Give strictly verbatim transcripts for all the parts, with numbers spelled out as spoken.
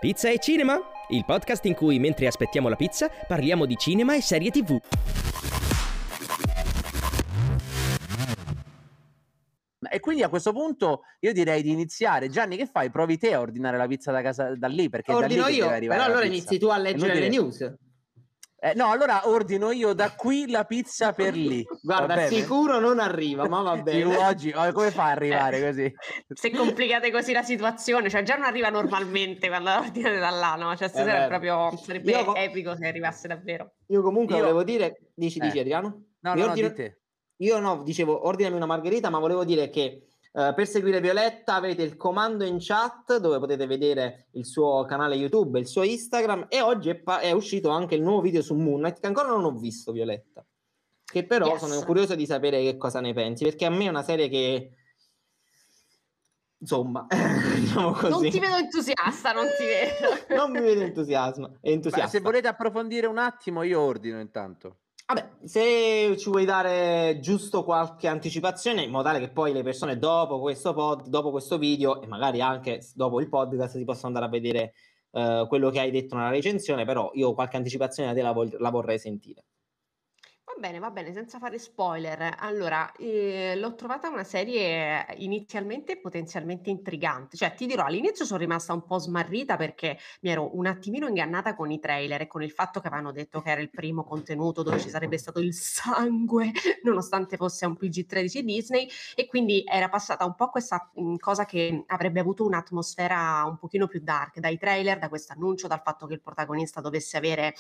Pizza e Cinema, il podcast in cui mentre aspettiamo la pizza parliamo di cinema e serie tivù. E quindi a questo punto io direi di iniziare. Gianni, che fai? Provi te a ordinare la pizza da casa da lì, perché ordino da lì che io, deve arrivare però la allora pizza. inizi tu a leggere le news. Eh, no, allora ordino io da qui la pizza per lì. Guarda, sicuro non arriva, ma va bene. Oggi, come fa a arrivare eh, così? Se complicate così la situazione, cioè già non arriva normalmente quando la ordinate da là, no? Cioè stasera eh, è proprio, sarebbe io, epico se arrivasse davvero. Io comunque io... volevo dire, dici, eh. dici Adriano? No, io no, ordino... no, di te. Io no, dicevo, ordinami una margherita, ma volevo dire che Uh, per seguire Violetta avete il comando in chat dove potete vedere il suo canale YouTube, il suo Instagram, e oggi è, pa- è uscito anche il nuovo video su Moon Knight che ancora non ho visto, Violetta, che però yes. sono curioso di sapere che cosa ne pensi, perché a me è una serie che insomma diciamo così. Non ti vedo entusiasta, non ti vedo. Non mi vedo entusiasmo, entusiasta. Beh, se volete approfondire un attimo io ordino intanto. Vabbè, se ci vuoi dare giusto qualche anticipazione in modo tale che poi le persone dopo questo pod, dopo questo video e magari anche dopo il podcast si possano andare a vedere uh, quello che hai detto nella recensione, però io qualche anticipazione da te la, vol- la vorrei sentire. Va bene, va bene, senza fare spoiler. Allora, eh, l'ho trovata una serie inizialmente potenzialmente intrigante. Cioè, ti dirò, all'inizio sono rimasta un po' smarrita perché mi ero un attimino ingannata con i trailer e con il fatto che avevano detto che era il primo contenuto dove ci sarebbe stato il sangue, nonostante fosse un P G tredici Disney, e quindi era passata un po' questa mh, cosa che avrebbe avuto un'atmosfera un pochino più dark dai trailer, da questo annuncio, dal fatto che il protagonista dovesse avere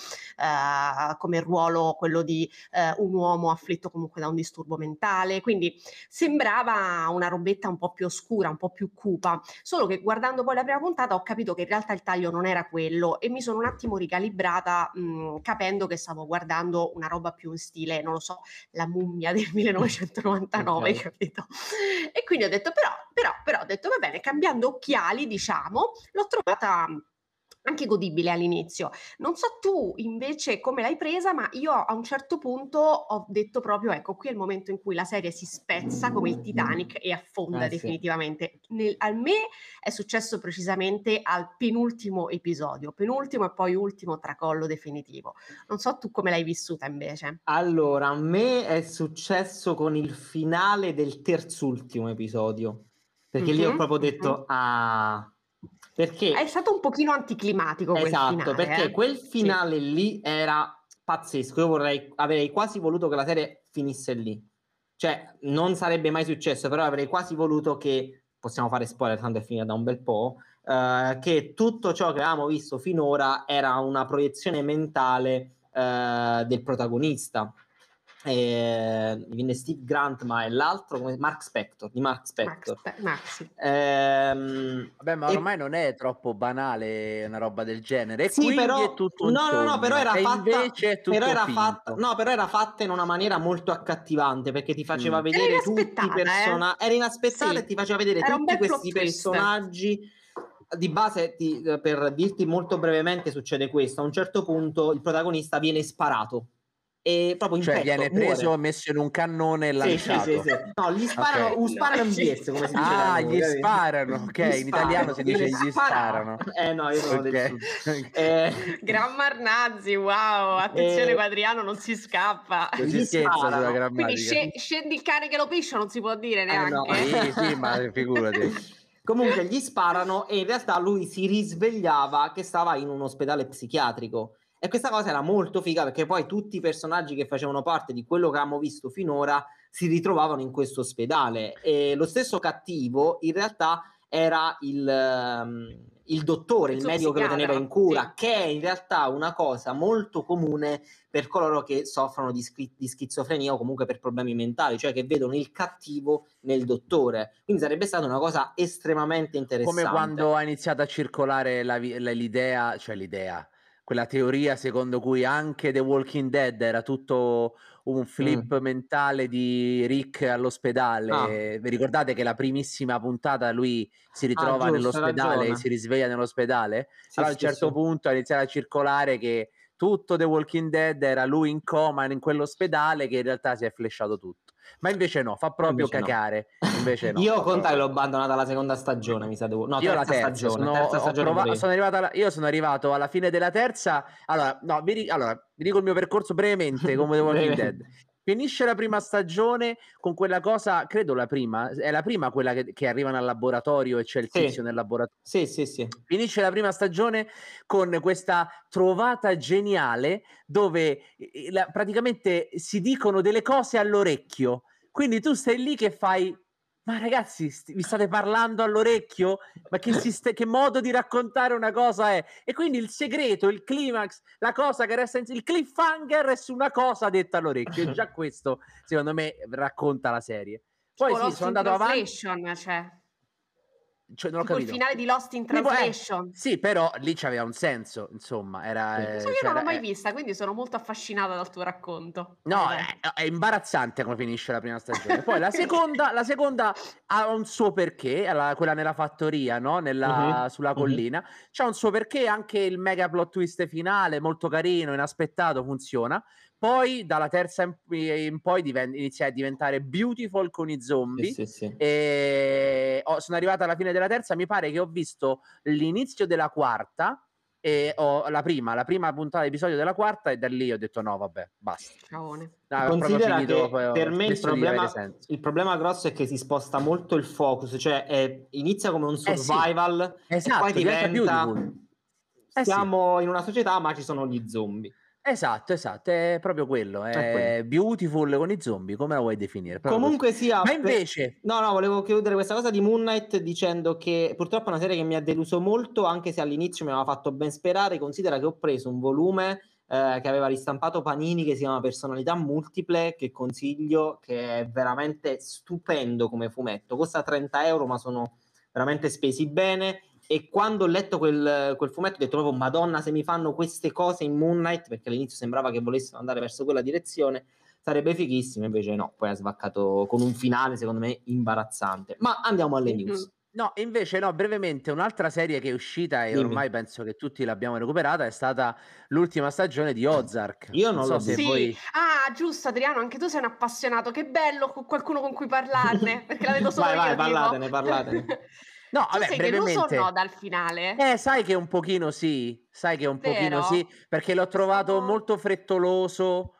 uh, come ruolo quello di uh, un uomo afflitto comunque da un disturbo mentale, quindi sembrava una robetta un po' più oscura, un po' più cupa, solo che guardando poi la prima puntata ho capito che in realtà il taglio non era quello e mi sono un attimo ricalibrata mh, capendo che stavo guardando una roba più in stile, non lo so, La mummia del millenovecentonovantanove, okay. Capito? E quindi ho detto però, però, però ho detto va bene, cambiando occhiali diciamo, l'ho trovata anche godibile all'inizio. Non so tu invece come l'hai presa, ma io a un certo punto ho detto proprio ecco, qui è il momento in cui la serie si spezza come il Titanic e affonda eh, definitivamente. Sì. Nel, a me è successo precisamente al penultimo episodio, penultimo e poi ultimo tracollo definitivo. Non so tu come l'hai vissuta invece. Allora, a me è successo con il finale del terzultimo episodio, perché mm-hmm, lì ho proprio detto mm-hmm. ah... Perché è stato un pochino anticlimatico quel esatto, finale, perché eh? quel finale sì. lì era pazzesco. Io vorrei avrei quasi voluto che la serie finisse lì, cioè non sarebbe mai successo, però avrei quasi voluto che, possiamo fare spoiler tanto è finita da un bel po', uh, che tutto ciò che avevamo visto finora era una proiezione mentale uh, del protagonista. Eh, mi viene Steve Grant, ma è l'altro come Mark Spector di Mark Spector. Mark Spe- Mark, sì. ehm, Vabbè, ma ormai e... non è troppo banale una roba del genere. E sì, quindi però è tutto no, no, no, però era e fatta, invece è tutto però era finto. fatta, no, però era fatta in una maniera molto accattivante perché ti faceva mm. vedere tutti i personaggi. Eh? Era inaspettata sì. e ti faceva vedere era tutti questi personaggi. Di base, ti, per dirti molto brevemente, succede questo: a un certo punto il protagonista viene sparato. E proprio in cioè petto, viene preso, muore. messo in un cannone e lanciato. Sì, sì, sì, sì. No, gli sparano, okay. sparano in B S, come si dice. Ah, noi, gli capito? sparano, ok, gli in sparano. italiano si dice gli sparano. Eh no, io sono okay. del sud. Eh... Gran Marnazzi, wow, attenzione, eh... Quadriano, non si scappa. Non si scherza sulla grammatica. Quindi sc- scendi il cane che lo piscia, non si può dire neanche. Eh, no. Sì, sì, ma figurati. Comunque gli sparano e in realtà lui si risvegliava che stava in un ospedale psichiatrico. E questa cosa era molto figa perché poi tutti i personaggi che facevano parte di quello che abbiamo visto finora si ritrovavano in questo ospedale. E lo stesso cattivo in realtà era il, um, il dottore, il, il medico che lo teneva in cura, sì. Che è in realtà una cosa molto comune per coloro che soffrono di, schi- di schizofrenia o comunque per problemi mentali, cioè che vedono il cattivo nel dottore. Quindi sarebbe stata una cosa estremamente interessante. Come quando ha iniziato a circolare la, la, l'idea, cioè l'idea... quella teoria secondo cui anche The Walking Dead era tutto un flip mm. mentale di Rick all'ospedale. Ah. Vi ricordate che la primissima puntata lui si ritrova ah, giusto, nell'ospedale e si risveglia nell'ospedale? Sì, allora a un certo sì. punto ha iniziato a circolare che tutto The Walking Dead era lui in coma in quell'ospedale, che in realtà si è flashato tutto. ma invece no, fa proprio Invece no. cagare. Invece no. Io conta che l'ho abbandonata la seconda stagione, mi sa devo... No, Io la terza terza, stagione, sono, terza ho stagione prova- pure io. sono arrivato alla- io sono arrivato alla fine della terza. Allora, no, vi, ri- allora, vi dico il mio percorso brevemente, come The Walking Dead. Brevemente. Finisce la prima stagione con quella cosa, credo la prima, è la prima quella che, che arrivano al laboratorio e c'è il Sì. tizio nel laboratorio. Sì, sì, sì. Finisce la prima stagione con questa trovata geniale dove eh, la- praticamente si dicono delle cose all'orecchio. Quindi tu stai lì che fai, ma ragazzi, st- vi state parlando all'orecchio? Ma che, sist- che modo di raccontare una cosa è? E quindi il segreto, il climax, la cosa che resta in... il cliffhanger è su una cosa detta all'orecchio. E già questo, secondo me, racconta la serie. Poi Tipo sì, Lost sono in andato avanti. Translation, cioè. Cioè, non ho Tipo il capito. finale di Lost in Tipo, eh, Translation. sì, però lì c'aveva un senso, insomma, era... Sì. eh, Lo so, io cioè, non l'ho era- mai eh, vista, quindi sono molto affascinata dal tuo racconto. No, Vai, vai. è, è imbarazzante come finisce la prima stagione. Poi la seconda, la seconda ha un suo perché, alla- quella nella fattoria, no? Nella- Mhm, sulla mhm. collina. C'ha un suo perché, anche il mega plot twist finale, molto carino, inaspettato, funziona. Poi dalla terza in, in poi diven- inizia a diventare beautiful con i Sì, zombie. sì, sì. E ho- sono arrivata alla fine della terza, mi pare che ho visto l'inizio della quarta. E ho la prima, la prima puntata d'episodio della quarta, e da lì ho detto no, vabbè, basta. Ciaone. No, ho proprio Considera finito, che poi ho per me il smesso di avere problema, senso. il problema grosso è che si sposta molto il focus, cioè è- inizia come un Eh sì, survival e esatto, poi diventa diventa beautiful. Eh sì, siamo in una società ma ci sono gli zombie. esatto, esatto, è proprio quello, È quello. è beautiful con i zombie, come la vuoi definire? Proprio così. Comunque sia, Ma per- invece, no, no, volevo chiudere questa cosa di Moon Knight dicendo che purtroppo è una serie che mi ha deluso molto, anche se all'inizio mi aveva fatto ben sperare. Considera che ho preso un volume eh, che aveva ristampato Panini, che si chiama Personalità Multiple, che consiglio, che è veramente stupendo come fumetto. Costa trenta euro, ma sono veramente spesi bene. E quando ho letto quel, quel fumetto ho detto proprio Madonna, se mi fanno queste cose in Moon Knight, perché all'inizio sembrava che volessero andare verso quella direzione, sarebbe fighissimo. Invece no, poi ha svaccato con un finale secondo me imbarazzante. Ma andiamo alle Mhm. news. no, invece no, brevemente, un'altra serie che è uscita e Dimmi. ormai penso che tutti l'abbiamo recuperata è stata l'ultima stagione di Ozark. Io non so l'ho se vista. Sì, voi... ah, giusto, Adriano, anche tu sei un appassionato. Che bello con qualcuno con cui parlarne, perché la vedo solo Vai, vai, io, tipo. parlatene, parlatene. No, Tu vabbè, sei deluso o brevemente... no dal finale? Eh, sai che un pochino sì, sai che un pochino sì, Vero? perché l'ho È trovato stato... molto frettoloso,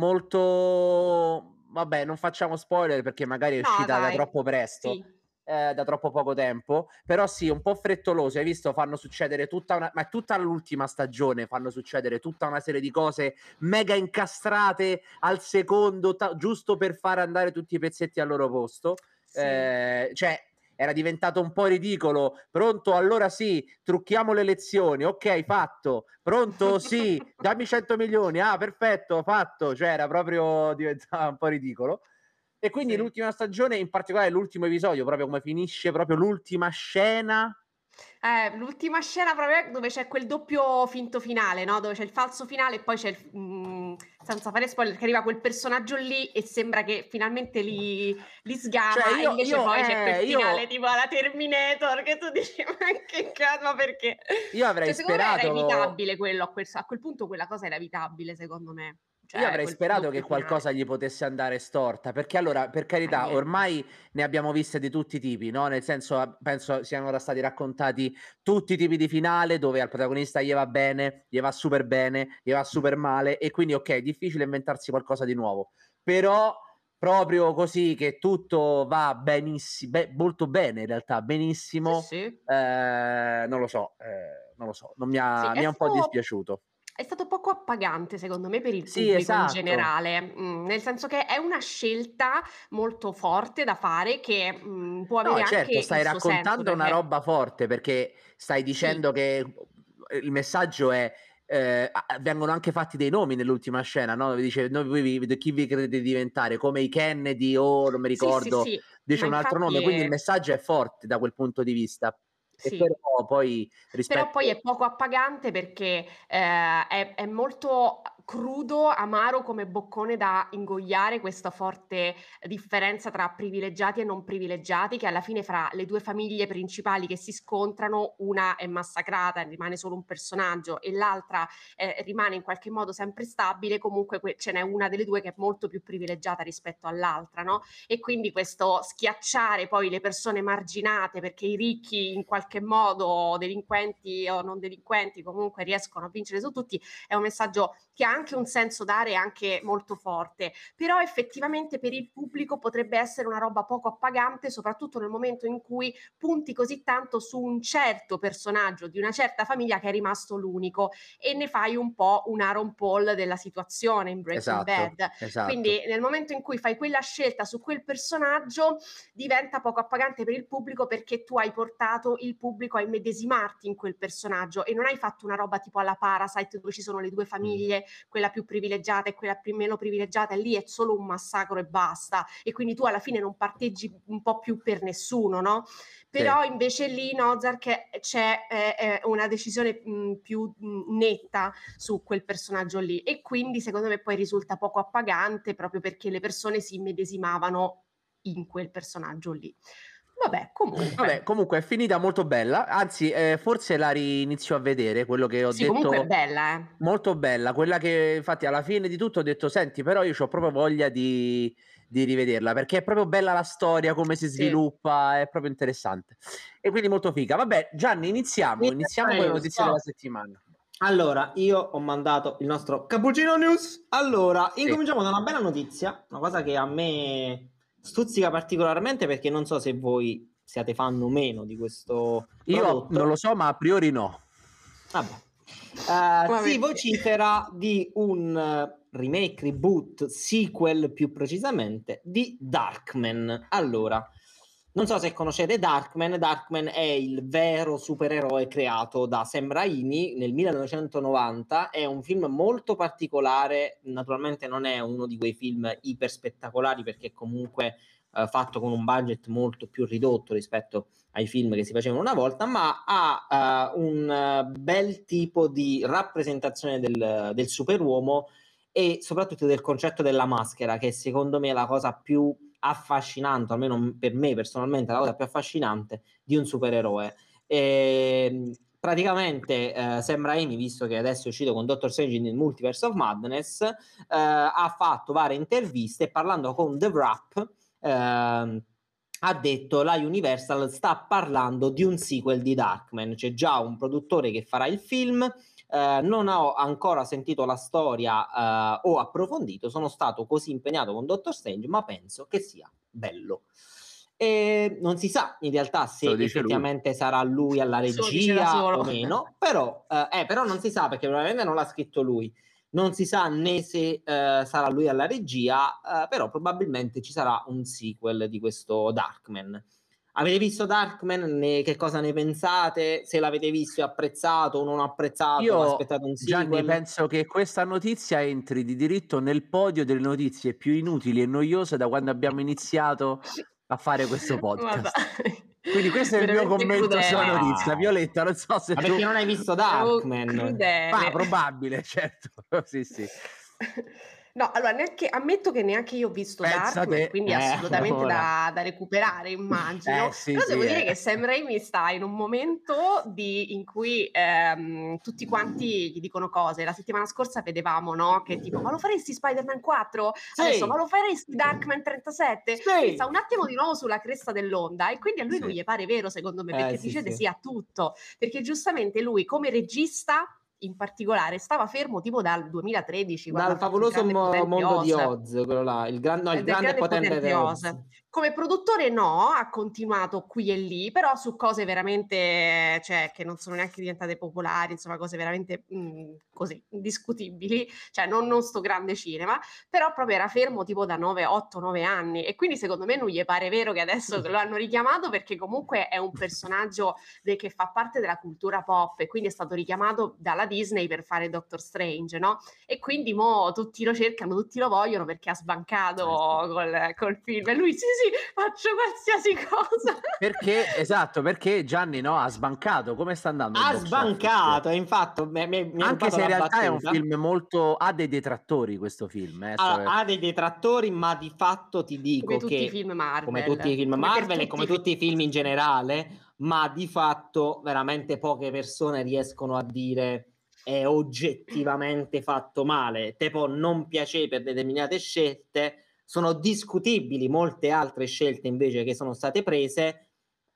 molto... Vabbè, non facciamo spoiler perché magari è No, uscita da dai. troppo presto, Sì. eh, da troppo poco tempo, però sì, un po' frettoloso, hai visto, fanno succedere tutta una... ma è tutta l'ultima stagione, fanno succedere tutta una serie di cose mega incastrate al secondo, ta- giusto per far andare tutti i pezzetti al loro posto. Sì. Eh, cioè... Era diventato un po' ridicolo. Pronto? Allora sì, trucchiamo le elezioni. Ok, fatto. Pronto? Sì, dammi cento milioni. Ah, perfetto, fatto. Cioè, era proprio diventava un po' ridicolo. E quindi Sì. l'ultima stagione, in particolare l'ultimo episodio, proprio come finisce proprio l'ultima scena. Eh, l'ultima scena proprio dove c'è quel doppio finto finale, no? Dove c'è il falso finale e poi c'è il... mm, senza fare spoiler, che arriva quel personaggio lì e sembra che finalmente li, li sgama, Cioè, e io, invece io, poi c'è eh, quel finale io, tipo alla Terminator che tu dici ma che cazzo, ma perché? io avrei Cioè, secondo me era sperato. evitabile quello, a quel, a quel punto quella cosa era evitabile, secondo me. Io Cioè, avrei quel sperato che doppio finale. qualcosa gli potesse andare storta, perché allora, per carità, Eh. ormai ne abbiamo viste di tutti i tipi, no? Nel senso, eh, penso siano ora stati raccontati tutti i tipi di finale dove al protagonista gli va bene, gli va super bene, gli va super male, e quindi ok, è difficile inventarsi qualcosa di nuovo. Però proprio così che tutto va benissimo, be- molto bene in realtà, benissimo, Sì, sì. eh, non lo so, eh, non lo so, non mi ha, Sì, mi è è un po' stato, dispiaciuto. è stato poco appagante secondo me per il Sì, pubblico in esatto. generale, mm, nel senso che è una scelta molto forte da fare che mm, può No, avere anche certo, stai il suo senso, raccontando una perché roba forte perché stai sì, dicendo che il messaggio è eh, ah, vengono anche fatti dei nomi nell'ultima scena, no? Dove dice noi voi vi- chi vi credete di diventare, come i Kennedy o non mi sì, sì, ricordo, sì, dice ma un altro infatti nome, quindi il è... messaggio è forte da quel punto di vista. E Sì. però poi Però poi rispetto è poco appagante perché eh, è, è molto crudo, amaro come boccone da ingoiare questa forte differenza tra privilegiati e non privilegiati, che alla fine fra le due famiglie principali che si scontrano, una è massacrata e rimane solo un personaggio e l'altra eh, rimane in qualche modo sempre stabile, comunque que- ce n'è una delle due che è molto più privilegiata rispetto all'altra, no? E quindi questo schiacciare poi le persone marginate perché i ricchi in qualche modo, delinquenti o non delinquenti, comunque riescono a vincere su tutti, è un messaggio che ha anche un senso dare anche molto forte, però effettivamente per il pubblico potrebbe essere una roba poco appagante, soprattutto nel momento in cui punti così tanto su un certo personaggio di una certa famiglia che è rimasto l'unico e ne fai un po' un Aaron Paul della situazione in Breaking Esatto, Bad. esatto. Quindi nel momento in cui fai quella scelta su quel personaggio diventa poco appagante per il pubblico, perché tu hai portato il pubblico a immedesimarti in quel personaggio e non hai fatto una roba tipo alla Parasite dove ci sono le due famiglie, quella più privilegiata e quella più meno privilegiata, e lì è solo un massacro e basta, e quindi tu alla fine non parteggi un po' più per nessuno, no? Però Sì. invece lì in Ozark c'è eh, eh, una decisione mh, più mh, netta su quel personaggio lì, e quindi secondo me poi risulta poco appagante proprio perché le persone si immedesimavano in quel personaggio lì. Vabbè, comunque. Vabbè, comunque è finita molto bella, anzi eh, forse la rinizio a vedere, quello che ho Sì, comunque è detto, bella, eh. molto bella, quella che infatti alla fine di tutto ho detto, senti, però io ho proprio voglia di, di rivederla, perché è proprio bella la storia, come si Sì. sviluppa, è proprio interessante. E quindi molto figa. Vabbè, Gianni, iniziamo, iniziamo con le notizie della settimana. Allora, io ho mandato il nostro Cappuccino News. Allora, Sì. incominciamo da una bella notizia, una cosa che a me stuzzica particolarmente perché non so se voi siate fan o meno di questo Io prodotto. non lo so, ma a priori no. Vabbè. Uh, si vocifera di un uh, remake, reboot, sequel più precisamente, di Darkman. Allora, non so se conoscete Darkman. Darkman è il vero supereroe creato da Sam Raimi nel millenovecentonovanta. È un film molto particolare, naturalmente non è uno di quei film iper spettacolari perché comunque uh, fatto con un budget molto più ridotto rispetto ai film che si facevano una volta, ma ha uh, un uh, bel tipo di rappresentazione del, del superuomo e soprattutto del concetto della maschera, che secondo me è la cosa più affascinante, almeno per me personalmente la cosa più affascinante di un supereroe. E, praticamente uh, Sam Raimi, visto che adesso è uscito con Doctor Strange nel Multiverse of Madness, uh, ha fatto varie interviste parlando con The Wrap. Uh, ha detto la Universal sta parlando di un sequel di Darkman, c'è già un produttore che farà il film, eh, non ho ancora sentito la storia eh, o approfondito, sono stato così impegnato con Doctor Strange, ma penso che sia bello. E non si sa in realtà se effettivamente lui. sarà lui alla regia o meno, però, eh, eh, però non si sa perché probabilmente non l'ha scritto lui. Non si sa né se uh, sarà lui alla regia, uh, però probabilmente ci sarà un sequel di questo Darkman. Avete visto Darkman? Ne, che cosa ne pensate? Se l'avete visto e apprezzato o non apprezzato, Io, aspettate un sequel? Gianni, penso che questa notizia entri di diritto nel podio delle notizie più inutili e noiose da quando abbiamo iniziato a fare questo podcast. Quindi questo è il mio commento crudele. Sulla notizia. Violetta, non so se Ma tu... perché non hai visto Darkman? Ma probabile, certo. Sì, sì. No, allora neanche, ammetto che neanche io ho visto Darkman, quindi eh, assolutamente da, da recuperare, immagino. Eh, sì, Però sì, devo eh. dire che Sam Raimi sta in un momento di, in cui ehm, tutti quanti gli dicono cose. La settimana scorsa vedevamo, no? Che tipo, ma lo faresti Spider-Man quattro? Sì. Adesso, ma lo faresti Darkman trentasette? Sì. Quindi sta un attimo di nuovo sulla cresta dell'onda e quindi a lui Sì. non gli pare vero, secondo me, perché Eh, sì, dice sì. sì a tutto. Perché giustamente lui come regista in particolare stava fermo tipo dal duemilatredici dal favoloso mo- mondo di Oz, quello là, il, gran, no, il grande e potente di Oz. Oz. Come produttore no, ha continuato qui e lì, però su cose veramente, cioè, che non sono neanche diventate popolari, insomma, cose veramente mh, così, discutibili, cioè non, non sto grande cinema, però proprio era fermo tipo da nove, otto, nove anni e quindi secondo me non gli pare vero che adesso lo hanno richiamato perché comunque è un personaggio de- che fa parte della cultura pop e quindi è stato richiamato dalla Disney per fare Doctor Strange, no? E quindi mo tutti lo cercano, tutti lo vogliono perché ha sbancato Eh, sì. col, col film e lui sì sì faccio qualsiasi cosa. Perché, esatto, perché Gianni no, ha sbancato. Come sta andando? Ha il box sbancato, office? e infatti mi, mi, mi ha Anche rubato se in la realtà è un battuta. film molto... ha dei detrattori questo film. Eh, Ha, so- ha dei detrattori, ma di fatto ti dico Come tutti i che, film Marvel. come tutti i film Come per Marvel e tutti come i film. tutti i film in generale, ma di fatto veramente poche persone riescono a dire è oggettivamente fatto male. Te può non piacere per determinate scelte, sono discutibili molte altre scelte invece che sono state prese,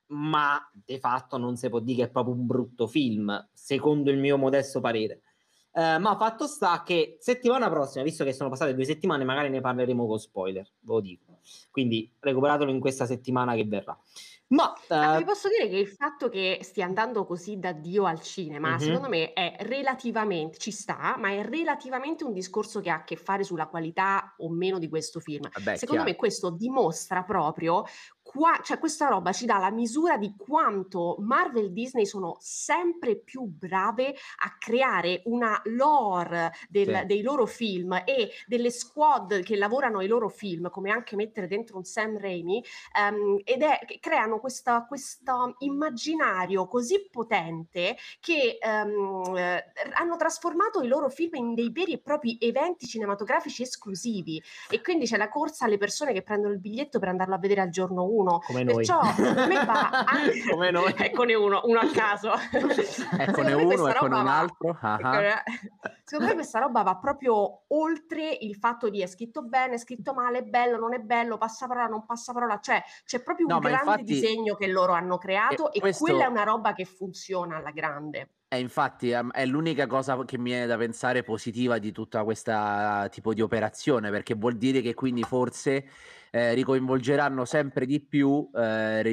ma di fatto non si può dire che è proprio un brutto film, secondo il mio modesto parere. Uh, ma fatto sta che settimana prossima, visto che sono passate due settimane, magari ne parleremo con spoiler, ve lo dico. Quindi recuperatelo in questa settimana che verrà. Ma, uh... ma vi posso dire che il fatto che stia andando così da Dio al cinema, Mhm. secondo me è relativamente, ci sta, ma è relativamente un discorso che ha a che fare sulla qualità o meno di questo film. Vabbè, Secondo chiaro. me questo dimostra proprio qua, cioè questa roba ci dà la misura di quanto Marvel e Disney sono sempre più brave a creare una lore del- Sì. dei loro film e delle squad che lavorano ai loro film, come anche mettere dentro un Sam Raimi, ehm, ed è che creano questa, questo immaginario così potente che ehm, eh, hanno trasformato i loro film in dei veri e propri eventi cinematografici esclusivi, e quindi c'è la corsa alle persone che prendono il biglietto per andarlo a vedere al giorno uno. Come noi. Perciò secondo me va anche... Come noi. Eccone uno, uno a caso. Eccone Secondo me uno, questa eccone roba un va- altro. Ah ah. Secondo me questa roba va proprio oltre il fatto di è scritto bene, è scritto male, è bello, non è bello, passa parola, non passa parola, cioè c'è proprio un No, ma grande infatti disegno che loro hanno creato eh, e questo- quella è una roba che funziona alla grande. E infatti ehm, è l'unica cosa che mi viene da pensare positiva di tutta questa tipo di operazione, perché vuol dire che quindi forse eh, ricoinvolgeranno sempre di più eh,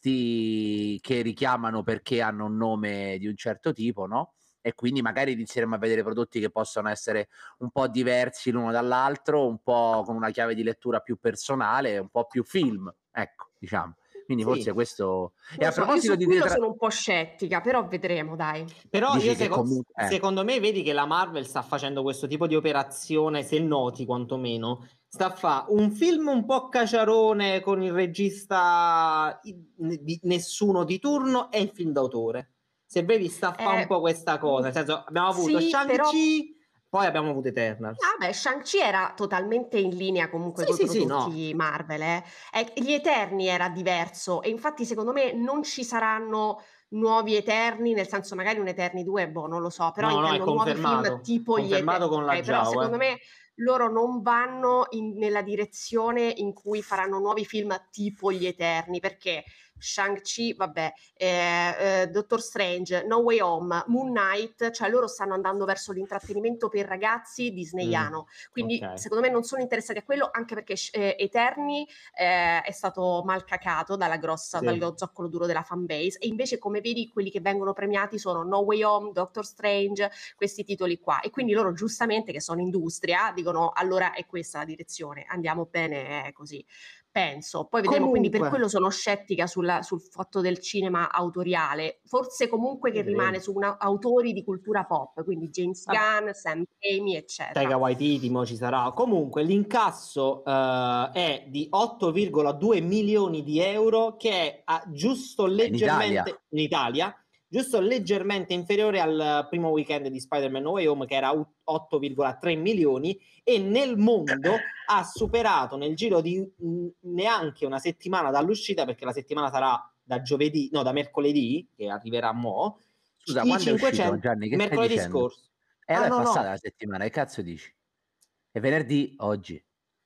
registi che richiamano perché hanno un nome di un certo tipo, no? E quindi magari inizieremo a vedere prodotti che possono essere un po' diversi l'uno dall'altro, un po' con una chiave di lettura più personale, un po' più film, ecco, diciamo. Quindi Sì. forse questo... E Non a lo so, io proposito su di quello detra- sono un po' scettica, però vedremo, dai. Però Dici io che seco- comunque- eh. secondo me vedi che la Marvel sta facendo questo tipo di operazione, se noti quantomeno, sta a fa un film un po' caciarone con il regista i- di nessuno di turno e il film d'autore. Se vedi sta a fa Eh, un po' questa cosa, nel senso abbiamo avuto sì, Shang-Chi, però... poi abbiamo avuto Eternals. Ah beh, Shang-Chi era totalmente in linea comunque Sì, coi sì, sì, prodotti Marvel, eh. E gli Eterni era diverso e infatti secondo me non ci saranno nuovi Eterni, nel senso magari un Eterni due, boh, non lo so, però No, no, è intendo nuovi film confermato. tipo gli Confermato Eterni. con la Ok, però Giao, secondo eh. me loro non vanno in- nella direzione in cui faranno nuovi film tipo gli Eterni, perché Shang-Chi, vabbè, eh, eh, Doctor Strange, No Way Home, Moon Knight, cioè loro stanno andando verso l'intrattenimento per ragazzi disneyano, Mm, quindi ok. secondo me non sono interessati a quello, anche perché eh, Eterni eh, è stato mal cacato dalla grossa, Sì. dal zoccolo duro della fanbase, e invece come vedi quelli che vengono premiati sono No Way Home, Doctor Strange, questi titoli qua, e quindi loro giustamente, che sono industria, dicono allora è questa la direzione, andiamo bene, è così. Penso, poi vedremo, quindi per Comunque. quello sono scettica sulla- sul fatto del cinema autoriale, forse comunque che Vedremo. rimane su una- autori di cultura pop, quindi James Vabbè. Gunn, Sam Raimi, eccetera. Taika Waititi, mo ci sarà. Comunque l'incasso eh, è di otto virgola due milioni di euro, che è ah, giusto leggermente in Italia, giusto leggermente inferiore al primo weekend di Spider-Man No Way Home, che era otto virgola tre milioni, e nel mondo ha superato nel giro di mh, neanche una settimana dall'uscita, perché la settimana sarà da giovedì, no, da mercoledì, che arriverà mo'. Scusa, i quando è uscito, cinquecento Gianni? Che stai mercoledì dicendo? scorso. E Ah, allora no, è passata no. la settimana, che cazzo dici? È venerdì oggi.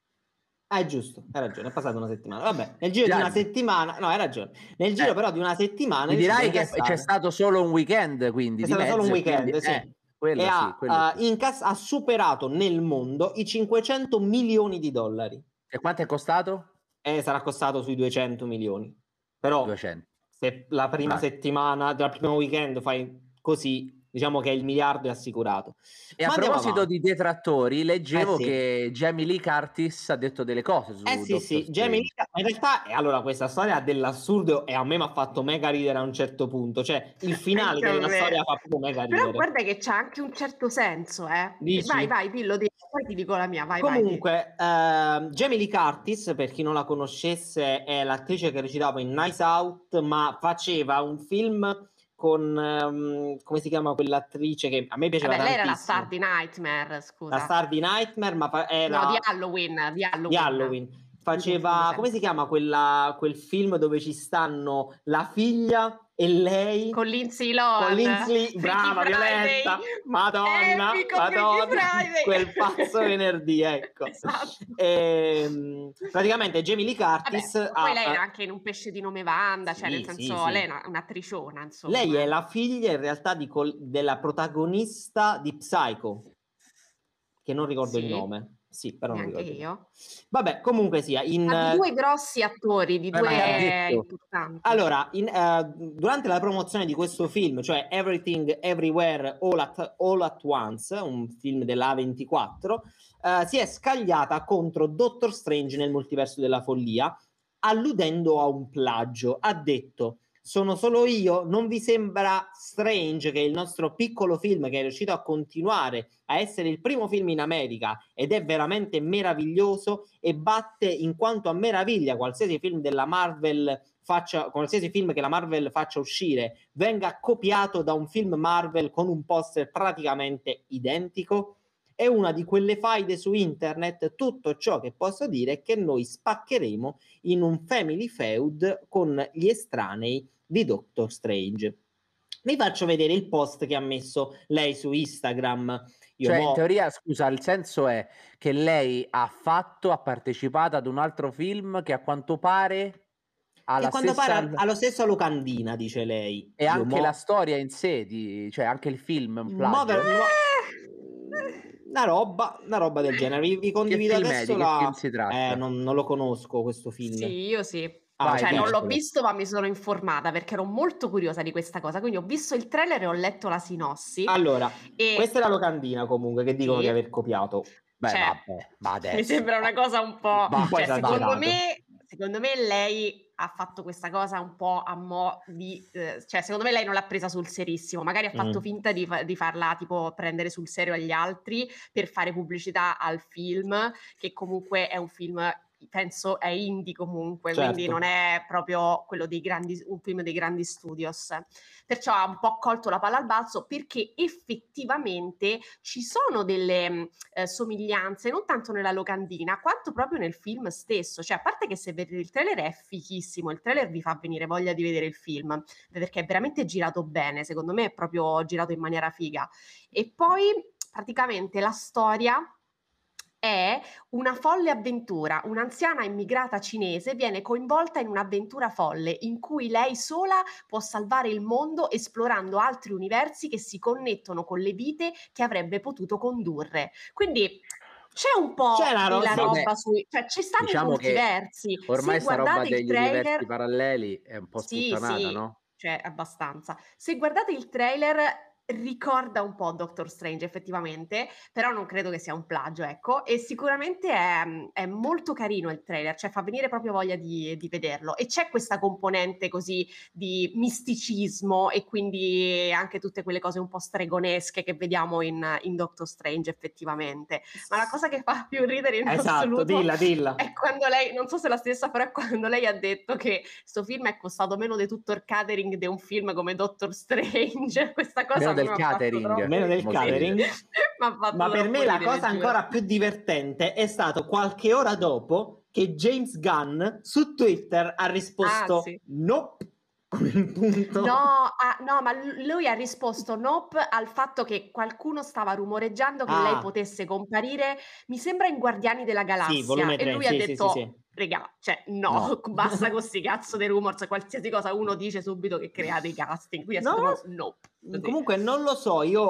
Ah, è giusto, hai ragione, è passata una settimana. Vabbè, nel giro di una Gianni. settimana, no, hai ragione. Nel giro Eh, però di una settimana Mi è riuscito a dirai che incassare. c'è stato solo un weekend, quindi È di stato solo un mezzo, e weekend, quindi- sì. eh, quello E sì, ha, quello uh, sì. incass- ha superato nel mondo i cinquecento milioni di dollari. E quanto è costato? E sarà costato sui duecento milioni. Però duecento. se la prima Ah. settimana, dal primo weekend fai così, diciamo che il miliardo è assicurato. E Ma a andiamo proposito avanti. di detrattori, leggevo Eh sì. che Jamie Lee Curtis ha detto delle cose su Eh sì, Doctor sì, Jamie Strange. Lee, ma in realtà, eh, allora, questa storia ha dell'assurdo e a me mi ha fatto mega ridere a un certo punto, cioè il finale Anche a della me. storia fa proprio mega Però ridere. guarda che c'ha anche un certo senso, eh. Dici? Vai, vai, dillo, dillo, poi ti dico la mia, vai, vai. di- Comunque, ehm, Jamie Lee Curtis, per chi non la conoscesse, è l'attrice che recitava in Nice Out, ma faceva un film con, ehm, come si chiama quell'attrice che a me piaceva Vabbè, lei era la tantissimo. star di Nightmare, La scusa. star di Nightmare, ma fa- è No, di la Halloween, di Halloween. di Halloween. Mi confondo Faceva, come sempre. si chiama quella, quel film dove ci stanno la figlia e lei Con Lindsay con Lohan, Lindsay, Freaky brava Friday, Violetta, madonna, epico madonna, Freaky Friday. quel pazzo venerdì, ecco. Esatto. Ehm, praticamente Jamie Lee Curtis Vabbè, poi ha- lei era ha- anche in Un pesce di nome Wanda, cioè Sì, nel sì, senso sì. lei è una- un'attriciona, insomma. Lei è eh. la figlia in realtà di col- della protagonista di Psycho, che non ricordo il Sì, nome. Sì, però non neanche ricordo il nome. io. Vabbè, comunque sia, in, Ma di eh, due grossi attori, di Eh, ma che ha due detto? importanti. allora, in, eh, durante la promozione di questo film, cioè Everything Everywhere All at, All at Once, un film della A ventiquattro, eh, si è scagliata contro Doctor Strange nel multiverso della follia, alludendo a un plagio. Ha detto: sono solo io, non vi sembra strange che il nostro piccolo film, che è riuscito a continuare a essere il primo film in America ed è veramente meraviglioso e batte in quanto a meraviglia qualsiasi film della Marvel faccia, qualsiasi film che la Marvel faccia uscire venga copiato da un film Marvel con un poster praticamente identico? È una di quelle faide su internet. Tutto ciò che posso dire è che noi spaccheremo in un family feud con gli estranei di Doctor Strange. Vi faccio vedere il post che ha messo lei su Instagram. Io Cioè, mo- in teoria, scusa, il senso è che lei ha fatto, ha partecipato ad un altro film che a quanto pare ha che la quando stessa... pare ha lo stesso locandina, dice lei. E Io anche mo- la storia in sé, di... cioè anche il film è un mo plagio. ver- mo- Eh. una roba, una roba del genere. Vi, vi Che condivido film è? adesso Di che la... film si Eh, tratta? non, non lo conosco questo film. Sì, io sì. Ah, Vai, Cioè, non l'ho dicelo. visto, ma mi sono informata perché ero molto curiosa di questa cosa. Quindi ho visto il trailer e ho letto la sinossi. Allora, E questa è la locandina comunque che dicono sì, di aver copiato. Beh, cioè, vabbè, ma adesso... mi sembra una cosa un po'... Ma- Un po' Cioè, secondo esagerato. me, secondo me lei ha fatto questa cosa un po' a mo' di... eh, cioè, secondo me lei non l'ha presa sul serissimo. Magari ha fatto Mm. finta di, fa- di farla, tipo, prendere sul serio agli altri per fare pubblicità al film, che comunque è un film... penso è indie comunque, Certo. quindi non è proprio quello dei grandi, un film dei grandi studios. Perciò ha un po' colto la palla al balzo perché effettivamente ci sono delle mh, eh, somiglianze, non tanto nella locandina quanto proprio nel film stesso. Cioè, a parte che se vedete il trailer è fichissimo, il trailer vi fa venire voglia di vedere il film perché è veramente girato bene, secondo me è proprio girato in maniera figa. E poi praticamente la storia è una folle avventura. Un'anziana immigrata cinese viene coinvolta in un'avventura folle in cui lei sola può salvare il mondo esplorando altri universi che si connettono con le vite che avrebbe potuto condurre. Quindi c'è un po' C'è una della roba- roba Vabbè, sui... cioè ci stanno diciamo i che multiversi. ormai Se sta roba guardate il degli universi trailer... paralleli è un po' Sì, sputtanata, sì, no? cioè abbastanza. Se guardate il trailer ricorda un po' Doctor Strange effettivamente, però non credo che sia un plagio, ecco, e sicuramente è, è molto carino il trailer, cioè fa venire proprio voglia di, di vederlo e c'è questa componente così di misticismo e quindi anche tutte quelle cose un po' stregonesche che vediamo in, in Doctor Strange effettivamente, ma la cosa che fa più ridere in Esatto, assoluto dilla, dilla. è quando lei, non so se è la stessa, però è quando lei ha detto che sto film è costato meno di tutto il catering di un film come Doctor Strange, questa cosa Meno a me del mi ha fatto catering. troppo Meno del Molto catering. ridere. Mi ha fatto Ma per troppo me la ridere, cosa giuro. ancora più divertente è stato qualche ora dopo che James Gunn su Twitter ha risposto Ah, sì. nope con il punto. No, ah, no, ma l- lui ha risposto nope al fatto che qualcuno stava rumoreggiando che Ah. lei potesse comparire, mi sembra in Guardiani della Galassia, Sì, volume tre, e lui sì, ha sì, detto, sì, sì. regà, cioè no, No. basta con sti cazzo dei rumors, qualsiasi cosa uno dice subito che crea dei casting, qui ha No, scritto nope. Così. comunque non lo so, io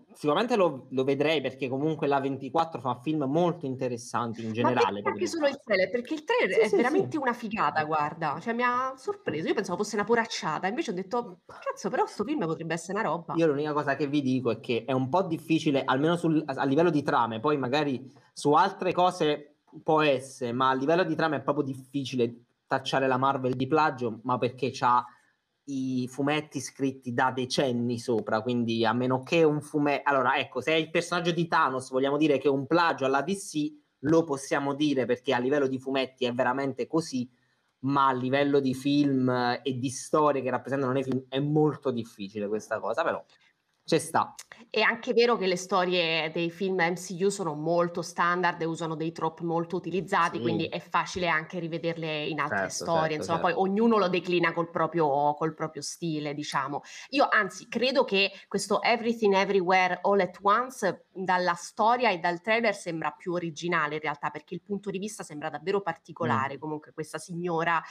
sicuramente lo, lo vedrei, perché comunque la ventiquattro fa film molto interessanti in generale. Ma anche solo il trailer, perché il trailer sì, è sì, veramente sì. una figata, guarda, cioè mi ha sorpreso, io pensavo fosse una poracciata, invece ho detto, cazzo, però sto film potrebbe essere una roba. Io l'unica cosa che vi dico è che è un po' difficile, almeno sul, a livello di trame, poi magari su altre cose può essere, ma a livello di trama è proprio difficile tacciare la Marvel di plagio, ma perché c'ha i fumetti scritti da decenni sopra, quindi a meno che un fumetto... Allora, ecco, se è il personaggio di Thanos, vogliamo dire che è un plagio alla D C, lo possiamo dire perché a livello di fumetti è veramente così, ma a livello di film e di storie che rappresentano nei film è molto difficile questa cosa, però ci sta. È anche vero che le storie dei film M C U sono molto standard e usano dei trope molto utilizzati, Sì. quindi è facile anche rivederle in altre Certo, storie, certo, insomma, certo. poi ognuno lo declina col proprio, col proprio stile, diciamo. Io anzi credo che questo Everything Everywhere All at Once dalla storia e dal trailer sembra più originale in realtà, perché il punto di vista sembra davvero particolare. Mm. Comunque questa signora,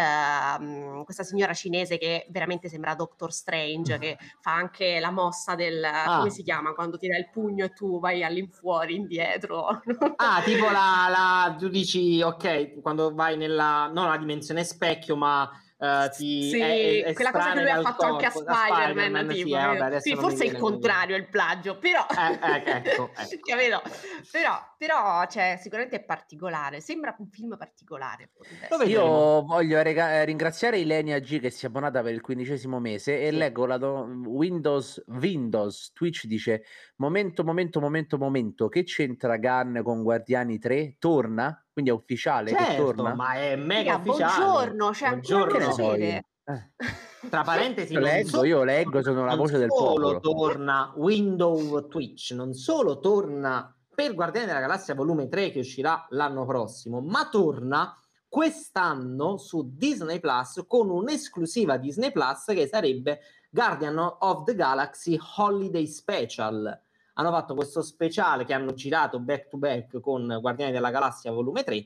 ehm, questa signora cinese che veramente sembra Doctor Strange, che fa anche la mossa del, Ah. come si chiama, quando ti dai il pugno e tu vai all'infuori, indietro. Ah, tipo la, la tu dici, ok, quando vai nella, non la dimensione specchio, ma uh, ti Sì, è, è quella cosa che lui ha fatto anche a corpo, Spider-Man, Spider-Man, tipo, sì, eh, vabbè, capito? adesso Sì, non mi forse è il viene come dire. contrario il plagio, però, Eh, eh, ecco, ecco, capito? ecco. Però, però, cioè, sicuramente è particolare, sembra un film particolare. potrebbe Lo essere. vedremo. Io voglio rega- ringraziare Ilenia G che si è abbonata per il quindicesimo mese e Sì. leggo la do- Windows, Windows, Twitch dice momento, momento, momento, momento, che c'entra Gunn con Guardiani tre? Torna? Quindi è ufficiale che Certo, torna? ma è mega Raga, ufficiale. buongiorno, c'è ancora Che da ne Buongiorno. so io? sapere. Eh. Tra parentesi, Io non leggo, solo, io leggo, sono la non voce del solo popolo. torna Windows Twitch, non solo torna per Guardiani della Galassia Volume tre che uscirà l'anno prossimo, ma torna quest'anno su Disney Plus con un'esclusiva Disney Plus che sarebbe Guardian of the Galaxy Holiday Special. Hanno fatto questo speciale che hanno girato back to back con Guardiani della Galassia Volume tre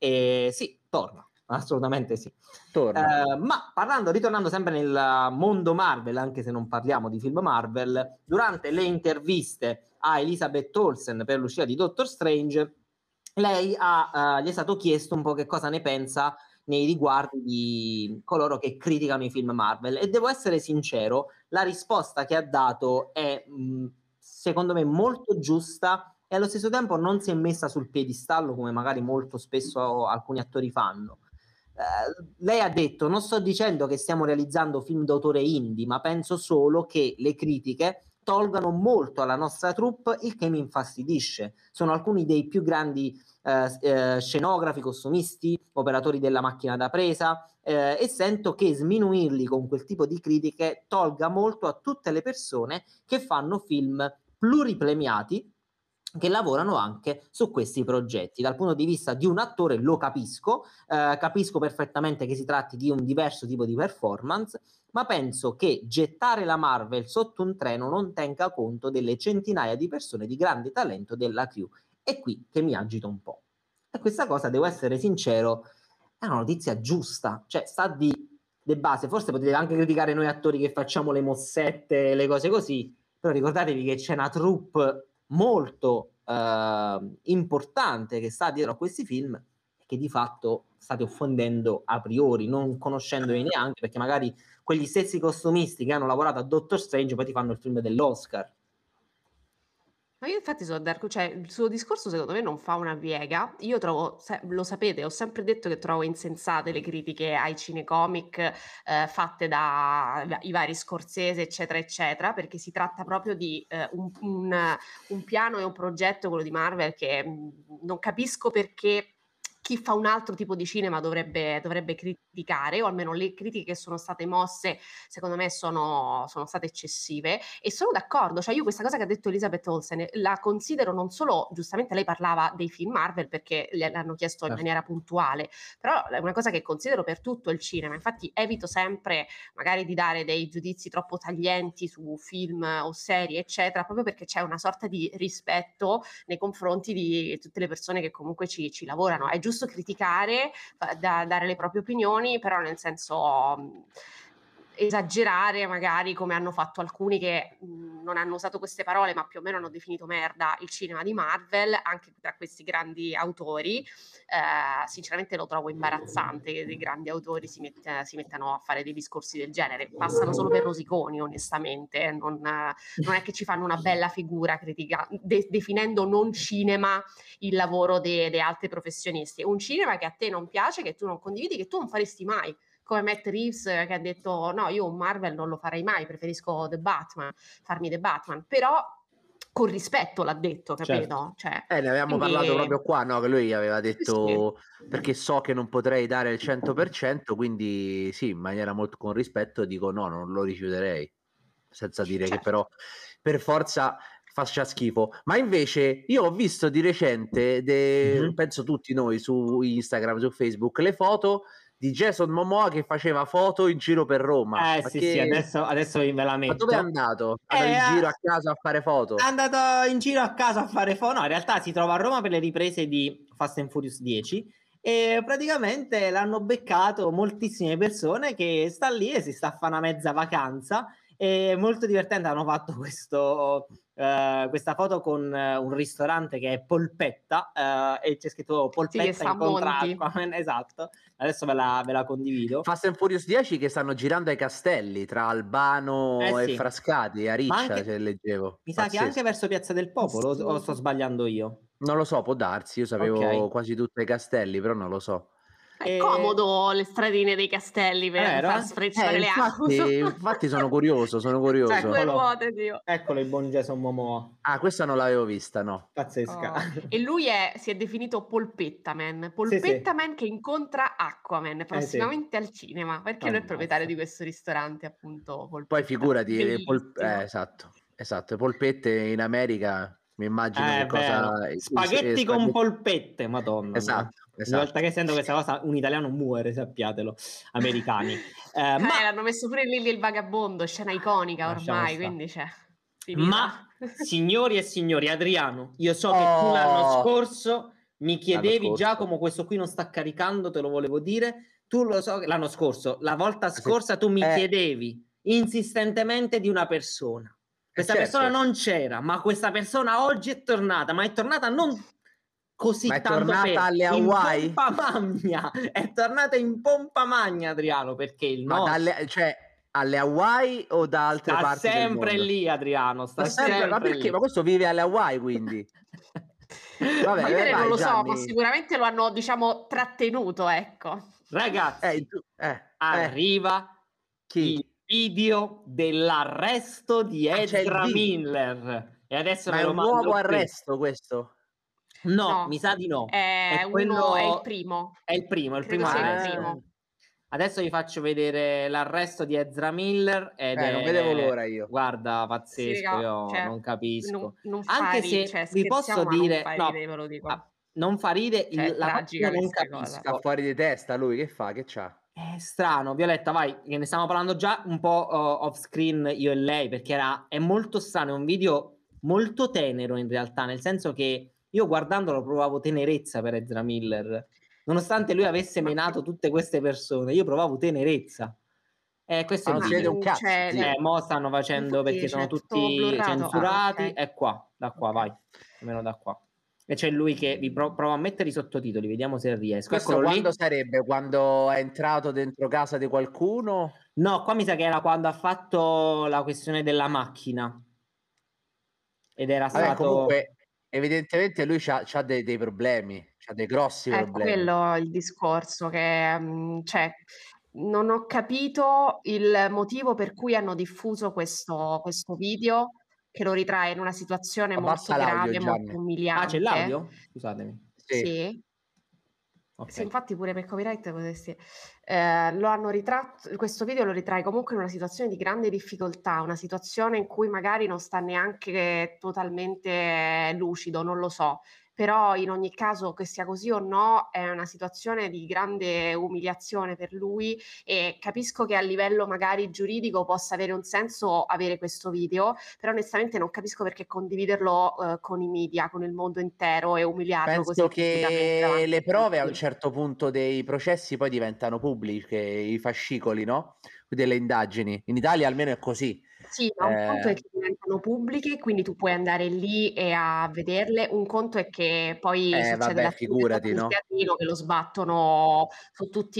e sì, torna. Assolutamente sì. Torna. Eh, ma parlando, ritornando sempre nel mondo Marvel, anche se non parliamo di film Marvel, durante le interviste a Elizabeth Olsen per l'uscita di Doctor Strange, lei ha, uh, gli è stato chiesto un po' che cosa ne pensa nei riguardi di coloro che criticano i film Marvel e devo essere sincero, la risposta che ha dato è mh, secondo me molto giusta e allo stesso tempo non si è messa sul piedistallo come magari molto spesso alcuni attori fanno. Uh, lei ha detto: non sto dicendo che stiamo realizzando film d'autore indie, ma penso solo che le critiche tolgano molto alla nostra troupe, il che mi infastidisce. Sono alcuni dei più grandi eh, eh, scenografi, costumisti, operatori della macchina da presa eh, e sento che sminuirli con quel tipo di critiche tolga molto a tutte le persone che fanno film pluripremiati, che lavorano anche su questi progetti. Dal punto di vista di un attore lo capisco, eh, capisco perfettamente che si tratti di un diverso tipo di performance, ma penso che gettare la Marvel sotto un treno non tenga conto delle centinaia di persone di grande talento della crew. È qui che mi agito un po'. E questa cosa, devo essere sincero, è una notizia giusta, cioè sta di, di base. Forse potete anche criticare noi attori che facciamo le mossette, le cose così, però ricordatevi che c'è una troupe molto eh, importante che sta dietro a questi film e che di fatto state offendendo a priori, non conoscendoli neanche, perché magari quegli stessi costumisti che hanno lavorato a Doctor Strange poi ti fanno il film dell'Oscar. Ma io infatti sono d'accordo, cioè il suo discorso secondo me non fa una piega. Io trovo, se- lo sapete, ho sempre detto che trovo insensate le critiche ai cinecomic eh, fatte da i vari Scorsese, eccetera, eccetera, perché si tratta proprio di eh, un, un- un piano e un progetto, quello di Marvel, che mh, non capisco perché chi fa un altro tipo di cinema dovrebbe, dovrebbe criticare, o almeno le critiche che sono state mosse, secondo me, sono, sono state eccessive. E sono d'accordo, cioè io questa cosa che ha detto Elizabeth Olsen la considero non solo, giustamente lei parlava dei film Marvel perché l'hanno chiesto in Certo. maniera puntuale, però è una cosa che considero per tutto il cinema. Infatti evito sempre magari di dare dei giudizi troppo taglienti su film o serie, eccetera, proprio perché c'è una sorta di rispetto nei confronti di tutte le persone che comunque ci, ci lavorano. È giusto criticare, da, dare le proprie opinioni, però nel senso... esagerare magari come hanno fatto alcuni che mh, non hanno usato queste parole ma più o meno hanno definito merda il cinema di Marvel, anche tra questi grandi autori. Eh, sinceramente lo trovo imbarazzante che dei grandi autori si, mette, si mettano a fare dei discorsi del genere, passano solo per rosiconi onestamente, non, non è che ci fanno una bella figura critica, de- definendo non cinema il lavoro dei altri professionisti, un cinema che a te non piace, che tu non condividi, che tu non faresti mai, come Matt Reeves che ha detto no, io un Marvel non lo farei mai, preferisco The Batman, farmi The Batman, però con rispetto l'ha detto, capito? Certo. Cioè, Eh, ne avevamo quindi... parlato proprio qua, no? Che lui aveva detto sì. perché so che non potrei dare il cento per cento, quindi sì, in maniera molto con rispetto dico no, non lo rifiuterei, senza dire Certo. che però per forza faccia schifo. Ma invece io ho visto di recente, de... Mhm. penso tutti noi su Instagram, su Facebook, le foto di Jason Momoa che faceva foto in giro per Roma. Eh Ma sì che... sì, adesso, adesso ve la Ma dove è metto. andato? È andato Eh, in giro a eh, casa a fare foto? È andato in giro a casa a fare foto. No, in realtà si trova a Roma per le riprese di Fast and Furious dieci e praticamente l'hanno beccato moltissime persone che sta lì e si sta a fare una mezza vacanza. È molto divertente, hanno fatto questo, uh, questa foto con uh, un ristorante che è Polpetta uh, e c'è scritto Polpetta sì, incontra Aquaman, esatto, adesso ve la, ve la condivido. Fast and Furious dieci che stanno girando ai castelli tra Albano eh e sì. Frascati, a Riccia, anche, se leggevo. mi sa Pazzesco. che anche verso Piazza del Popolo o, o sto sbagliando io? Non lo so, può darsi, io sapevo okay. quasi tutti i castelli, però non lo so. È E... comodo le stradine dei castelli per vero, far eh? sfrecciare Eh, le infatti, auto. infatti sono curioso, sono curioso. Due Eccolo. ruote, Dio. Eccolo il buon Jason Momoa. Ah, questa non l'avevo vista, no. Pazzesca. Oh. E lui è, si è definito Polpettaman, Polpettaman sì, sì. che incontra Aquaman prossimamente eh, sì. al cinema, perché Oh, lui è il proprietario mazza. di questo ristorante, appunto, Polpetta. Poi figurati, le pol- Bellissimo. eh, esatto, esatto, polpette in America, mi immagino Eh, che è vero. cosa... Spaghetti eh, con spaghetti... polpette, madonna mia. Esatto, Ogni volta esatto. che sento questa cosa un italiano muore, sappiatelo, americani. Eh, Eh, ma l'hanno messo pure lì il vagabondo, scena iconica lasciamo ormai, stare. quindi c'è. Ma signori e signori, Adriano, io so che Oh! tu l'anno scorso mi chiedevi scorso. Giacomo, questo qui non sta caricando, te lo volevo dire. Tu lo so che l'anno scorso, la volta scorsa tu mi Eh. chiedevi insistentemente di una persona. Questa Eh, certo. persona non c'era, ma questa persona oggi è tornata, ma è tornata non così ma è tanto tornata per, alle in Hawaii? pompa magna, è tornata in pompa magna, Adriano, perché il Ma nostro dalle, cioè, alle Hawaii o da altre sta parti del sempre mondo? lì, Adriano, sta Ma sempre, sempre ma perché? lì. Ma questo vive alle Hawaii, quindi? Vabbè, Magari vai, non lo Gianni. so, ma sicuramente lo hanno, diciamo, trattenuto, ecco. Ragazzi, Eh, tu, eh, arriva chi? il video dell'arresto di Ah, c'è il Ezra video. Miller. E adesso Ma ve è lo un mando nuovo qui. arresto questo? No, No, mi sa di no. è, È uno, quello... è il primo. È il primo, è il Credo primo sia il arresto. primo. Adesso vi faccio vedere l'arresto di Ezra Miller ed Eh, è... non vedevo l'ora io. Guarda, Sì, pazzesco, raga, io cioè, non capisco. non, non Anche fa ri- se cioè, vi posso scherziamo, ma non dire... fa No, ridere, ve lo dico. ah, non fa ridere, Cioè, il- è la cosa che io tragica non questa cosa. capisco. Sta fuori di testa lui, che fa? Che c'ha? È strano, Violetta, vai, che ne stiamo parlando già un po' uh, off screen io e lei, perché era, è molto strano, è un video molto tenero in realtà, nel senso che io guardandolo provavo tenerezza per Ezra Miller, nonostante lui avesse Ma- menato tutte queste persone, io provavo tenerezza. Eh, questo Ma è non il si vede un video. cazzo, cioè, zio. Eh, mo stanno facendo infatti perché sono c'è tutto tutti blurrato. censurati. Ah, ok. È qua, da qua, Ok. vai, almeno da qua. E c'è lui che vi pro- prova a mettere i sottotitoli, vediamo se riesco. Questo Eccolo quando lì. sarebbe? Quando è entrato dentro casa di qualcuno? No, qua mi sa che era quando ha fatto la questione della macchina. Ed era Vabbè, stato... comunque, evidentemente lui c'ha, c'ha dei, dei problemi, c'ha dei grossi È problemi. quello il discorso che, mh, cioè, non ho capito il motivo per cui hanno diffuso questo, questo video che lo ritrae in una situazione molto Abbassa l'audio, grave, molto Gianni. Ah, c'è umiliante. l'audio? Scusatemi. Sì. Sì. Ok. Sì, infatti pure per copyright potresti... Eh, lo hanno ritratto, questo video lo ritrae comunque in una situazione di grande difficoltà, una situazione in cui magari non sta neanche totalmente lucido, non lo so, però in ogni caso che sia così o no è una situazione di grande umiliazione per lui e capisco che a livello magari giuridico possa avere un senso avere questo video, però onestamente non capisco perché condividerlo eh, con i media, con il mondo intero e umiliarlo così Penso pubblicamente che davanti le a prove a un tutti. certo punto dei processi poi diventano pubbliche, i fascicoli, no? delle indagini. In Italia almeno è così. Sì, ma un conto è Eh, che diventano pubbliche, quindi tu puoi andare lì e a vederle. Un conto è che poi eh, succede vabbè, la fine, figurati, tutto il no? teatrino che lo sbattono su tutti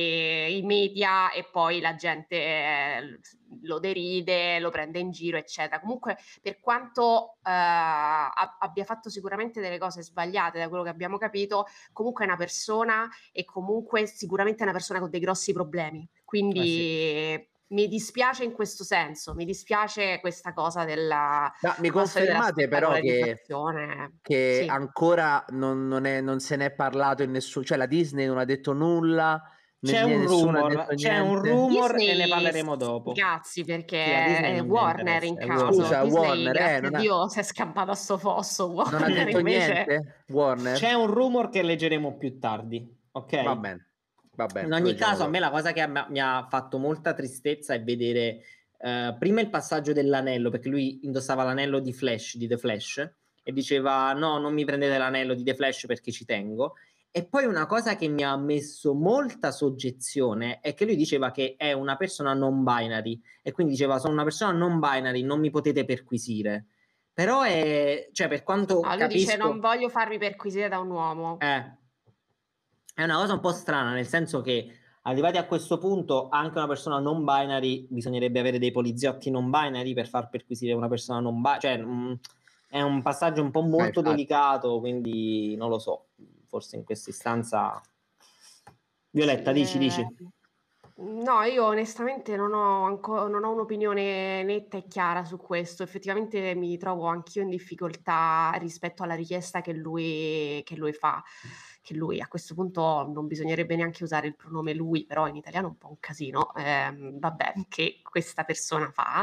i media e poi la gente eh, lo deride, lo prende in giro, eccetera. Comunque, per quanto eh, a- abbia fatto sicuramente delle cose sbagliate, da quello che abbiamo capito, comunque è una persona e comunque sicuramente è una persona con dei grossi problemi. Eh sì. Quindi mi dispiace in questo senso, mi dispiace questa cosa della Ma mi la storia della confermate però che, spettacolarizzazione. che Sì. ancora non, non è- non se n'è parlato in nessuno, cioè la Disney non ha detto nulla, né, C'è né un nessuno ha rumor, detto c'è un niente. rumor e ne Disney parleremo sti dopo. cazzi perché Sì, a Disney è non gliene Warner in interessa, è caso. Warner. Scusa, Disney, Warner, eh, grazie a non ha, Dio, si è scampato a sto fosso. non ha Warner detto invece niente? Warner? C'è un rumor che leggeremo più tardi, Va ok? bene, va In bene, lo ogni leggiamo caso, a me dopo. la cosa che mi ha, mi ha fatto molta tristezza è vedere eh, prima il passaggio dell'anello, perché lui indossava l'anello di Flash, di The Flash, e diceva no, non mi prendete l'anello di The Flash perché ci tengo. E poi una cosa che mi ha messo molta soggezione è che lui diceva che è una persona non binary, e quindi diceva sono una persona non binary, non mi potete perquisire. Però è, cioè, per quanto no, lui dice non capisco, voglio farmi perquisire da un uomo. eh, è una cosa un po' strana, nel senso che arrivati a questo punto anche una persona non binary bisognerebbe avere dei poliziotti non binary per far perquisire una persona non binary, cioè mh, è un passaggio un po' Ma molto infatti, delicato, quindi non lo so, forse in questa istanza. Violetta, Sì, dici, eh, dici. no, io onestamente non ho, anco- non ho un'opinione netta e chiara su questo. Effettivamente mi trovo anch'io in difficoltà rispetto alla richiesta che lui, che lui fa. Che lui a questo punto non bisognerebbe neanche usare il pronome lui, però in italiano è un po' un casino. Ehm, vabbè, che questa persona fa.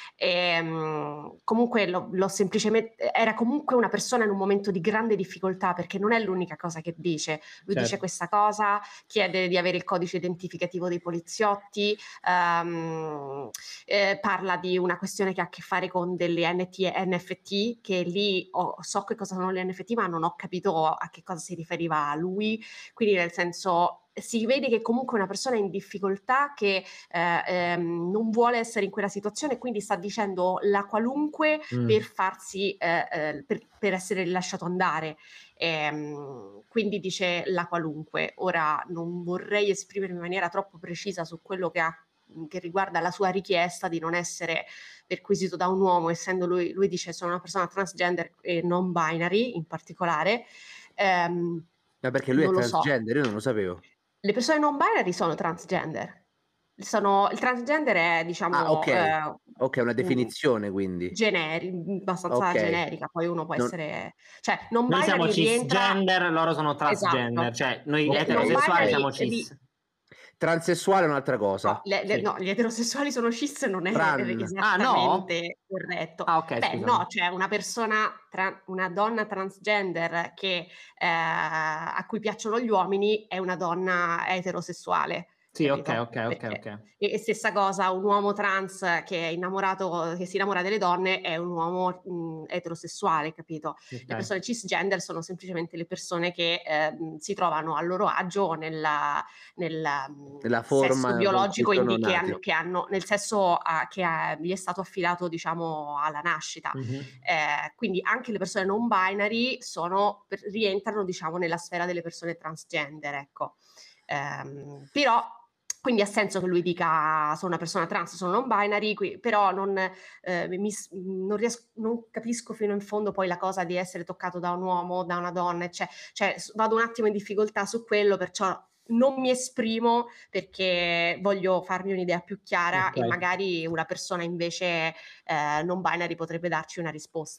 Ehm, comunque l'ho, l'ho semplicemente, era comunque una persona in un momento di grande difficoltà perché non è l'unica cosa che dice. Lui dice Certo. questa cosa, chiede di avere il codice identificativo dei poliziotti, ehm, eh, parla di una questione che ha a che fare con delle N T N F T, che lì ho- so che cosa sono le N F T, ma non ho capito a che cosa si riferiva lui. Quindi, nel senso, si vede che comunque è una persona in difficoltà che eh, ehm, non vuole essere in quella situazione, quindi sta dicendo la qualunque Mm. per farsi, eh, eh, per, per essere lasciato andare. Ehm, quindi dice la qualunque. Ora non vorrei esprimermi in maniera troppo precisa su quello che ha che riguarda la sua richiesta di non essere perquisito da un uomo, essendo lui, lui dice sono una persona transgender e non binary in particolare. Ehm, ma perché lui è non lo so. transgender, io non lo sapevo. Le persone non binary sono transgender. Sono, il transgender è, Ah, diciamo, ok, eh, ok, una un- definizione quindi. generi- abbastanza Ok, generica, poi uno può non, essere, cioè, non Noi siamo binary rientra, cisgender, loro sono transgender, esatto, cioè noi Le- non eterosessuali binary, siamo cis. ri- transessuale è un'altra no, cosa. le- le- Sì. no, gli eterosessuali sono cis non è eh, Tran. Ah, no? esattamente corretto. Ah, ok, Beh, scusami. no, cioè una persona, tra- una donna transgender che, eh, a cui piacciono gli uomini è una donna eterosessuale, Sì, ok, capito? ok, ok, Perché ok. e, e stessa cosa, un uomo trans che è innamorato, che si innamora delle donne è un uomo mh, eterosessuale, capito? Le Ok. persone cisgender sono semplicemente le persone che eh, si trovano a loro agio nella, nel mh, La sesso forma con cui biologico sono indi- che, nati. hanno, che hanno, nel sesso ah, che ah, gli è stato affidato, diciamo, alla nascita. Mhm. Eh, quindi anche le persone non binary sono, per- rientrano, diciamo, nella sfera delle persone transgender, ecco. Ehm, però quindi ha senso che lui dica sono una persona trans, sono non binary, qui- però non, eh, mi- non, riesco, non capisco fino in fondo poi la cosa di essere toccato da un uomo, da una donna, cioè, cioè s- vado un attimo in difficoltà su quello, perciò non mi esprimo perché voglio farmi un'idea più chiara Ok. e magari una persona invece eh, non binary potrebbe darci una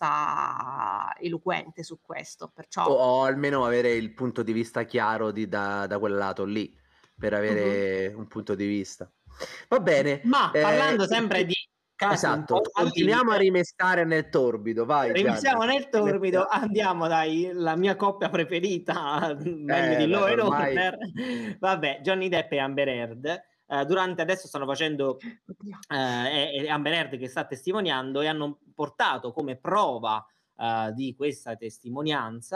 risposta eloquente su questo, O, perciò o almeno avere il punto di vista chiaro di- da, da quel lato lì, per mhm. avere un punto di vista. Va bene. Ma eh, parlando sempre di casi un esatto, po' al continuiamo a limite, rimestare nel torbido, vai Gianni. rimessiamo nel torbido, andiamo dai, la mia coppia preferita, meglio Eh, di beh, Law and ormai Order. Vabbè, Johnny Depp e Amber Heard. Eh, durante adesso stanno facendo Oddio. eh, è, è Amber Heard che sta testimoniando e hanno portato come prova eh, di questa testimonianza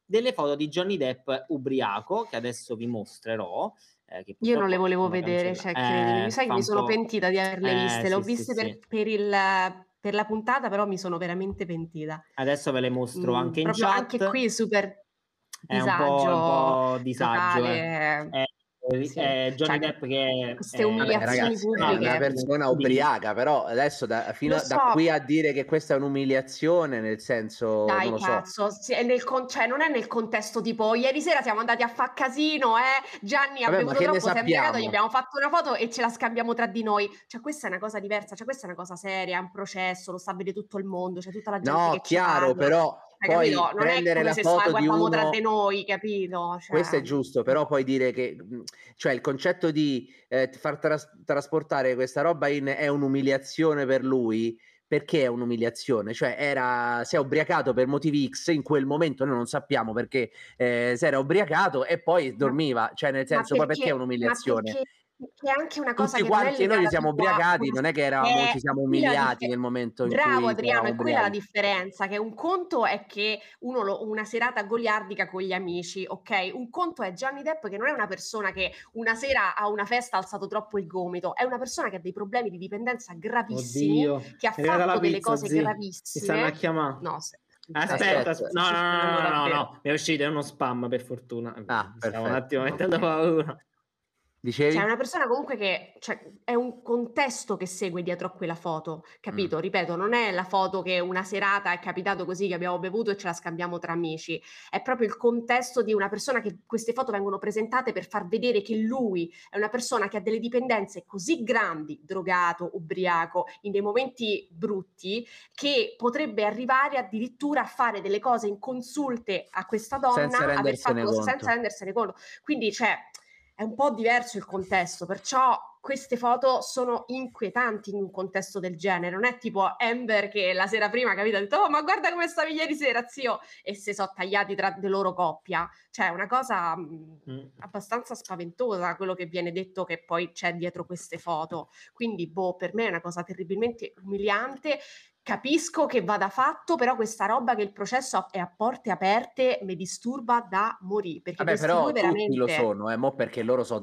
delle foto di Johnny Depp ubriaco, che adesso vi mostrerò. Eh, che Io non le volevo sono vedere, cancella- cioè credimi, Eh, sai che fa mi un sono po'- pentita di averle Eh, viste, le ho sì, sì, viste per, sì. per il, per la puntata, però mi sono veramente pentita. Adesso ve le mostro Mm, anche in proprio chat. anche qui super È un po', un disagio po' disagio, eh. totale. È, Sì. è Johnny Cioè, Depp che queste è- umiliazioni Vabbè, ragazzi, è pubbliche. una persona Quindi- ubriaca, però adesso da, fino Lo a- da so. qui a dire che questa è un'umiliazione, nel senso, non Dai, lo so. cazzo, sì, è nel con- cioè, non è nel contesto tipo ieri sera siamo andati a fa casino, eh? Gianni ha Vabbè, ma bevuto che ne troppo, si è embriagato, gli sappiamo? abbiamo fatto una foto e ce la scambiamo tra di noi. Cioè, questa è una cosa diversa, cioè, questa è una cosa seria, è un processo, lo sa vedere tutto il mondo, c'è tutta la gente No, che ci chiaro, parla. però Hai poi capito? Non è prendere come la se sta- foto di guardiamo tra uno... di noi, capito? Cioè, Questo è giusto, però poi dire che, mh, cioè il concetto di eh, far tras- trasportare questa roba in è un'umiliazione per lui, perché è un'umiliazione? Cioè era, si è ubriacato per motivi X in quel momento, noi non sappiamo perché eh, si era ubriacato e poi Ma- dormiva, cioè nel ma senso, poi perché è perché, ma un'umiliazione? perché, perché è anche una cosa Tutti che non è quanti noi ci legata siamo tipo a ubriacati, una... non è che eravamo, Eh, ci siamo qui la umiliati differ- nel momento in Bravo cui Adriano, eravamo è quella la ubriachi. differenza, che un conto è che uno lo- una serata goliardica con gli amici, ok? Un conto è Johnny Depp che non è una persona che una sera a una festa ha alzato troppo il gomito, è una persona che ha dei problemi di dipendenza gravissimi, Oddio, che ha è arrivata la fatto delle pizza, cose zii. Mi gravissime. stanno a chiamare. No, se- Aspetta, Aspetta. asp- sto no, no, no, succedendo no, no, davvero. no, mi è uscito, è uno spam per fortuna. Ah, Stavo un perfetto. attimo mettendo paura. Dicevi? Cioè, è una persona comunque che cioè, è un contesto che segue dietro a quella foto, capito? Mm. Ripeto, non è la foto che una serata è capitato così che abbiamo bevuto e ce la scambiamo tra amici, è proprio il contesto di una persona che queste foto vengono presentate per far vedere che lui è una persona che ha delle dipendenze così grandi, drogato, ubriaco, in dei momenti brutti, che potrebbe arrivare addirittura a fare delle cose inconsulte a questa donna, Senza aver rendersene fatto conto. senza rendersene conto. Quindi, cioè, è un po' diverso il contesto, perciò queste foto sono inquietanti in un contesto del genere. Non è tipo Amber che la sera prima, capito, ha detto oh ma guarda come stavi ieri sera zio, e si sono tagliati tra di loro coppia. Cioè è una cosa mh, Mm. abbastanza spaventosa quello che viene detto che poi c'è dietro queste foto. Quindi boh, per me è una cosa terribilmente umiliante. Capisco che vada fatto, però questa roba che il processo è a porte aperte mi disturba da morire, perché Vabbè, questi però due tutti lo veramente... sono, eh, mo perché loro sono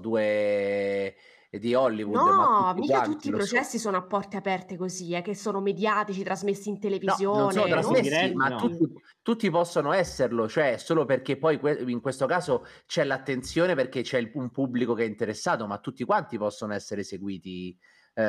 due di Hollywood, ma No, tutti mica quanti tutti i lo sono. processi sono a porte aperte così, eh, che sono mediatici, trasmessi in No, non televisione. sono in trasmessi, diretti, ma no. tutti, tutti possono esserlo, cioè solo perché poi que- in questo caso c'è l'attenzione perché c'è il- un pubblico che è interessato, ma tutti quanti possono essere seguiti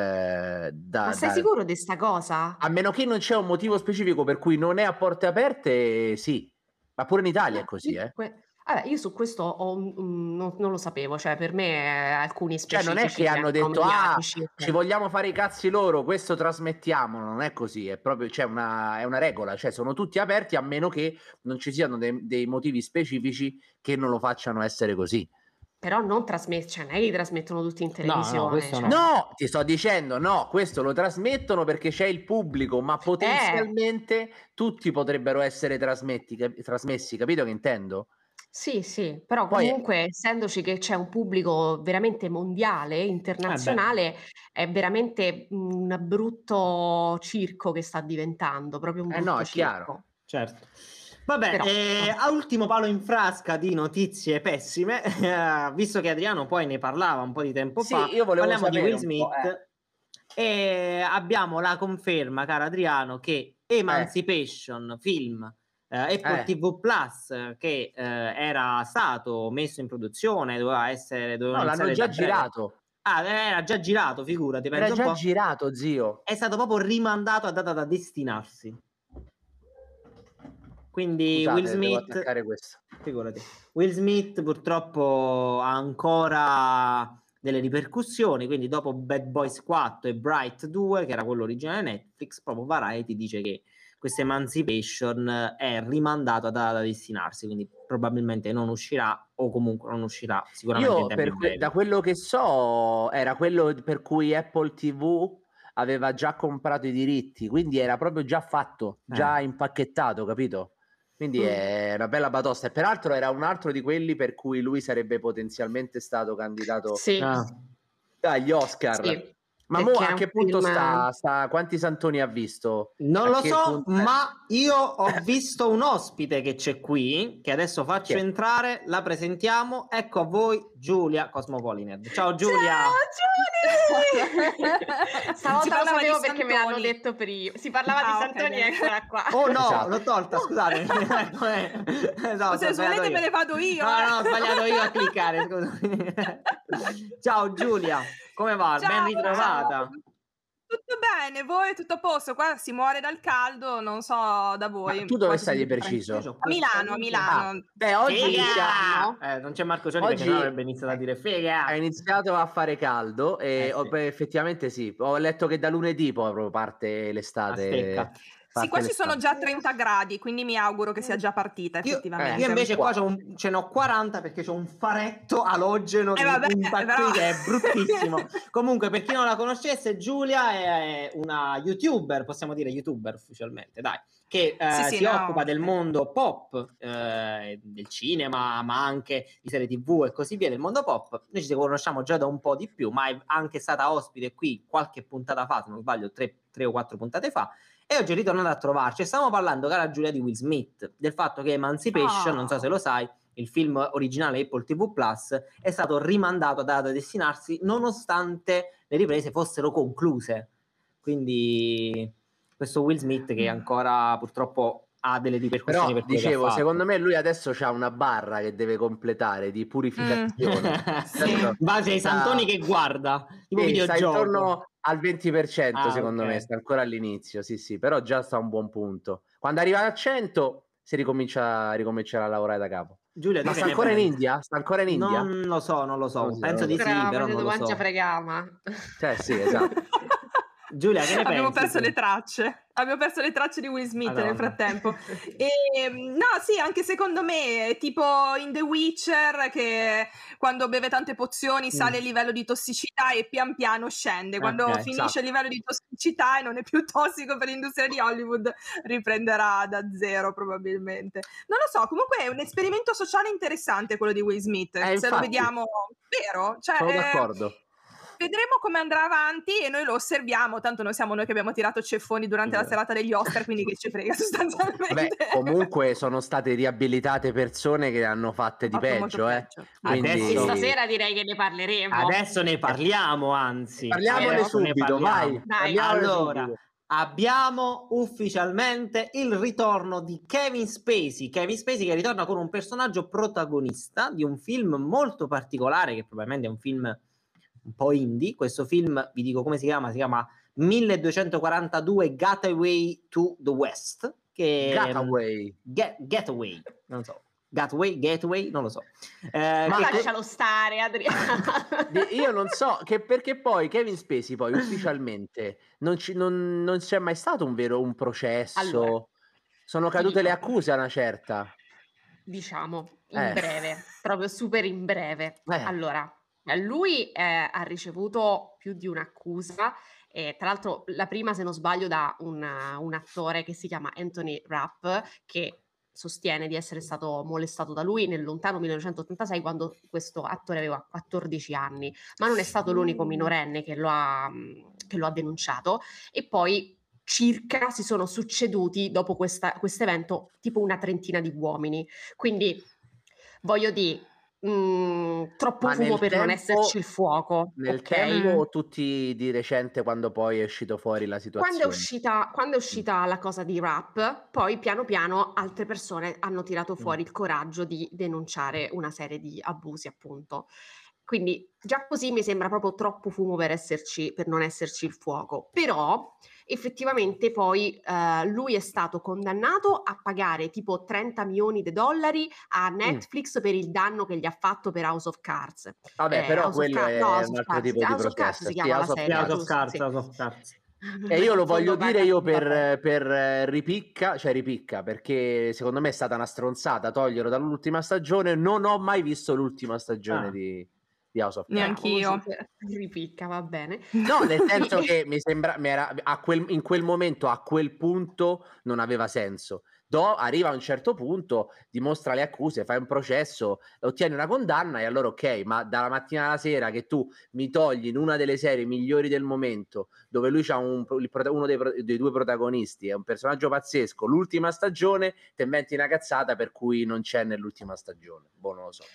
eh, da, Ma sei da- sicuro di sta cosa? A meno che non c'è un motivo specifico per cui non è a porte aperte, sì, ma pure in Italia è No, così, io, eh. que- vabbè, io su questo ho un- un- non, non lo sapevo, cioè per me eh, alcuni Cioè non è specifici che hanno diventano detto ah, mediatici. ci vogliamo fare i cazzi loro, questo trasmettiamo, non è così, è proprio c'è una, è una regola, cioè sono tutti aperti a meno che non ci siano dei, dei motivi specifici che non lo facciano essere così. Però non trasmessi, cioè non è che li trasmettono tutti in no, televisione. questo cioè. no. No, ti sto dicendo, no, questo lo trasmettono perché c'è il pubblico, ma potenzialmente tutti potrebbero essere trasmetti, cap- trasmessi, capito che intendo? Sì, sì, però Poi comunque essendoci che c'è un pubblico veramente mondiale, internazionale, è veramente un brutto circo che sta diventando, proprio un eh no, brutto è chiaro. circo. Certo. Vabbè, Però, eh, vabbè. a ultimo palo in frasca di notizie pessime, eh, visto che Adriano poi ne parlava un po' di tempo Sì, fa, io volevo parliamo di sapere Will un po', Smith e abbiamo la conferma, caro Adriano, che Emancipation, film eh, Apple Eh. T V Plus, che eh, era stato messo in produzione, doveva essere... Doveva No, l'hanno iniziare già da breve. girato. Ah, era già girato, figurati, Era pensa un già po'. girato, zio. È stato proprio rimandato a data da destinarsi. Quindi Scusate, Will devo Smith, attaccare questo. figurati. Will Smith purtroppo ha ancora delle ripercussioni, quindi dopo Bad Boys quattro e Bright due, che era quello originale Netflix, proprio Variety dice che questa Emancipation è rimandato a data da destinarsi, quindi probabilmente non uscirà o comunque non uscirà sicuramente Io, in tempi per que- brevi. da quello che so, era quello per cui Apple T V aveva già comprato i diritti, quindi era proprio già fatto, già Eh. impacchettato, capito? Quindi Mm. è una bella batosta. E peraltro era un altro di quelli per cui lui sarebbe potenzialmente stato candidato Sì, Ah. agli Oscar. sì. Ma mo a che punto film... sta, sta? Quanti santoni ha visto? Non a lo so, punto... ma io ho visto un ospite che c'è qui, che adesso faccio che? entrare, la presentiamo. Ecco a voi Giulia Cosmopoliner. Ciao Giulia! Ciao Giulia! Stavolta lo sapevo perché me l'hanno detto prima. Si parlava ah, di Santoni, okay. Eccola qua. Oh no, esatto. L'ho tolta, scusate. No, se svolete me le vado io. No, no, ho sbagliato io a cliccare, scusami. Ciao Giulia, come va? Ciao, ben ritrovata. Ciao. Tutto bene, voi tutto a posto? Qua si muore dal caldo, non so da voi. Ma tu dove stai di preciso? A Milano, a Milano. Ah, beh, oggi inizia... eh, non c'è Marco Cioni perché non avrebbe iniziato a dire fega. Ha iniziato a fare caldo e eh, ho, sì. beh, effettivamente sì. Ho letto che da lunedì proprio parte l'estate. Sì, qua ci sono già trenta gradi, quindi mi auguro che sia già partita effettivamente. Io, eh, io invece qua, qua ce n'ho quaranta perché c'ho un faretto alogeno che eh vabbè, punta però... qui che è bruttissimo. Comunque, per chi non la conoscesse, Giulia è una youtuber, possiamo dire youtuber ufficialmente, dai, che eh, sì, sì, si no. occupa del mondo pop, eh, del cinema, ma anche di serie tivù e così via, del mondo pop. Noi ci conosciamo già da un po' di più, ma è anche stata ospite qui qualche puntata fa, se non sbaglio, tre, tre o quattro puntate fa. E oggi è ritornato a trovarci e stiamo parlando, cara Giulia, di Will Smith, del fatto che Emancipation, oh. non so se lo sai, il film originale Apple ti vu Plus, è stato rimandato a data destinarsi nonostante le riprese fossero concluse. Quindi questo Will Smith che ancora purtroppo ha delle ripercussioni. Però, per dicevo, secondo me lui adesso c'ha una barra che deve completare di purificazione. Mm. sì. In base ai santoni che guarda, tipo sì, videogioco. Sta intorno al venti per cento ah, secondo okay. me, sta ancora all'inizio, sì sì, però già sta a un buon punto. Quando arriva a cento si ricomincia, ricomincerà a lavorare da capo. Giulia, ma sta ancora in India? Sta ancora in India? Non lo so, non lo so, non penso di sì, Brava, però non lo so. fregama. Cioè sì, esatto. Giulia, che ne abbiamo pensi? perso tu? le tracce abbiamo perso le tracce di Will Smith Madonna. Nel frattempo e, no sì, anche secondo me tipo in The Witcher che quando beve tante pozioni sale mm. il livello di tossicità e pian piano scende quando okay, finisce esatto. il livello di tossicità e non è più tossico per l'industria di Hollywood riprenderà da zero probabilmente, non lo so, comunque è un esperimento sociale interessante quello di Will Smith, eh, se infatti. Lo vediamo vero, cioè, sono eh, d'accordo. Vedremo come andrà avanti e noi lo osserviamo, tanto noi siamo noi che abbiamo tirato ceffoni durante la serata degli Oscar, quindi che ci frega sostanzialmente. Beh, comunque sono state riabilitate persone che hanno fatte di peggio, eh. peggio. Quindi... Adesso stasera direi che ne parleremo. Adesso ne parliamo, anzi. Parliamone subito, vai. Dai, allora, subito. Abbiamo ufficialmente il ritorno di Kevin Spacey. Kevin Spacey che ritorna con un personaggio protagonista di un film molto particolare, che probabilmente è un film un po' indie. Questo film, vi dico come si chiama, si chiama milleduecentoquarantadue Gateway to the West, che Gateway get, Getaway, non so, Gateway, Gateway, non lo so. Eh, ma che... lascialo stare, Adriano. Io non so, che perché poi Kevin Spacey poi ufficialmente non, ci, non, non c'è mai stato un vero un processo, allora, sono cadute le accuse a una certa. Diciamo, in eh. breve, proprio super in breve. Eh. Allora, lui eh, ha ricevuto più di un'accusa, e tra l'altro la prima, se non sbaglio, da un, un attore che si chiama Anthony Rapp, che sostiene di essere stato molestato da lui nel lontano millenovecentottantasei, quando questo attore aveva quattordici anni, ma non è stato l'unico minorenne che lo ha, che lo ha denunciato. E poi circa si sono succeduti dopo questo evento tipo una trentina di uomini, quindi voglio dire, Mm, troppo Ma fumo per tempo, non esserci il fuoco. Nel okay? tempo o tutti di recente, quando poi è uscito fuori la situazione? Quando è uscita, quando è uscita la cosa di Rapp, poi piano piano altre persone hanno tirato fuori mm. il coraggio di denunciare una serie di abusi, appunto. Quindi già così mi sembra proprio troppo fumo per esserci, per non esserci il fuoco. Però effettivamente poi eh, lui è stato condannato a pagare tipo trenta milioni di dollari a Netflix mm. per il danno che gli ha fatto per House of Cards. Vabbè, eh, però House quello Car- è no, un altro tipo di processo. Si chiama House la serie, House of Cards, sì. House of Cards. E io lo voglio dire io per, per ripicca, cioè ripicca, perché secondo me è stata una stronzata toglierlo dall'ultima stagione. Non ho mai visto l'ultima stagione ah. di, di di House of Cards. Neanch'io. Ripicca, va bene. No, nel senso che mi sembra, mi era, a quel, in quel momento, a quel punto, non aveva senso. Do, arriva a un certo punto, dimostra le accuse, fai un processo, ottieni una condanna e allora ok, ma dalla mattina alla sera che tu mi togli in una delle serie migliori del momento, dove lui c'ha un, il, uno dei, dei due protagonisti, è un personaggio pazzesco, l'ultima stagione, ti inventi una cazzata per cui non c'è nell'ultima stagione. Boh, non lo so.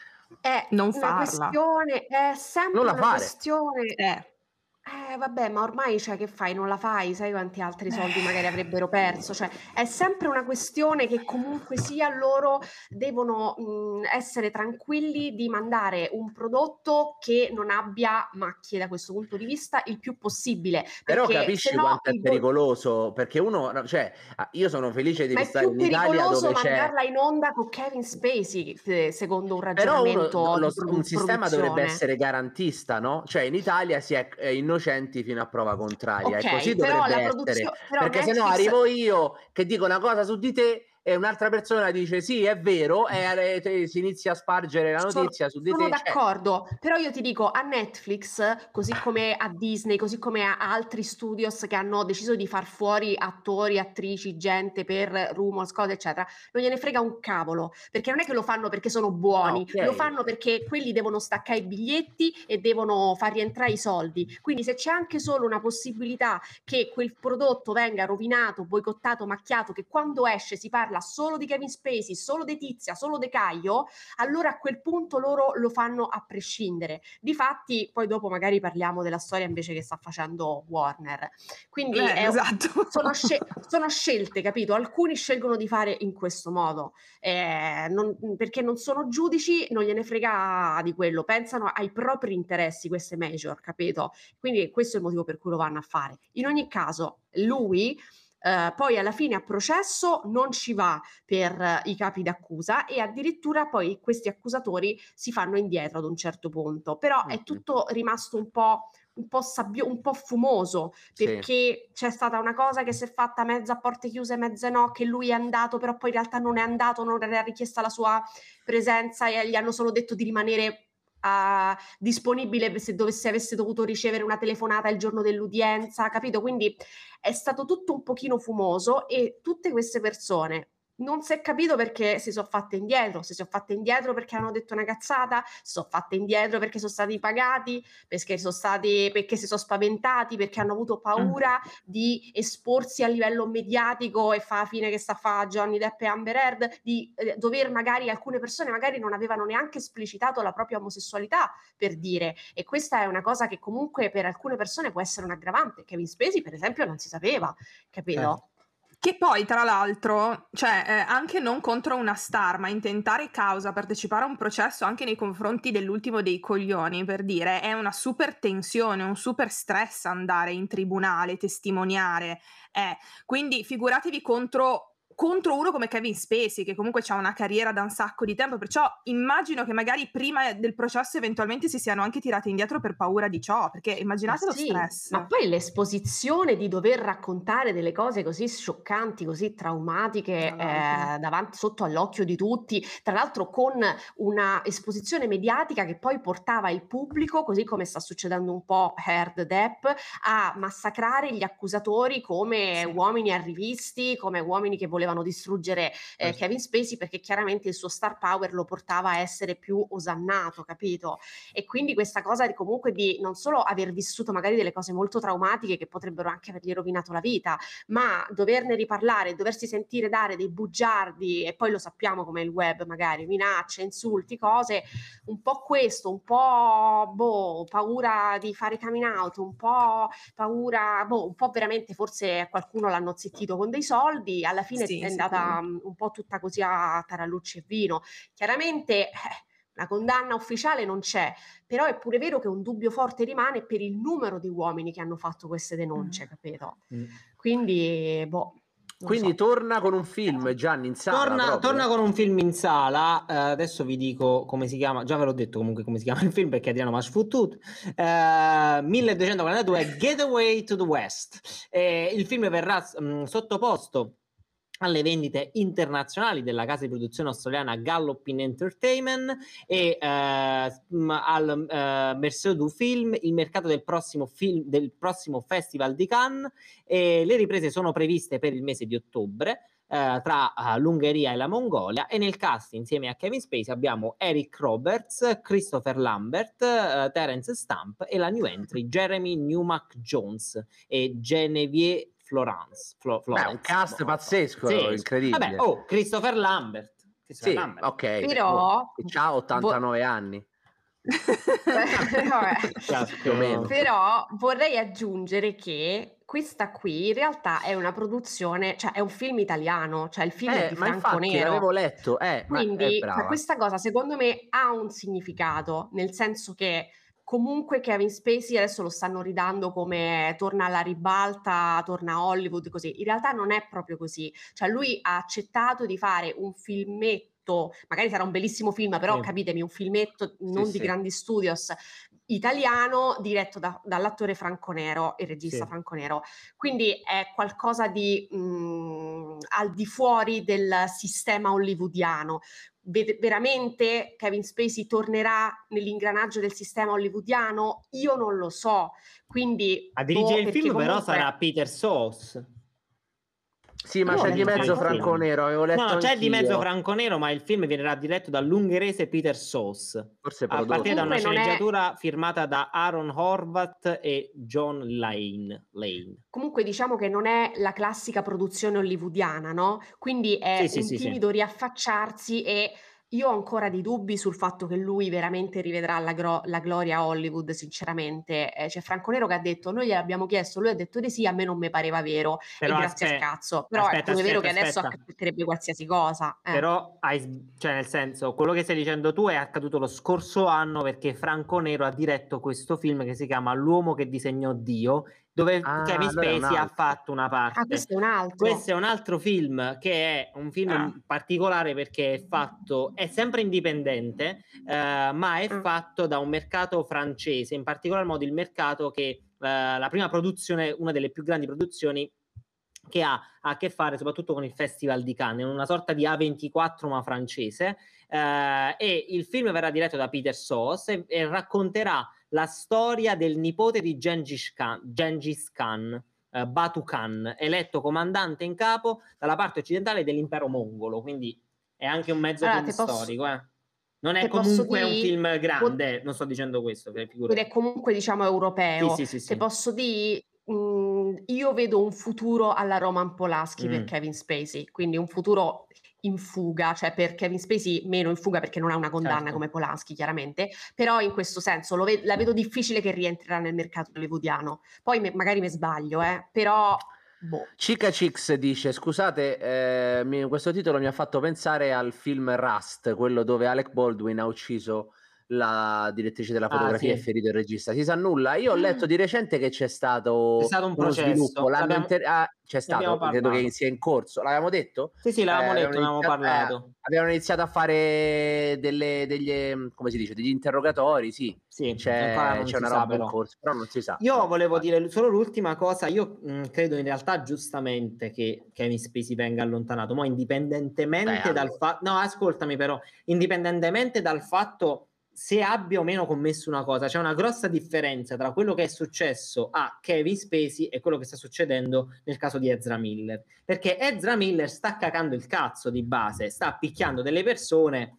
È Non una farla. questione, è sempre Non la una fare. questione. Eh. Eh, vabbè, ma ormai, cioè, che fai? Non la fai? Sai quanti altri soldi magari avrebbero perso? Cioè, è sempre una questione che comunque sia loro devono mh, essere tranquilli di mandare un prodotto che non abbia macchie da questo punto di vista il più possibile. Però Perché capisci se no quanto è il vo- pericoloso, perché uno, no, cioè, ah, io sono felice di Ma è restare più in Italia pericoloso dove c'è... mandarla in onda con Kevin Spacey, eh, secondo un Però uno, ragionamento lo- di produ- un sistema dovrebbe produzione. essere garantista, no? Cioè in Italia si è eh, innocenti fino a prova contraria e così Ok, però dovrebbe la essere, produzione, però perché se no Netflix. arrivo io che dico una cosa su di te e un'altra persona dice sì, è vero, e eh, si inizia a spargere la Sono, notizia su di sono te. Cioè, d'accordo, però io ti dico, a Netflix, così come a Disney, così come a altri studios che hanno deciso di far fuori attori, attrici, gente per rumors, cose eccetera, non gliene frega un cavolo, perché non è che lo fanno perché sono buoni, ah, ok. lo fanno perché quelli devono staccare i biglietti e devono far rientrare i soldi. Quindi se c'è anche solo una possibilità che quel prodotto venga rovinato, boicottato, macchiato, che quando esce si parla solo di Kevin Spacey, solo di Tizia, solo di Caio, allora a quel punto loro lo fanno a prescindere. Difatti, poi dopo magari parliamo della storia invece che sta facendo Warner. Quindi Eh, è, esatto. sono, scel- sono scelte, capito? Alcuni scelgono di fare in questo modo, eh, non, perché non sono giudici, non gliene frega di quello, pensano ai propri interessi queste major, capito? Quindi questo è il motivo per cui lo vanno a fare. In ogni caso, lui... Uh, poi alla fine a processo non ci va per uh, i capi d'accusa e addirittura poi questi accusatori si fanno indietro ad un certo punto, però Mm-hmm. è tutto rimasto un po' un po' sabbio, un po' fumoso, perché sì. C'è stata una cosa che si è fatta mezza a porte chiuse, mezza no, che lui è andato, però poi in realtà non è andato, non era richiesta la sua presenza e gli hanno solo detto di rimanere Uh, disponibile se dovesse avesse dovuto ricevere una telefonata il giorno dell'udienza, capito? Quindi è stato tutto un pochino fumoso e tutte queste persone non si è capito perché si sono fatte indietro, si sono fatte indietro perché hanno detto una cazzata, si sono fatte indietro perché sono stati pagati, perché sono stati perché si sono spaventati, perché hanno avuto paura mm. di esporsi a livello mediatico e fa la fine che sta a fa Johnny Depp e Amber Heard, di eh, dover magari alcune persone magari non avevano neanche esplicitato la propria omosessualità, per dire, e questa è una cosa che comunque per alcune persone può essere un aggravante. Kevin Spacey per esempio non si sapeva, capito? Eh. Che poi, tra l'altro, cioè, eh, anche non contro una star, ma intentare causa, partecipare a un processo anche nei confronti dell'ultimo dei coglioni, per dire, è una super tensione, un super stress andare in tribunale, testimoniare. Eh. Quindi figuratevi contro... contro uno come Kevin Spacey, che comunque ha una carriera da un sacco di tempo, perciò immagino che magari prima del processo eventualmente si siano anche tirati indietro per paura di ciò, perché immaginate ma sì, lo stress. Ma poi l'esposizione di dover raccontare delle cose così scioccanti, così traumatiche eh, davanti, sotto all'occhio di tutti, tra l'altro con una esposizione mediatica che poi portava il pubblico, così come sta succedendo un po' Heard Depp, a massacrare gli accusatori come sì. uomini arrivisti, come uomini che volevano volevano distruggere eh, eh. Kevin Spacey, perché chiaramente il suo star power lo portava a essere più osannato, capito? E quindi questa cosa di comunque di non solo aver vissuto magari delle cose molto traumatiche che potrebbero anche avergli rovinato la vita, ma doverne riparlare, doversi sentire dare dei bugiardi, e poi lo sappiamo come il web, magari minacce, insulti, cose, un po' questo, un po' boh, paura di fare coming out, un po' paura, boh, un po' veramente forse a qualcuno l'hanno zittito con dei soldi, alla fine sì, è andata um, un po' tutta così a tarallucci e vino. Chiaramente eh, la condanna ufficiale non c'è, però è pure vero che un dubbio forte rimane per il numero di uomini che hanno fatto queste denunce, capito? Mm. Quindi, boh. Quindi so. torna con un film, Gianni, in sala. Torna, torna con un film in sala. Uh, adesso vi dico come si chiama. Già ve l'ho detto comunque come si chiama il film, perché Adriano m'ha sfottuto. Uh, milleduecentoquarantadue Getaway to the West. Eh, il film verrà mh, sottoposto alle vendite internazionali della casa di produzione australiana Gallopin Entertainment e eh, al eh, Merceau du Film, il mercato del prossimo, film, del prossimo Festival di Cannes, e le riprese sono previste per il mese di ottobre eh, tra uh, l'Ungheria e la Mongolia, e nel cast insieme a Kevin Spacey abbiamo Eric Roberts, Christopher Lambert, uh, Terence Stamp e la new entry Jeremy Newmark Jones e Genevieve Florence. Flo- Florence. Beh, un cast boh, pazzesco, sì. incredibile. Vabbè, oh, Christopher Lambert. Christopher sì, Lambert. ok. Però oh, c'ha ottantanove vo- anni. Vabbè. Più o meno. Però vorrei aggiungere che questa qui in realtà è una produzione, cioè è un film italiano, cioè il film è Eh, di ma Franco infatti Nero. l'avevo letto, eh, ma è Quindi cioè, brava. questa cosa secondo me ha un significato, nel senso che comunque Kevin Spacey adesso lo stanno ridando come torna alla ribalta, torna a Hollywood, così. In realtà non è proprio così. Cioè lui ha accettato di fare un filmetto, magari sarà un bellissimo film, però Sì. capitemi, un filmetto non Sì, di sì. grandi studios, italiano, diretto da- dall'attore Franco Nero, il regista Sì. Franco Nero. Quindi è qualcosa di mh, al di fuori del sistema hollywoodiano. Ve- veramente Kevin Spacey tornerà nell'ingranaggio del sistema hollywoodiano? Io non lo so. Quindi A dirigere boh, il perché film però comunque- sarà Peter Soos. Sì, ma Io c'è ho di letto mezzo Franco Franco Nero. Nero, avevo letto No, no, c'è di anch'io. mezzo Franco Nero, ma il film verrà diretto dall'ungherese Peter Soos, Forse a prodotto. partire da una Comunque non è- sceneggiatura firmata da Aaron Horvath e John Lane. Lane. Comunque diciamo che non è la classica produzione hollywoodiana, no? Quindi è Sì, sì, un sì, sì. timido riaffacciarsi, e io ho ancora dei dubbi sul fatto che lui veramente rivedrà la, gro- la gloria a Hollywood, sinceramente. Eh, c'è Franco Nero che ha detto, noi gliel'abbiamo chiesto, lui ha detto di sì, a me non mi pareva vero, Però e grazie aspe- al cazzo. Però aspetta, è pure vero che aspetta, adesso aspetta. accetterebbe qualsiasi cosa. eh. Però, hai s- cioè nel senso, quello che stai dicendo tu è accaduto lo scorso anno, perché Franco Nero ha diretto questo film che si chiama L'uomo che disegnò Dio, dove Ah, Kevin allora è un Spacey ha altro. fatto una parte. Ah, questo è un altro. Questo è un altro film, che è un film Ah. particolare perché è fatto, è sempre indipendente, eh, ma è Ah. fatto da un mercato francese, in particolar modo il mercato che eh, la prima produzione, una delle più grandi produzioni che ha a che fare soprattutto con il Festival di Cannes, una sorta di A ventiquattro ma francese, eh, e il film verrà diretto da Peter Soos e, e racconterà la storia del nipote di Gengis Khan, Gengis Khan eh, Batu Khan, eletto comandante in capo dalla parte occidentale dell'impero mongolo, quindi è anche un mezzo Allora, film te posso- storico. Eh. Non è te posso comunque un dire- film grande, non sto dicendo questo, che figurati. Ed è comunque diciamo europeo. Sì, sì, sì, Te sì. posso dire, mh, io vedo un futuro alla Roman Polanski per Mm. Kevin Spacey, quindi un futuro in fuga, cioè per Kevin Spacey meno in fuga perché non ha una condanna Certo. come Polanski chiaramente, però in questo senso lo ve- la vedo difficile che rientrerà nel mercato hollywoodiano. Poi me- magari mi sbaglio, eh, però boh. Chica Chicks dice, scusate, eh, mi- questo titolo mi ha fatto pensare al film Rust, quello dove Alec Baldwin ha ucciso la direttrice della Ah, fotografia sì. e ferito il regista. Si sa nulla? Io ho letto di recente che c'è stato, C'è stato un uno processo, sviluppo, l'hanno l'abbiamo- inter- ah, c'è ne abbiamo stato, credo parlato. che sia in corso. L'avevamo detto? Sì, sì, l'avevamo Eh, detto, ne avevamo iniziato, eh, parlato. avevano iniziato a fare delle, degli, ehm, come si dice, degli interrogatori, sì. Sì, ancora C'è, non c'è si una sa, roba in però. corso, però non si sa. Io No, volevo infatti. dire solo l'ultima cosa, io mh, credo in realtà giustamente che Kevin Spacey venga allontanato, ma indipendentemente Beh, dal allora. fatto, no, ascoltami però, indipendentemente dal fatto se abbia o meno commesso una cosa, c'è una grossa differenza tra quello che è successo a Kevin Spacey e quello che sta succedendo nel caso di Ezra Miller, perché Ezra Miller sta cagando il cazzo di base, sta picchiando delle persone,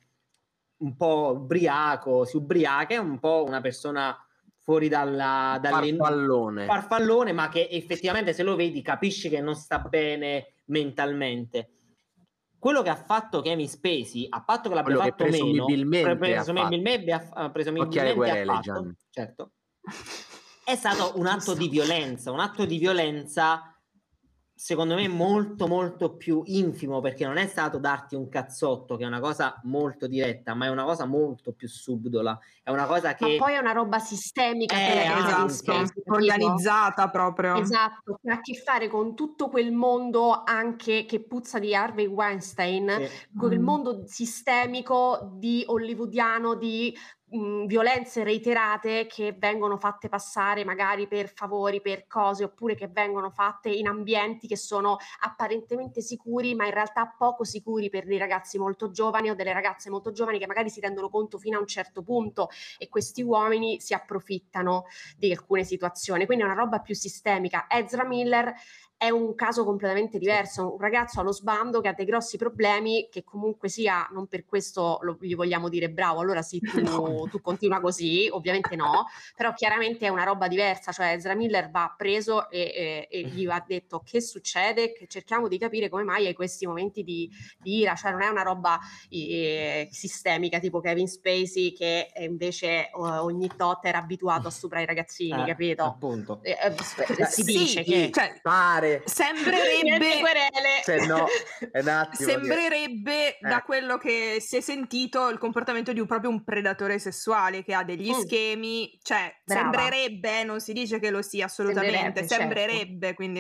un po' ubriaco, si ubriaca, è un po' una persona fuori dalla, dalle, Farfallone. farfallone, ma che effettivamente se lo vedi capisci che non sta bene mentalmente. Quello che ha fatto Kevin Spacey, a patto che l'abbia Quello che fatto meno, presumibilmente pre- ha presumibilmente, ha, Occhiale presumibilmente ha querele, fatto, Gianni. certo, è stato un atto di violenza, un atto di violenza secondo me molto molto più infimo, perché non è stato darti un cazzotto, che è una cosa molto diretta, ma è una cosa molto più subdola, è una cosa che Ma poi è una roba sistemica, Eh, quella che è Kevin Esatto, Spacey, capito? organizzata proprio. Esatto, che ha a che fare con tutto quel mondo anche che puzza di Harvey Weinstein, Sì. quel Mm. mondo sistemico di hollywoodiano, di mh, violenze reiterate che vengono fatte passare magari per favori, per cose, oppure che vengono fatte in ambienti che sono apparentemente sicuri ma in realtà poco sicuri per dei ragazzi molto giovani o delle ragazze molto giovani che magari si rendono conto fino a un certo punto e questi uomini si approfittano di alcune situazioni, quindi è una roba più sistemica. Ezra Miller è un caso completamente diverso, un ragazzo allo sbando che ha dei grossi problemi, che comunque sia, non per questo lo, gli vogliamo dire bravo, allora sì, tu, no. tu continua così, ovviamente no, però chiaramente è una roba diversa, cioè Ezra Miller va preso e, e, e gli va detto che succede, che cerchiamo di capire come mai hai questi momenti di, di ira, cioè non è una roba eh, sistemica tipo Kevin Spacey che invece uh, ogni tot era abituato a stuprare i ragazzini, eh, appunto. Appunto. Eh, eh, si sì, dice che cioè, pare sembrerebbe se no è un attimo sembrerebbe che... da eh. quello che si è sentito il comportamento di un, proprio un predatore sessuale che ha degli Mm. schemi, cioè Brava. sembrerebbe, non si dice che lo sia assolutamente, Sembrerebbe, sembrerebbe, certo. quindi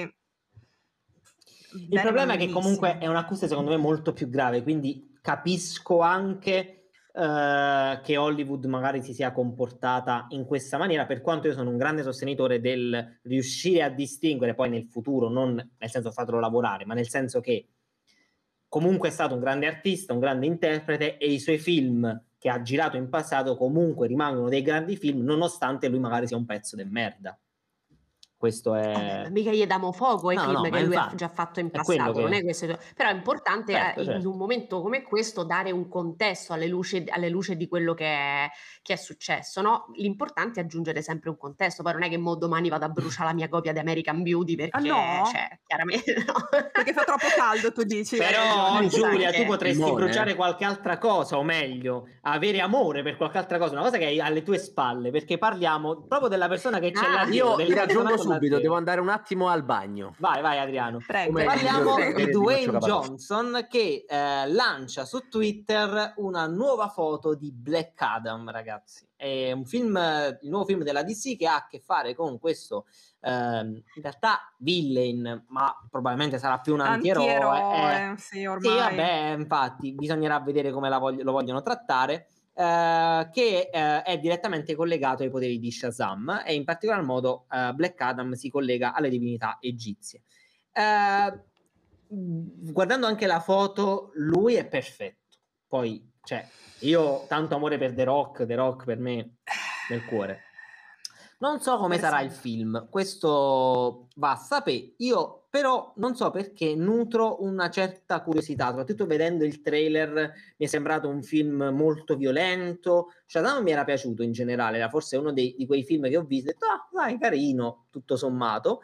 Il bene, problema ma è che lunghissimo. comunque è un'accusa secondo me molto più grave, quindi capisco anche eh, che Hollywood magari si sia comportata in questa maniera, per quanto io sono un grande sostenitore del riuscire a distinguere poi nel futuro, non nel senso fatelo lavorare, ma nel senso che comunque è stato un grande artista, un grande interprete e i suoi film che ha girato in passato comunque rimangono dei grandi film nonostante lui magari sia un pezzo di merda. Questo è... Vabbè, ma mica gli diamo fuoco ai no, film no, che lui infatti, ha già fatto in è quello passato, che... non è questo. Però è importante certo, eh, certo. in un momento come questo dare un contesto alle luci, alle luci di quello che è, che è successo, no? L'importante è aggiungere sempre un contesto, poi non è che mo domani vado a bruciare la mia copia di American Beauty perché, Ah, no? cioè, chiaramente no. Perché fa troppo caldo, tu dici. Però ragione, Giulia, sai tu che- potresti Limone, bruciare eh. qualche altra cosa, o meglio, avere amore per qualche altra cosa, una cosa che hai alle tue spalle, perché parliamo proprio della persona che c'è Ah, là dietro. Io del vi raggiungo personaggio là subito, dietro. devo andare un attimo al bagno. Vai, vai Adriano. Prego. Come Parliamo prego. di Di Dwayne Maccio Capalò. Johnson che eh, lancia su Twitter una nuova foto di Black Adam, ragazzi. È un film, il nuovo film della D C che ha a che fare con questo ehm, in realtà villain, ma probabilmente sarà più un antieroe. Antieroe, eh. sì, ormai. Sì, vabbè, infatti bisognerà vedere come la voglia- lo vogliono trattare. eh, che eh, è direttamente collegato ai poteri di Shazam e in particolar modo eh, Black Adam si collega alle divinità egizie. Eh, guardando anche la foto, lui è perfetto. Poi, cioè, io tanto amore per The Rock, The Rock per me nel cuore. Non so come Per sarà sempre. il film, questo va a sapere. Io però non so perché nutro una certa curiosità, soprattutto vedendo il trailer mi è sembrato un film molto violento. Shazam mi era piaciuto in generale, era forse uno dei, di quei film che ho visto e ho detto, ah, dai, carino, tutto sommato.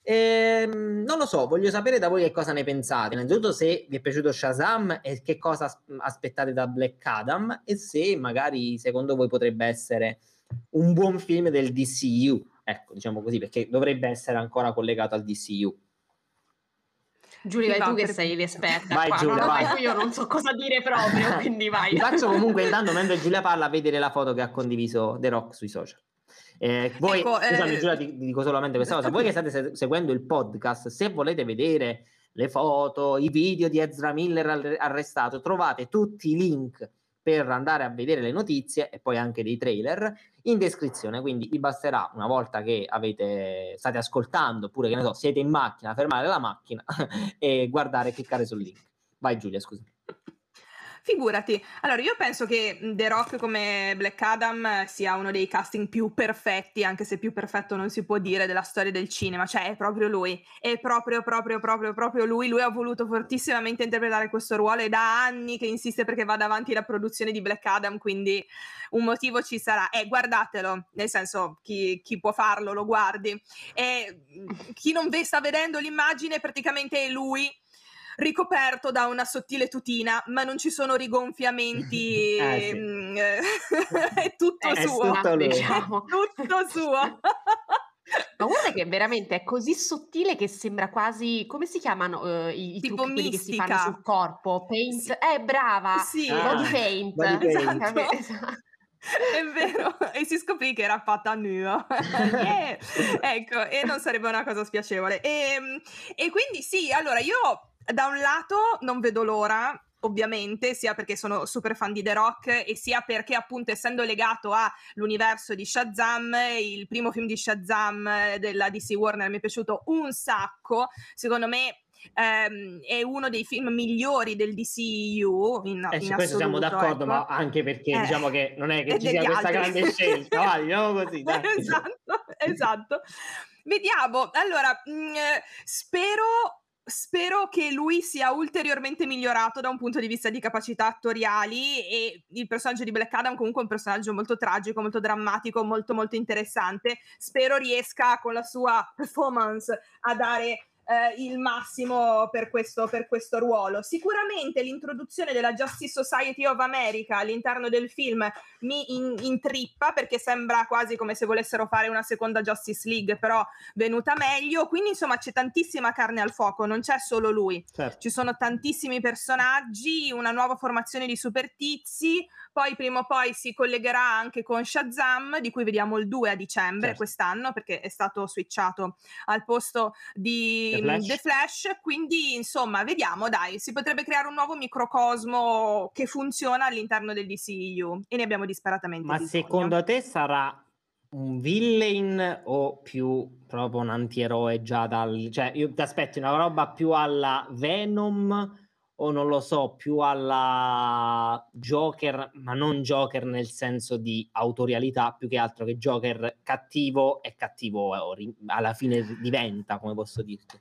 Ehm, non lo so, voglio sapere da voi che cosa ne pensate. Innanzitutto se vi è piaciuto Shazam e che cosa as- aspettate da Black Adam e se magari secondo voi potrebbe essere un buon film del D C U, ecco, diciamo così, perché dovrebbe essere ancora collegato al D C U. Giulia, Chi vai va tu che per sei primo? l'esperta Vai, qua, Giulia, no, no, vai. ecco, io non so cosa dire proprio, quindi vai. Vi faccio comunque intanto, mentre Giulia parla, vedere la foto che ha condiviso The Rock sui social. Eh, voi, Ecco, scusami eh, Giulia, ti, ti dico solamente questa cosa, voi che state se- seguendo il podcast, se volete vedere le foto, i video di Ezra Miller arre- arrestato, trovate tutti i link per andare a vedere le notizie e poi anche dei trailer in descrizione, quindi vi basterà una volta che avete state ascoltando oppure che ne so, siete in macchina, fermare la macchina e guardare e cliccare sul link. Vai Giulia, scusa. Figurati. Allora, io penso che The Rock come Black Adam sia uno dei casting più perfetti, anche se più perfetto non si può dire, della storia del cinema. Cioè, è proprio lui. È proprio, proprio, proprio, proprio lui. Lui ha voluto fortissimamente interpretare questo ruolo e da anni che insiste perché vada avanti la produzione di Black Adam, quindi un motivo ci sarà. E guardatelo, nel senso, chi, chi può farlo, lo guardi. E chi non ve sta vedendo l'immagine, praticamente è lui ricoperto da una sottile tutina, ma non ci sono rigonfiamenti, Eh, sì. mm, è tutto È suo, tutto lui. diciamo. è tutto suo. Ma guarda che veramente è così sottile che sembra quasi, come si chiamano eh, i, i Tipo trucchi quelli che si fanno mistica. sul corpo? Paint, Sì. eh brava, Sì. body Ah, paint. body paint. Esatto. Esatto. È vero, e si scoprì che era fatta nuda. Yeah. Ecco, e non sarebbe una cosa spiacevole. E, e quindi sì, allora io da un lato non vedo l'ora ovviamente, sia perché sono super fan di The Rock e sia perché appunto essendo legato all'universo di Shazam, il primo film di Shazam della D C Warner mi è piaciuto un sacco, secondo me ehm, è uno dei film migliori del D C U in, eh, in su questo siamo d'accordo, ecco. Ma anche perché eh, diciamo che non è che ci sia questa altri. grande scelta, vai, diciamo così, dai. esatto, esatto. Vediamo, allora mh, spero Spero che lui sia ulteriormente migliorato da un punto di vista di capacità attoriali, e il personaggio di Black Adam comunque è un personaggio molto tragico, molto drammatico, molto molto interessante. Spero riesca con la sua performance a dare eh, il massimo per questo, per questo ruolo. Sicuramente l'introduzione della Justice Society of America all'interno del film mi in, intrippa, perché sembra quasi come se volessero fare una seconda Justice League, però venuta meglio. Quindi insomma c'è tantissima carne al fuoco, non c'è solo lui, certo. Ci sono tantissimi personaggi, una nuova formazione di super tizi, poi prima o poi si collegherà anche con Shazam, di cui vediamo il due a dicembre, certo. Quest'anno, perché è stato switchato al posto di The Flash. The Flash, quindi insomma vediamo, dai, si potrebbe creare un nuovo microcosmo che funziona all'interno del D C U e ne abbiamo disperatamente Ma bisogno. Secondo te sarà un villain o più proprio un antieroe già dal... cioè io ti aspetti una roba più alla Venom o non lo so, più alla Joker, ma non Joker nel senso di autorialità, più che altro che Joker cattivo e cattivo alla fine diventa, come posso dirti?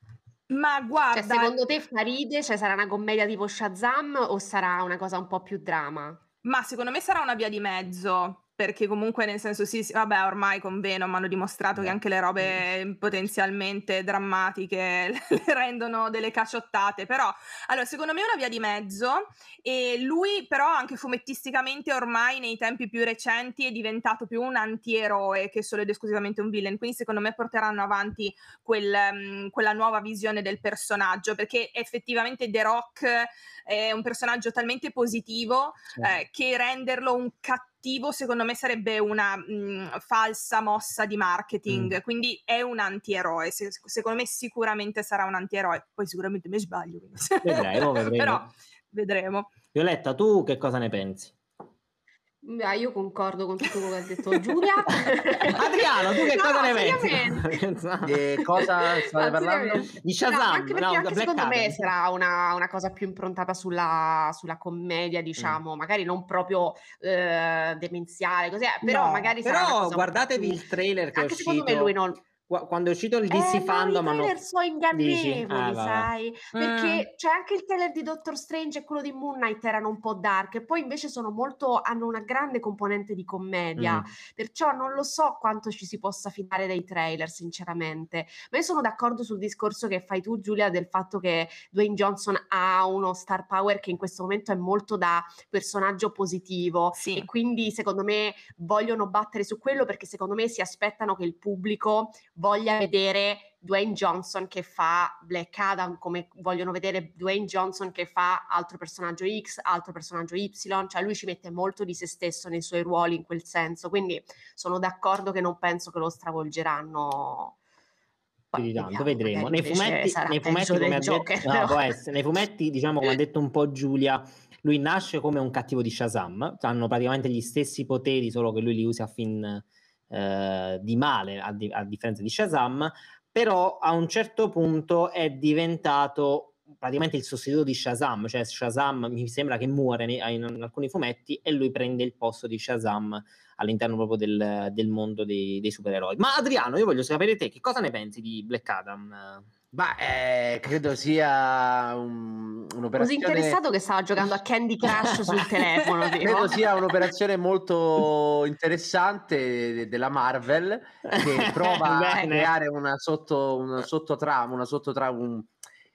Ma guarda, cioè, secondo te fa ride? Cioè sarà una commedia tipo Shazam o sarà una cosa un po' più drama? Ma secondo me sarà una via di mezzo, perché comunque nel senso sì, sì vabbè, ormai con Venom hanno dimostrato Beh. che anche le robe potenzialmente drammatiche le rendono delle cacciottate, però allora secondo me è una via di mezzo, e lui però anche fumettisticamente ormai nei tempi più recenti è diventato più un antieroe che solo ed esclusivamente un villain, quindi secondo me porteranno avanti quel, um, quella nuova visione del personaggio, perché effettivamente The Rock è un personaggio talmente positivo eh, che renderlo un cattivo secondo me sarebbe una mh, falsa mossa di marketing, mm. quindi è un antieroe, Se- secondo me sicuramente sarà un antieroe, poi sicuramente mi sbaglio, vedremo, vedremo. però vedremo. Violetta, tu che cosa ne pensi? Beh, io concordo con tutto quello che ha detto Giulia. Adriano, tu che no, cosa ne pensi? Di cosa state parlando? Di Shazam. No, anche perché no, anche secondo Adam. me sarà una, una cosa più improntata sulla, sulla commedia, diciamo, mm. magari non proprio eh, demenziale, così, però no, magari però sarà una cosa guardatevi più... il trailer che anche è uscito. Secondo me lui non... Quando è uscito il D C eh, Fandom, no, i trailer sono ingannevoli, ah, sai, mm. perché c'è anche il trailer di Doctor Strange e quello di Moon Knight erano un po' dark, e poi invece sono molto, hanno una grande componente di commedia, mm. perciò non lo so quanto ci si possa fidare dei trailer, sinceramente. Ma io sono d'accordo sul discorso che fai tu, Giulia, del fatto che Dwayne Johnson ha uno star power che in questo momento è molto da personaggio positivo, sì. e quindi secondo me vogliono battere su quello, perché secondo me si aspettano che il pubblico voglia vedere Dwayne Johnson che fa Black Adam, come vogliono vedere Dwayne Johnson che fa altro personaggio X, altro personaggio Y, cioè lui ci mette molto di se stesso nei suoi ruoli in quel senso, quindi sono d'accordo che non penso che lo stravolgeranno. Più di tanto, vedremo. Nei fumetti, nei fumetti, come ha Joker, detto, no, può essere. Nei fumetti, diciamo, come ha detto un po' Giulia, lui nasce come un cattivo di Shazam, hanno praticamente gli stessi poteri, solo che lui li usa a fin eh, di male, a, di- a differenza di Shazam, però a un certo punto è diventato praticamente il sostituto di Shazam, cioè Shazam mi sembra che muore in, in alcuni fumetti e lui prende il posto di Shazam all'interno proprio del, del mondo dei, dei supereroi. Ma Adriano, io voglio sapere te, che cosa ne pensi di Black Adam? Bah, eh, credo sia un, un'operazione... Così interessato che stava giocando a Candy Crush sul telefono. Tipo. Credo sia un'operazione molto interessante della Marvel, che prova a creare una sotto una sottotrama, una sottotrama, un,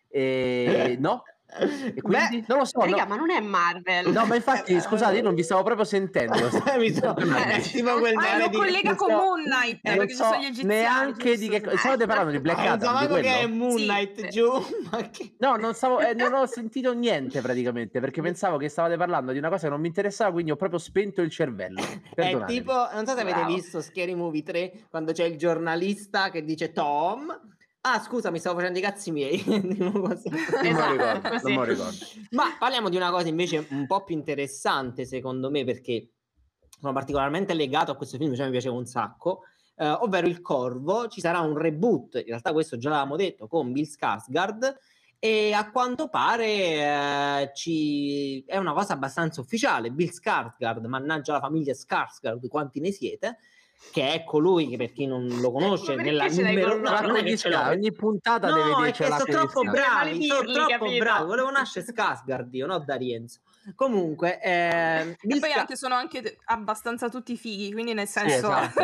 eh, no? E quindi Beh, non lo so, raga, no. ma non è Marvel. No, ma infatti, scusate, io non vi stavo proprio sentendo. Mi so, eh, tipo quel ah, lo collega con Moon Knight, eh, perché so sono gli egiziani. Neanche di che cosa. Stavate parlando di Black Adam, ah, di quello? che è Moon Knight, sì. Giù. Ma che... No, non stavo, eh, non ho sentito niente praticamente, perché pensavo che stavate parlando di una cosa che non mi interessava, quindi ho proprio spento il cervello. È tipo, non so se avete Bravo. visto Scary Movie tre, quando c'è il giornalista che dice Tom, Ah, scusa, mi stavo facendo i cazzi miei. Non me lo Esatto, ricordo, così. non me lo ricordo. Ma parliamo di una cosa invece un po' più interessante, secondo me, perché sono particolarmente legato a questo film, cioè mi piaceva un sacco, eh, ovvero Il Corvo. Ci sarà un reboot, in realtà questo già l'avevamo detto, con Bill Skarsgård, e a quanto pare eh, ci... è una cosa abbastanza ufficiale. Bill Skarsgård, mannaggia la famiglia Skarsgård, quanti ne siete, che è colui che, per chi non lo conosce, Ma nella perché ce l'hai numero con no, noi? non è che ce l'ho, Ogni puntata deve no, è dirci che la sono troppo Pirli. bravi, sono Pirli, troppo capito? bravi. Volevo nascere Skarsgård io, no da Rienzo. Comunque, eh, E Bill poi Ska- anche sono anche abbastanza tutti fighi, quindi nel Sì, senso... esatto.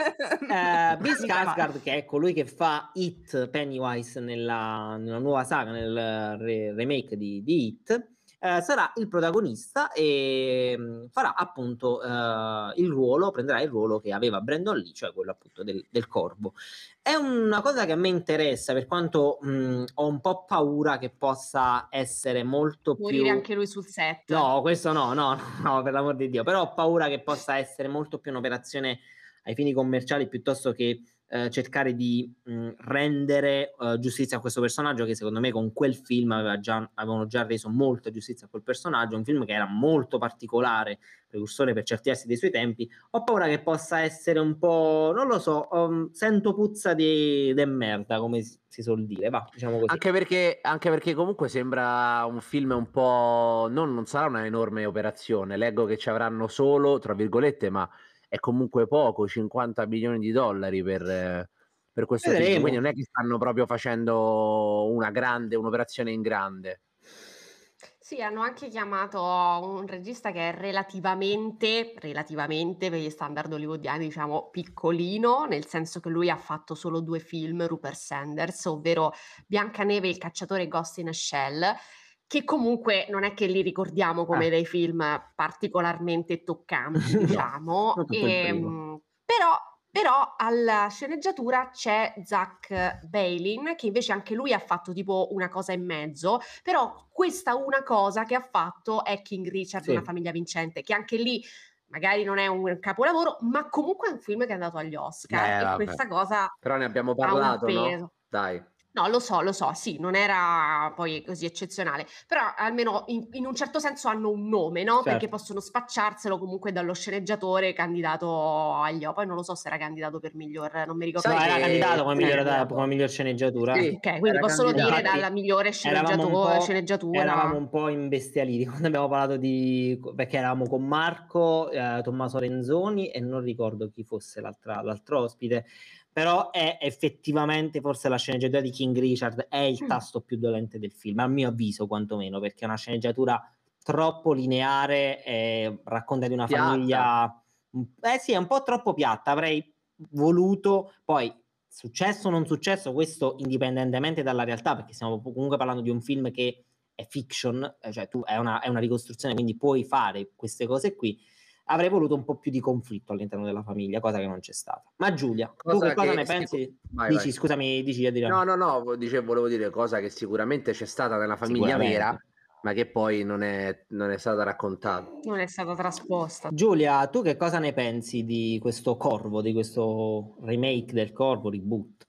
eh, Bill Mica male. Skarsgård, che è colui che fa It, Pennywise nella, nella nuova saga, nel re- remake di, di It, eh, sarà il protagonista e mh, farà appunto eh, il ruolo, prenderà il ruolo che aveva Brandon Lee, cioè quello appunto del, del Corvo. È una cosa che a me interessa, per quanto mh, ho un po' paura che possa essere molto Morire più... anche lui sul set. No, questo no, no, no, per l'amor di Dio, però ho paura che possa essere molto più un'operazione ai fini commerciali piuttosto che eh, cercare di mh, rendere eh, giustizia a questo personaggio, che secondo me con quel film aveva già, avevano già reso molta giustizia a quel personaggio, un film che era molto particolare, precursore per certi versi dei suoi tempi. Ho paura che possa essere un po', non lo so, um, sento puzza di, de merda, come si, si suol dire, va, diciamo così. Anche perché, anche perché comunque sembra un film un po'... Non, non sarà una enorme operazione. Leggo che ci avranno solo, tra virgolette, ma è comunque poco, cinquanta milioni di dollari per, eh, per questo film. Vedremo. Quindi non è che stanno proprio facendo una grande, un'operazione in grande. Sì, hanno anche chiamato un regista che è relativamente, relativamente per gli standard hollywoodiani, diciamo, piccolino, nel senso che lui ha fatto solo due film, Rupert Sanders, ovvero Biancaneve e il cacciatore e Ghost in a Shell, che comunque non è che li ricordiamo come Eh. dei film particolarmente toccanti, diciamo. non tutto il E, primo. mh, però Però alla sceneggiatura c'è Zach Bailin, che invece anche lui ha fatto tipo una cosa e mezzo, però questa una cosa che ha fatto è King Richard, Sì. Una famiglia vincente, che anche lì magari non è un capolavoro, ma comunque è un film che è andato agli Oscar, Eh, e vabbè. questa cosa Però ne abbiamo ha un parlato, peso. no? Dai. No, lo so, lo so, sì, non era poi così eccezionale, però almeno in, in un certo senso hanno un nome, no? Certo. Perché possono spacciarselo comunque dallo sceneggiatore candidato agli Oscar. Poi non lo so se era candidato per miglior, non mi ricordo. No, Sai era che- candidato come sì, miglior, candidato. come miglior sceneggiatura. Sì, Ok, quindi era possono candidato. dire Infatti, dalla migliore eravamo un sceneggiatura, po', sceneggiatura. eravamo un po' imbestialiti quando abbiamo parlato di, perché eravamo con Marco, eh, Tommaso Renzoni e non ricordo chi fosse l'altra, l'altro ospite, però è effettivamente forse la sceneggiatura di King Richard è il tasto più dolente del film, a mio avviso quantomeno, perché è una sceneggiatura troppo lineare e racconta di una Piatta. famiglia, eh sì, è un po' troppo piatta. Avrei voluto, poi successo o non successo, questo indipendentemente dalla realtà, perché stiamo comunque parlando di un film che è fiction, cioè tu è una, è una ricostruzione, quindi puoi fare queste cose qui. Avrei voluto un po' più di conflitto all'interno della famiglia, cosa che non c'è stata. Ma Giulia, Cosa tu che cosa che ne sicu- pensi? Vai, dici, vai. scusami, dici Adriano. No, no, no, dicevo, volevo dire cosa che sicuramente c'è stata nella famiglia Sicuramente. vera, ma che poi non è, non è stata raccontata. Non è stata trasposta. Giulia, tu che cosa ne pensi di questo Corvo, di questo remake del Corvo, reboot?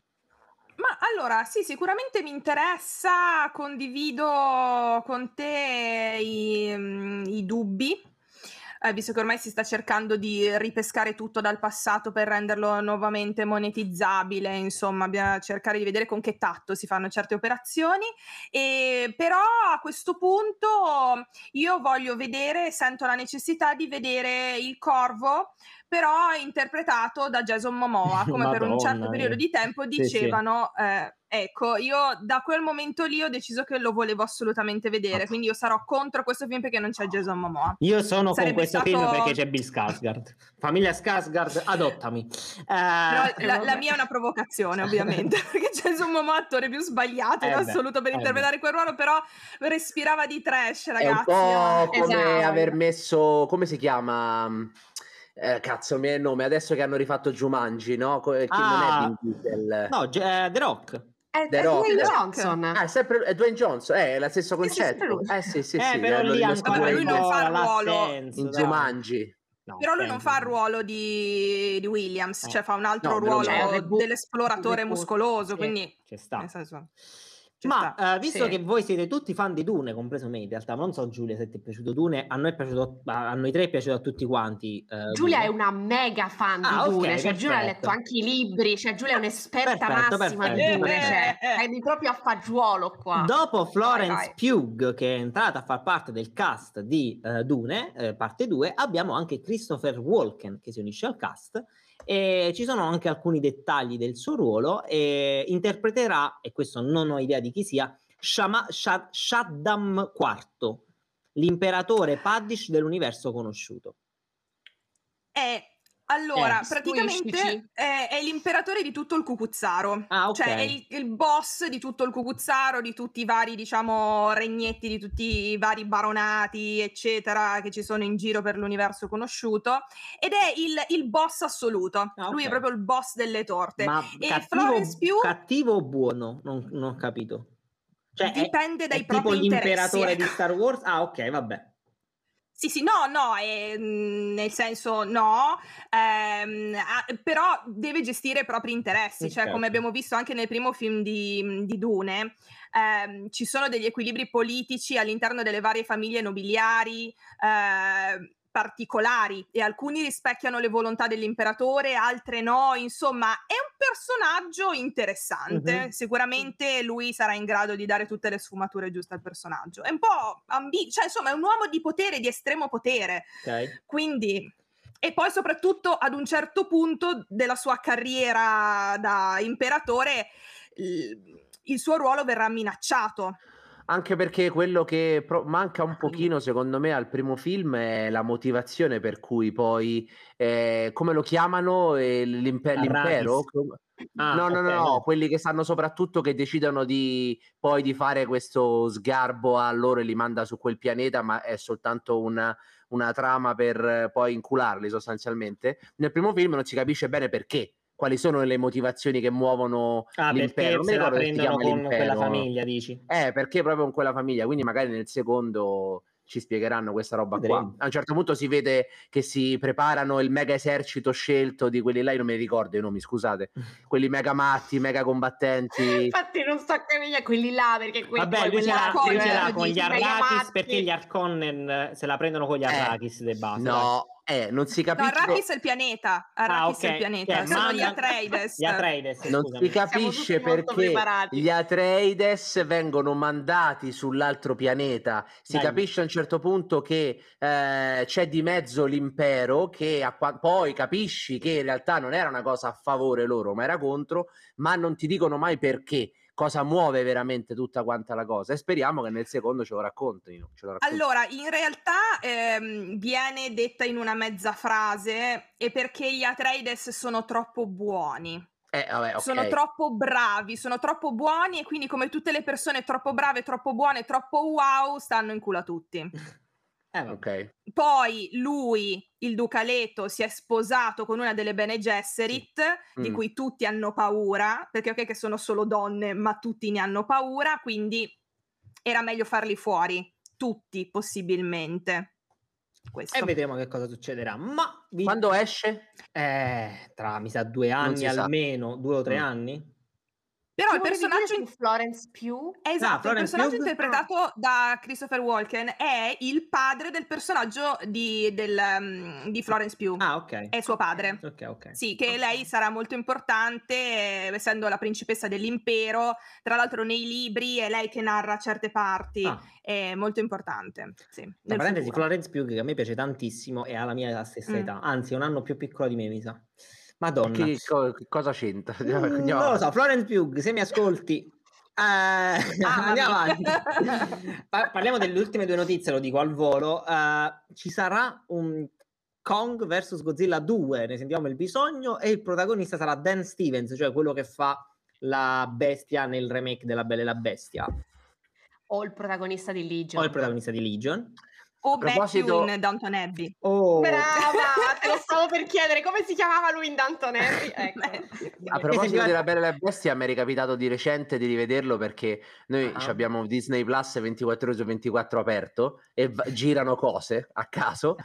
Ma allora, sì, sicuramente mi interessa, condivido con te i, mm, i dubbi, eh, visto che ormai si sta cercando di ripescare tutto dal passato per renderlo nuovamente monetizzabile, insomma, bisogna cercare di vedere con che tatto si fanno certe operazioni, e però a questo punto io voglio vedere, sento la necessità di vedere il Corvo, però interpretato da Jason Momoa, come per un Madonna certo periodo mia. di tempo Sì, dicevano, eh, ecco, io da quel momento lì ho deciso che lo volevo assolutamente vedere, Ah. quindi io sarò contro questo film perché non c'è Jason Momoa. Io sono con Sarebbe questo stato- film perché c'è Bill Skarsgård. Famiglia Skarsgård, adottami. Eh, Però la, la vabbè. mia è una provocazione, ovviamente, perché Jason Momoa è l'attore più sbagliato in Eh beh, assoluto per eh interpretare quel ruolo, però respirava di trash, È un ragazzi. po' eh. come Esatto. aver messo, come si chiama? Eh, cazzo, mi è il nome. Adesso che hanno rifatto Jumanji, no? Co- Che non è Ah, Vin Diesel. no, Ge- The Rock. È, The è Rock. Dwayne The Rock. Johnson. Ah, è sempre è Dwayne Johnson, eh, è lo stesso Sì, sì, sempre concetto. lui. Eh sì, sì, eh, sì, però hanno lì rimesso ancora Vabbè, Dwayne lui non un po' fa il l'ha ruolo senso, in dai. Jumanji. No, Però lui non fa il Frank- ruolo di, di Williams, Eh. cioè fa un altro No, ruolo cioè, reboot- dell'esploratore reboot, muscoloso, sì. quindi Ci sta. nel senso, ci Ma sta. eh, visto Sì. che voi siete tutti fan di Dune, compreso me in realtà, ma non so Giulia se ti è piaciuto Dune, a noi è piaciuto, a noi tre è piaciuto a tutti quanti. eh, Giulia Dune. è una mega fan Ah, di ok, Dune, cioè Giulia ha perfetto. letto anche i libri, cioè Giulia è un'esperta Perfetto, massima perfetto. di Dune, cioè Eh, eh. sei proprio a fagiolo qua. Dopo Florence Vai, vai. Pugh, che è entrata a far parte del cast di eh, Dune, eh, parte due, abbiamo anche Christopher Walken che si unisce al cast e ci sono anche alcuni dettagli del suo ruolo e interpreterà, e questo non ho idea di chi sia, Shama- Shad- Shaddam quarto, l'imperatore Paddish dell'universo conosciuto. Eh, allora, Eh. praticamente Istruiscici. è, è l'imperatore di tutto il Cucuzzaro. Ah, ok. Cioè è il, il boss di tutto il Cucuzzaro, di tutti i vari, diciamo, regnetti, di tutti i vari baronati, eccetera, che ci sono in giro per l'universo conosciuto. Ed è il, il boss assoluto. Ah, Lui è ok. proprio il boss delle torte. Ma E cattivo, Florence Pugh cattivo o buono? Non, non ho capito. Cioè, è- dipende dai è tipo propri l'imperatore interessi, di ecco. Star Wars? Ah, ok, vabbè. Sì, sì, no, no, eh, mh, nel senso no, ehm, ah, però deve gestire i propri interessi, cioè Ok, come ok. abbiamo visto anche nel primo film di, di Dune, ehm, ci sono degli equilibri politici all'interno delle varie famiglie nobiliari, eh, particolari, e alcuni rispecchiano le volontà dell'imperatore, altre no, insomma è un personaggio interessante. Mhm. Sicuramente lui sarà in grado di dare tutte le sfumature giuste al personaggio, è un po' ambi- cioè insomma è un uomo di potere, di estremo potere, Ok. quindi, e poi soprattutto ad un certo punto della sua carriera da imperatore il, il suo ruolo verrà minacciato. Anche perché quello che pro- manca un pochino, secondo me, al primo film è la motivazione per cui poi, eh, come lo chiamano, eh, l'impe- l'impero? Arrakis. Ah, No, no, ok, no, no, no. quelli che sanno soprattutto che decidono di poi di fare questo sgarbo a loro e li manda su quel pianeta, ma è soltanto una, una trama per eh, poi incularli sostanzialmente. Nel primo film non si capisce bene perché, quali sono le motivazioni che muovono Ah, l'impero. perché Non mi se la ricordo che si prendono chiama con quella l'impero. famiglia, dici? Eh, perché proprio con quella famiglia, quindi magari nel secondo ci spiegheranno questa roba qua. Vedremo. A un certo punto si vede che si preparano il mega esercito scelto di quelli là, io non mi ricordo i nomi, scusate, quelli mega matti, mega combattenti. Infatti non so che venga quelli là, perché que- Vabbè, poi lui ce quella l'ha, lui ce l'ha di- con di gli mega Arrakis matti. perché gli Harkonnen eh, se la prendono con gli Eh, Arrakis de base. dai. no, eh, non si No, capisce. Arrakis è il pianeta, Arrakis ok. è il pianeta, Cioè, sono gli mandano- Atreides. Gli Atreides, Non scusami. si capisce Siamo tutti molto perché preparati. gli Atreides vengono mandati sull'altro pianeta. Si Dai. capisce a un certo punto che eh, c'è di mezzo l'impero, che a qua- poi capisci che in realtà non era una cosa a favore loro, ma era contro, ma non ti dicono mai perché, cosa muove veramente tutta quanta la cosa. E speriamo che nel secondo ce lo raccontino. Ce lo raccontino. Allora, in realtà ehm, viene detta in una mezza frase, è perché gli Atreides sono troppo buoni. Eh, vabbè, ok. Sono troppo bravi, sono troppo buoni, e quindi come tutte le persone troppo brave, troppo buone, troppo wow, stanno in culo a tutti. Eh, vabbè. Ok. Poi lui, il Duca Leto, si è sposato con una delle Bene Gesserit, di Mm. cui tutti hanno paura, perché ok che sono solo donne, ma tutti ne hanno paura, quindi era meglio farli fuori, tutti possibilmente. Questo. E vedremo che cosa succederà. Ma vi- Quando esce? eh, tra mi sa due anni si sa. almeno, due o tre Mm. anni. Però il Tu volevi dire personaggio in- su Florence Pugh? Esatto, il Florence personaggio Pugh? interpretato da Christopher Walken è il padre del personaggio di, del, um, di Florence Pugh. Ah, ok. È suo padre. Ok, ok. Sì, che Ok. lei sarà molto importante, eh, essendo la principessa dell'impero. Tra l'altro nei libri è lei che narra certe parti, Ah. è molto importante. Sì, Tra nel parentesi, futuro. Florence Pugh che a me piace tantissimo e ha la mia stessa Mm. età, anzi è un anno più piccola di me, mi sa. Madonna. Che, co- che cosa c'entra? Mm, Andiamo non lo so, avanti. Florence Pugh, se mi ascolti, eh, andiamo avanti. Pa- parliamo delle ultime due notizie, lo dico al volo. Eh, ci sarà un Kong versus Godzilla due, ne sentiamo il bisogno, e il protagonista sarà Dan Stevens, cioè quello che fa la bestia nel remake della Bella e la Bestia, O il protagonista di Legion? o il protagonista di Legion. o proposito... Matthew in Downton Abbey. Oh. Brava, te lo stavo per chiedere come si chiamava lui in Downton Abbey. Ecco. A proposito della Bella e la Bestia, mi è ricapitato di recente di rivederlo perché noi Ah. abbiamo Disney Plus ventiquattro ore su ventiquattro aperto e v- girano cose a caso.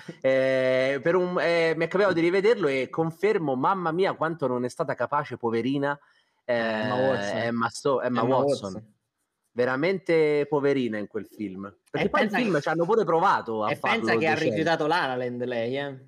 Eh, per un, eh, mi è capitato di rivederlo e confermo, mamma mia, quanto non è stata capace, poverina, eh, Emma Watson. Emma, Sto- Emma Emma Watson. Watson. Veramente poverina in quel film. Perché E poi il pensa film che- ci hanno pure provato a E farlo pensa che ha decente. rifiutato La La Land lei, eh?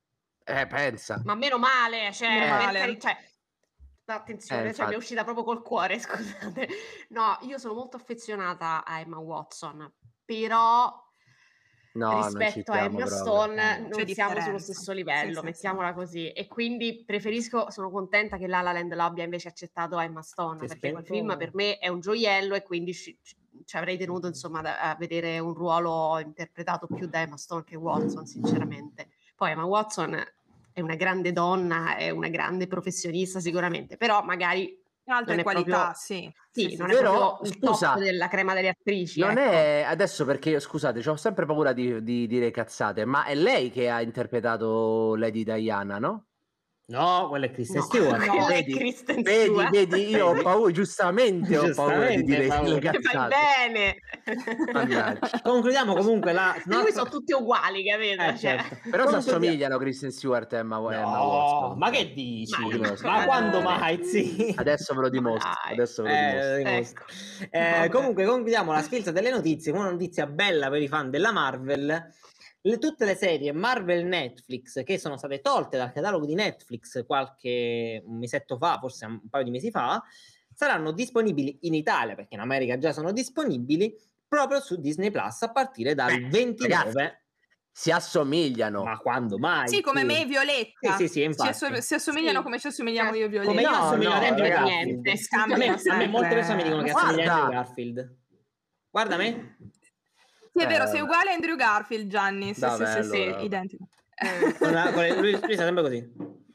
Eh, pensa. Ma meno male, cioè, Meno per male. cari- cioè, attenzione, Eh, cioè, mi è infatti. uscita proprio col cuore, scusate. No, io sono molto affezionata a Emma Watson, però No, non ci rispetto a stiamo Emma proprio. Stone C'è non siamo differenza. sullo stesso Sì, livello, sì, mettiamola così. E quindi preferisco, sono contenta che La La Land lo abbia invece accettato a Emma Stone, Si è perché quel spento- film per me è un gioiello e quindi ci, ci- ci avrei tenuto insomma da- a vedere un ruolo interpretato più da Emma Stone che Watson, sinceramente. Poi Emma Watson è una grande donna, è una grande professionista sicuramente, però magari Altre non è qualità, proprio- sì. sì, Sì, non sì, è sì. Però, proprio il scusa, top della crema delle attrici. Non ecco. è adesso perché, scusate, ho sempre paura di, di dire cazzate, ma è lei che ha interpretato Lady Diana, no? No, quella è Kristen No, Stewart. no, è Vedi, Kristen vedi, Stewart. vedi, io ho Vedi? paura, giustamente ho paura di Giustamente dire paura. le Fai cazzate. bene. Mannaggia. Concludiamo comunque la Noi nostra... sono tutti uguali, capito? Eh, Cioè, certo. Però si Concludiamo- assomigliano Kristen Stewart e Emma, Emma No, Watson. ma che dici? Ma no, Ma, scherzo. quando mai? Sì. Adesso ve lo dimostro, dai. adesso ve lo Eh, dimostro. lo dimostro. Ecco. Eh, Vabbè. comunque concludiamo la sfilza delle notizie con una notizia bella per i fan della Marvel. Le- tutte le serie Marvel Netflix che sono state tolte dal catalogo di Netflix qualche un mesetto fa, forse un paio di mesi fa, saranno disponibili in Italia, perché in America già sono disponibili, proprio su Disney Plus a partire dal Beh, ventinove. ragazzi, si assomigliano. Ma quando mai? Sì, come me e Violetta. Sì, sì, sì, si, infatti. asso- si assomigliano Sì. come ci assomigliamo Sì. io e Violetta. Come io No, assomiglio no, a Andrew ragazzi. Garfield. Niente, A me, scambiano a me sempre. molte persone mi dicono che Guarda. assomiglia a Andrew Garfield. Guarda me. Sì, è vero, Eh, sei uguale a Andrew Garfield, Gianni. Sì, Vabbè, sì, sì, sì, allora, vabbè. identico. Eh, Con la- con le- lui, lui sta sempre così.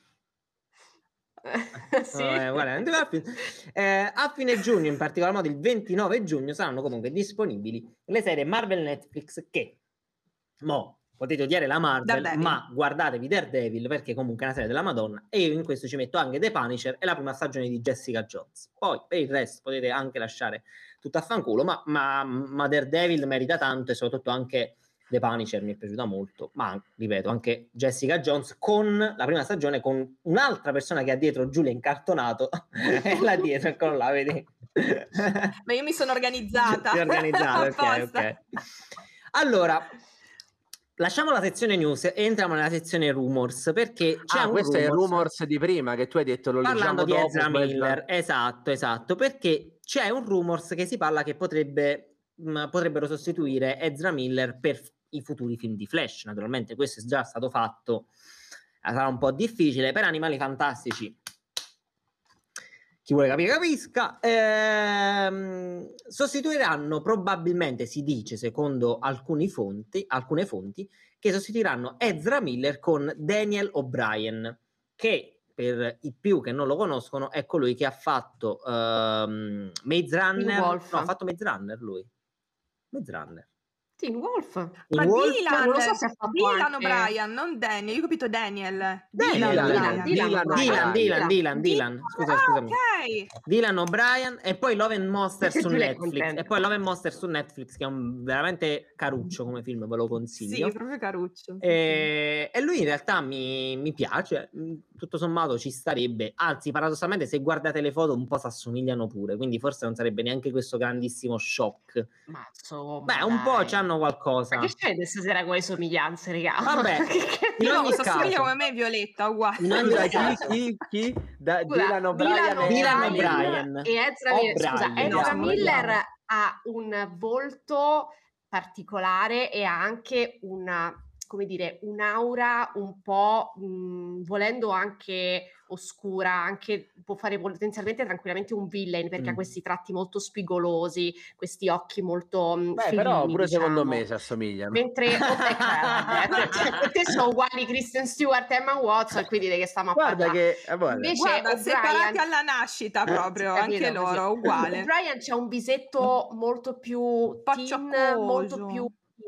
sì. No, eh, guarda, Andrew Garfield. Eh, a fine giugno, in particolar modo il ventinove giugno, saranno comunque disponibili le serie Marvel Netflix che mo potete odiare la Marvel, Daredevil. ma guardatevi Daredevil perché comunque è una serie della Madonna, e io in questo ci metto anche The Punisher e la prima stagione di Jessica Jones. Poi per il resto potete anche lasciare tutto a fanculo, ma, ma, ma Daredevil merita tanto, e soprattutto anche The Punisher mi è piaciuta molto, ma ripeto anche Jessica Jones con la prima stagione con un'altra persona che ha dietro Giulia incartonato e là dietro, eccolo là, vedi? Ma io mi sono organizzata. Ti organizzata, ok, Apposta. ok. Allora, lasciamo la sezione news e entriamo nella sezione rumors, perché c'è Ah, un questo è il rumors rumors di prima che tu hai detto, lo parlando di leggiamo dopo. Ezra poi- Miller. Esatto, esatto, perché c'è un rumors che si parla che potrebbe mh, potrebbero sostituire Ezra Miller per f- i futuri film di Flash. Naturalmente questo è già stato fatto, eh, sarà un po' difficile. Per Animali Fantastici, chi vuole capire capisca. Ehm, sostituiranno probabilmente, si dice secondo alcuni fonti, alcune fonti, che sostituiranno Ezra Miller con Daniel O'Brien, che per i più che non lo conoscono è colui che ha fatto ehm, Maze Runner. Teen Wolf. No, ha fatto Maze Runner lui. Maze Runner. Teen Wolf. Ma In Wolf- Dylan, non lo so se ha fatto Dylan anche- O'Brien, non Daniel. Io ho capito Daniel. Daniel, Dylan, Dylan, O'Brien. Dylan, Dylan, O'Brien. Dylan, Dylan, Dylan, scusa, Ah, scusami. ok. Dylan O'Brien e poi Love and Monster su Giulia è Netflix. contenta. E poi Love and Monster su Netflix, che è un veramente caruccio come film, ve lo consiglio. Sì, proprio caruccio. E, e lui in realtà mi, mi piace, mh, tutto sommato ci starebbe, anzi paradossalmente se guardate le foto un po' si assomigliano pure, quindi forse non sarebbe neanche questo grandissimo shock. Ma insomma, Beh, un po' dai. c'hanno qualcosa. Ma che c'è stasera con le somiglianze, raga? Vabbè, Che- che- in No, ogni si assomiglia caso- come me e Violetta, uguale. In ogni Scusa, caso- chi, chi, chi? Da, Scusa, Dylan O'Brien e- Dylan O'Brien. e Ezra Miller. Scusa, O'Brien, Ezra no, Miller vogliamo. ha un volto particolare e ha anche una, come dire, un'aura un po' mh, volendo anche oscura, anche può fare potenzialmente tranquillamente un villain perché Mm. ha questi tratti molto spigolosi, questi occhi molto mh, Beh, felini, però pure secondo diciamo. me si assomigliano. Mentre oh, beh, vabbè, cioè, per te sono uguali Kristen Stewart e Emma Watson, quindi di che stiamo a Guarda parlare? che... eh, guarda. Invece Guarda, O'Brien- separati alla nascita proprio, Sì, anche capito, loro, così. uguale. O'Brien c'ha un visetto molto più teen, cioccoso. molto più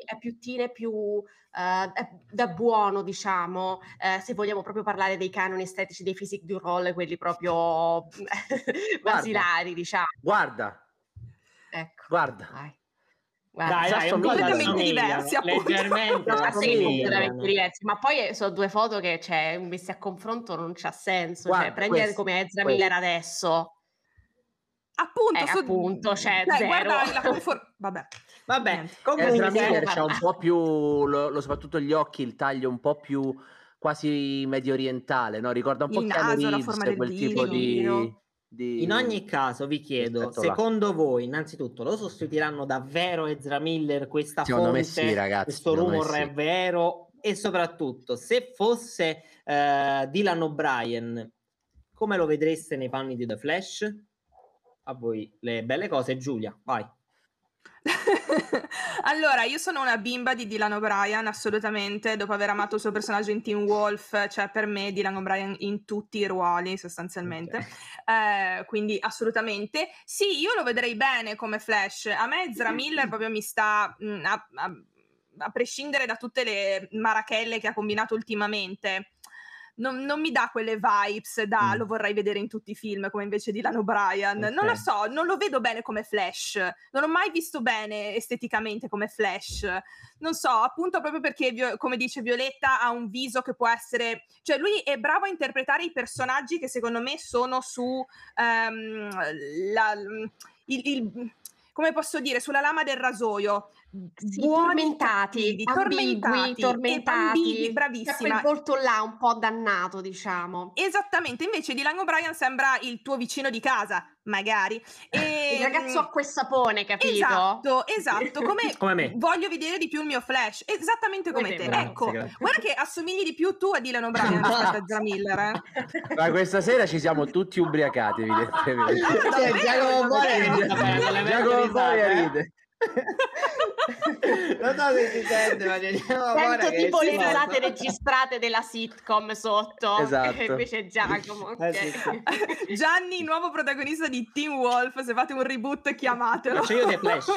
è più teen, è più uh, è da buono, diciamo, uh, se vogliamo proprio parlare dei canoni estetici dei physique du role, quelli proprio basilari, diciamo. Guarda, ecco, guarda. vai. Dai, dai, un po' completamente diversi, appunto. leggermente, No, sì, assomigliano. completamente diversi, ma poi sono due foto che, cioè, messi a confronto non c'ha senso. Guarda, cioè, prendi questo, come Ezra questo. Miller adesso. Appunto, Eh, su- appunto, cioè, cioè, zero. guarda la confor- vabbè. Vabbè, Niente. Ezra comunque Miller guarda. c'ha un po' più, lo, lo- soprattutto gli occhi, il taglio un po' più quasi medio orientale, no? Ricorda un po' Il Keanu naso, la Reeves, forma del quel tipo viso. di, di- in ogni caso vi chiedo, rispetto là. secondo voi, innanzitutto, lo sostituiranno davvero Ezra Miller, questa Secondo me fonte, sì, ragazzi, questo secondo me rumor sì. è vero? E soprattutto, se fosse eh, Dylan O'Brien, come lo vedreste nei panni di The Flash? A voi le belle cose, Giulia, vai. Allora, io sono una bimba di Dylan O'Brien, assolutamente, dopo aver amato il suo personaggio in Teen Wolf, cioè per me Dylan O'Brien in tutti i ruoli, sostanzialmente. Okay. Eh, quindi assolutamente. Sì, io lo vedrei bene come Flash. A me Ezra Miller proprio mi sta... Mh, a, a, a prescindere da tutte le marachelle che ha combinato ultimamente... Non, non mi dà quelle vibes da mm. lo vorrei vedere in tutti i film come invece Dylan O'Brien. Okay. Non lo so, non lo vedo bene come Flash, non ho mai visto bene esteticamente come Flash, non so, appunto proprio perché, come dice Violetta, ha un viso che può essere, cioè lui è bravo a interpretare i personaggi che secondo me sono su um, la, il, il come posso dire, sulla lama del rasoio. Sì, buoni, tormentati, cattivi, ambigui, tormentati, tormentati, ambigui, bravissima. C'è quel volto là un po' dannato, diciamo. Esattamente, invece Dylan O'Brien sembra il tuo vicino di casa, magari. E, il ragazzo acqua e sapone, capito? Esatto, esatto, come, come me. Voglio vedere di più il mio Flash, esattamente come, come te. Bravo, ecco, grazie. guarda che assomigli di più tu a Dylan O'Brien rispetto a Ezra Miller. Eh? Ma questa sera ci siamo tutti ubriacati, evidentemente. Cioè, Giacomo Boia Giacomo Boia ride. Non so se si sente, ma sento tipo le risate registrate della sitcom sotto. Esatto. Invece Giacomo, okay. eh, sì, sì. Gianni, nuovo protagonista di Teen Wolf, se fate un reboot chiamatelo. Faccio io The Flash.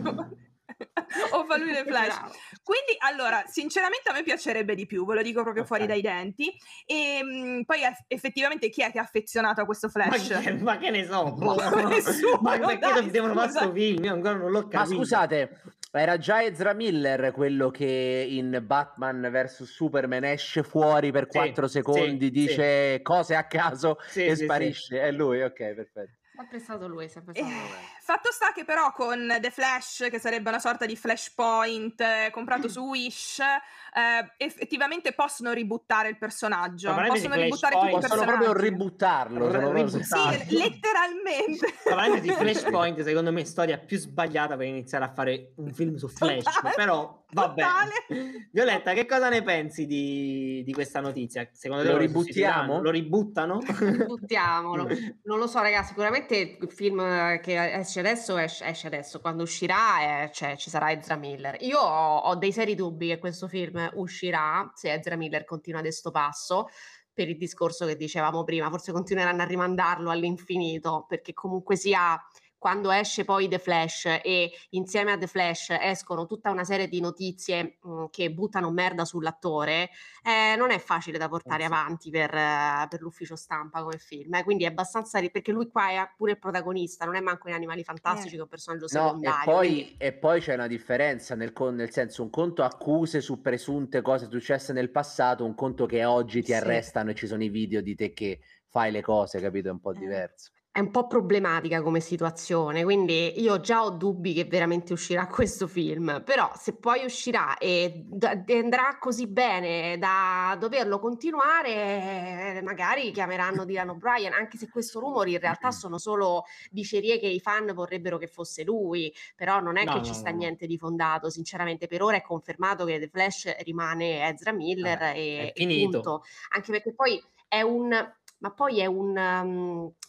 O fa lui The Flash. Quindi allora sinceramente a me piacerebbe di più, ve lo dico proprio okay. fuori dai denti. E mh, poi effettivamente chi è che è affezionato a questo Flash? Ma che, ma che ne so, ma, nessuno, ma perché dai, devono fare questo film? Io ancora non l'ho capito. Ma scusate, era già Ezra Miller quello che in Batman versus Superman esce fuori per quattro sì, secondi, sì, dice sì. cose a caso sì, e sì, sparisce. Sì. È lui, ok, perfetto. Sempre stato lui, sempre stato lui. Eh, fatto sta che però con The Flash, che sarebbe una sorta di Flashpoint eh, comprato su Wish, eh, effettivamente possono ributtare il personaggio. Possono ributtare tutti i personaggi. Possono proprio ributtarlo. R- ributtarlo. Sì, letteralmente. Parlando di Flashpoint, secondo me è storia più sbagliata per iniziare a fare un film su Flash. Totale, però, vabbè. Totale. Violetta, che cosa ne pensi di, di questa notizia? Secondo te lo, lo ributtiamo? Lo ributtano? Ributtiamolo. Non lo so, ragazzi, sicuramente il film che esce adesso esce, esce adesso, quando uscirà eh, cioè, ci sarà Ezra Miller. Io ho, ho dei seri dubbi che questo film uscirà se Ezra Miller continua ad sto passo, per il discorso che dicevamo prima, forse continueranno a rimandarlo all'infinito, perché comunque sia quando esce poi The Flash e insieme a The Flash escono tutta una serie di notizie mh, che buttano merda sull'attore, eh, non è facile da portare eh sì. avanti per, uh, per l'ufficio stampa come film, eh, quindi è abbastanza, perché lui qua è pure il protagonista, non è manco in Animali Fantastici eh. che è un personaggio secondario. No, e poi, quindi... e poi c'è una differenza, nel, nel senso un conto accuse su presunte cose successe nel passato, un conto che oggi ti sì. arrestano e ci sono i video di te che fai le cose, capito? È un po' eh. diverso. È un po' problematica come situazione, quindi io già ho dubbi che veramente uscirà questo film, però se poi uscirà e d- andrà così bene da doverlo continuare, magari chiameranno Dylan O'Brien, anche se questo rumore in realtà sono solo dicerie che i fan vorrebbero che fosse lui, però non è no, che no, ci sta no. niente di fondato, sinceramente per ora è confermato che The Flash rimane Ezra Miller Vabbè, e, è finito. e punto, anche perché poi è un... ma poi è un... Um,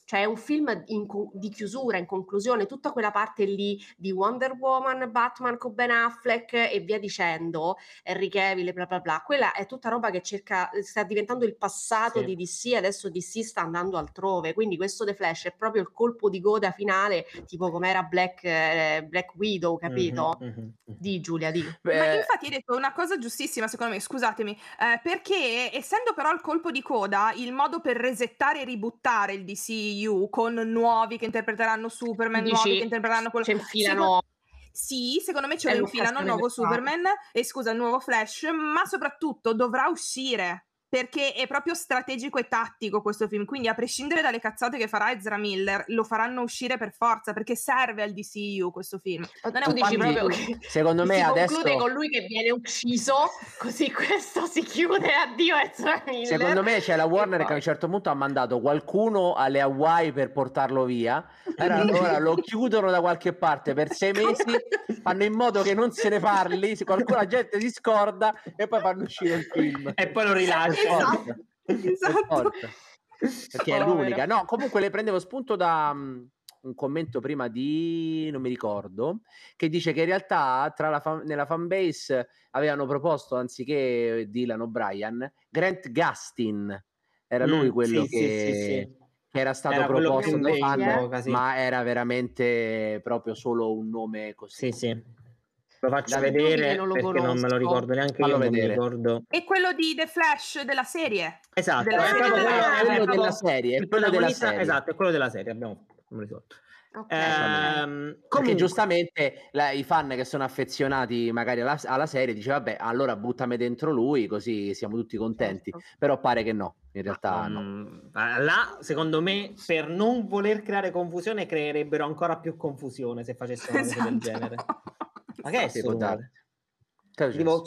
cioè è un film in co- di chiusura, in conclusione, tutta quella parte lì di Wonder Woman, Batman con Ben Affleck e via dicendo, Henry Cavill, bla bla bla, quella è tutta roba che cerca, sta diventando il passato Sì. di D C, adesso D C sta andando altrove, quindi questo The Flash è proprio il colpo di coda finale, tipo come era Black, eh, Black Widow, capito? Mhm, mhm, mhm. Di Giulia, di. Ma Beh, infatti hai detto una cosa giustissima, secondo me, scusatemi, eh, perché essendo però il colpo di coda il modo per resettare e ributtare il D C U con nuovi che interpreteranno Superman, Dici, nuovi che interpreteranno quello... ci infilano Sì, secondo me ce è lo infilano il l'occasione nuovo per farlo. Superman, e scusa, il nuovo Flash, ma soprattutto dovrà uscire, perché è proprio strategico e tattico questo film, quindi a prescindere dalle cazzate che farà Ezra Miller, lo faranno uscire per forza, perché serve al D C U questo film. Ma Non è tu un dici film proprio di- che secondo me si conclude adesso con lui che viene ucciso, così questo si chiude, addio Ezra Miller. secondo me c'è la E Warner che a poi- un certo punto ha mandato qualcuno alle Hawaii per portarlo via. Ora, ora lo chiudono da qualche parte per sei mesi, fanno in modo che non se ne parli, se qualcuno la gente si scorda e poi fanno uscire il film. E poi lo Per rilasciano. forza. Per Esatto. forza. Perché è Povero. l'unica. No, comunque le prendevo spunto da um, un commento prima di non mi ricordo, che dice che in realtà tra la fan- nella fanbase avevano proposto, anziché Dylan O'Brien, Grant Gustin. Era lui Mm, quello sì, che, sì, sì, sì. che era stato Era quello proposto più dai main, fan, poca, sì. ma era veramente proprio solo un nome così. Sì, sì. Lo faccio Davide. Inutile, vedere non lo perché non me lo conosco. ricordo neanche Fallo io, non mi vedere. ricordo. È quello di The Flash della serie. Esatto, Della è serie proprio della- quello, Ah, è quello proprio della serie, è il quello della protagonista, serie. esatto, è quello della serie, abbiamo fatto, non mi ricordo. Ok. Ehm, Perché comunque, giustamente la- i fan che sono affezionati magari alla, alla serie dice vabbè allora buttami dentro lui così siamo tutti contenti, Certo. però pare che no, in realtà ma, no. mm, là, secondo me, per non voler creare confusione, creerebbero ancora più confusione se facessero una cosa del Esatto. genere. Ma che è Sì, sto può rumore? darsi. Che è Tipo,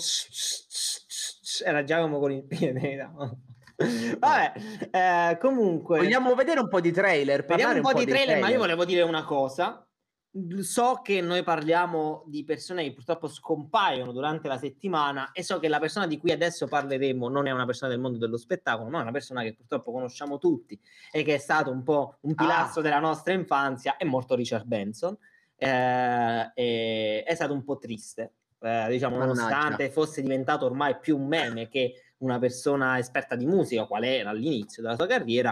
successo? era Giacomo con il piede. No. Vabbè, eh, comunque, Vogliamo vedere un po' di trailer, vediamo parlare un po' di dei trailer, ma io volevo dire una cosa. So che noi parliamo di persone che purtroppo scompaiono durante la settimana e so che la persona di cui adesso parleremo non è una persona del mondo dello spettacolo, ma è una persona che purtroppo conosciamo tutti e che è stato un po' un pilastro Ah. della nostra infanzia. È morto Richard Benson. Eh, e è stato un po' triste, eh, diciamo, Mannaggia. nonostante fosse diventato ormai più un meme che una persona esperta di musica, qual era all'inizio della sua carriera.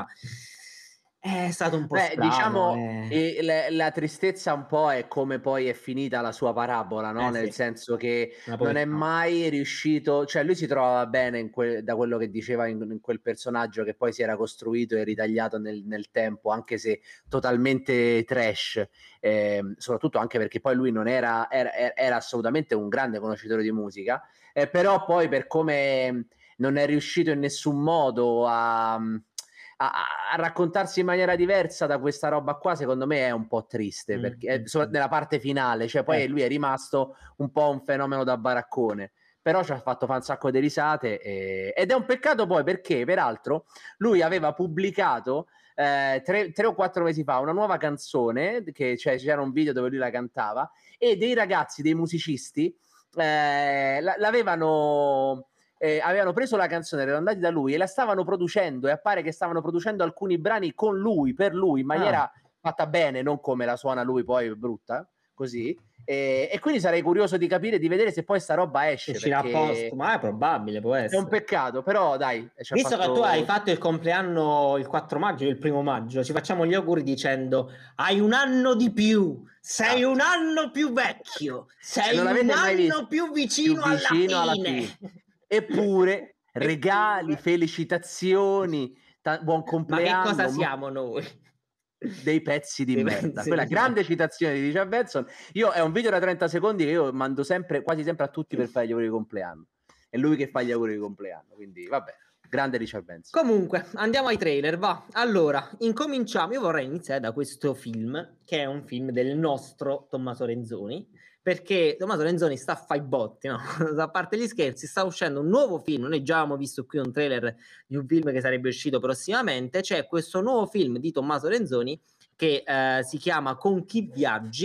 È stato un po' Beh, strano. diciamo, eh. eh, la, la tristezza un po' è come poi è finita la sua parabola, no? Eh, Nel sì. senso che Una non è povertà. mai riuscito, cioè lui si trovava bene in quel- da quello che diceva in, in quel personaggio che poi si era costruito e ritagliato nel, nel tempo, anche se totalmente trash, ehm, soprattutto anche perché poi lui non era, era, era assolutamente un grande conoscitore di musica, eh, però poi per come non è riuscito in nessun modo a... A, a raccontarsi in maniera diversa da questa roba qua, secondo me è un po' triste, Mm, perché è, mm, so, mm. nella parte finale, cioè poi Eh. lui è rimasto un po' un fenomeno da baraccone, però ci ha fatto fare un sacco di risate e, ed è un peccato poi perché peraltro lui aveva pubblicato eh, tre, tre o quattro mesi fa una nuova canzone, che cioè, c'era un video dove lui la cantava e dei ragazzi, dei musicisti eh, l- l'avevano Eh, avevano preso la canzone, erano andati da lui e la stavano producendo e appare che stavano producendo alcuni brani con lui, per lui, in maniera Ah. fatta bene, non come la suona lui poi brutta, così. E, e quindi sarei curioso di capire, di vedere se poi sta roba esce, Uscirà a perché posto, ma è probabile, può è essere. un peccato, però dai. Ci ha Visto fatto... che tu hai fatto il compleanno il quattro maggio, il primo maggio, ci facciamo gli auguri dicendo hai un anno di più, sei Esatto. un anno più vecchio, sei non un l'avete mai anno visto più vicino, più vicino alla alla fine. fine. Eppure regali, Eppure. felicitazioni, ta- buon Ma che compleanno, cosa ma- siamo noi? dei pezzi di Dei merda. pezzi Quella di grande merda. citazione di Richard Benson. Io è un video da trenta secondi che io mando sempre, quasi sempre a tutti per fare gli auguri di compleanno. È lui che fa gli auguri di compleanno, quindi vabbè, grande Richard Benson. Comunque, andiamo ai trailer, va. Allora, incominciamo. Io vorrei iniziare da questo film, che è un film del nostro Tommaso Renzoni, perché Tommaso Renzoni sta a fare i botti, no? A parte gli scherzi, sta uscendo un nuovo film. Noi già abbiamo visto qui un trailer di un film che sarebbe uscito prossimamente. C'è questo nuovo film di Tommaso Renzoni che eh, si chiama Con chi viaggi,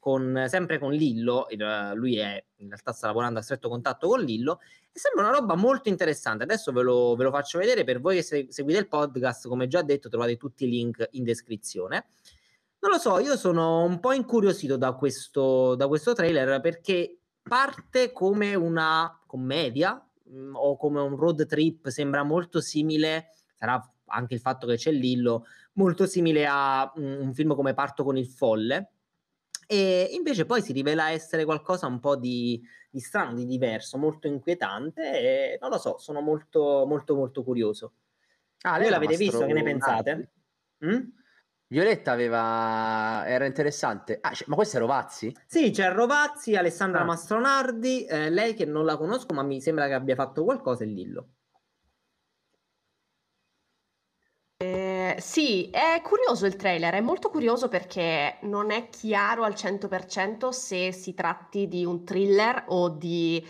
con, sempre con Lillo, il, lui è, in realtà sta lavorando a stretto contatto con Lillo, e sembra una roba molto interessante. Adesso ve lo, ve lo faccio vedere, per voi che se, seguite il podcast, come già detto trovate tutti i link in descrizione. Non lo so, io sono un po' incuriosito da questo, da questo trailer, perché parte come una commedia mh, o come un road trip, sembra molto simile, sarà anche il fatto che c'è Lillo, molto simile a um, un film come Parto con il folle, e invece poi si rivela essere qualcosa un po' di, di strano, di diverso, molto inquietante, e non lo so, sono molto molto molto curioso. Ah, Voi lei era l'avete visto? Che ne Mastro pensate? Nardi? Mm? Violetta aveva... era interessante. Ah, c- ma questo è Rovazzi? Sì, c'è Rovazzi, Alessandra Ah. Mastronardi, eh, lei che non la conosco, ma mi sembra che abbia fatto qualcosa, e Lillo. Eh, sì, è curioso il trailer, è molto curioso perché non è chiaro al cento per cento se si tratti di un thriller o di,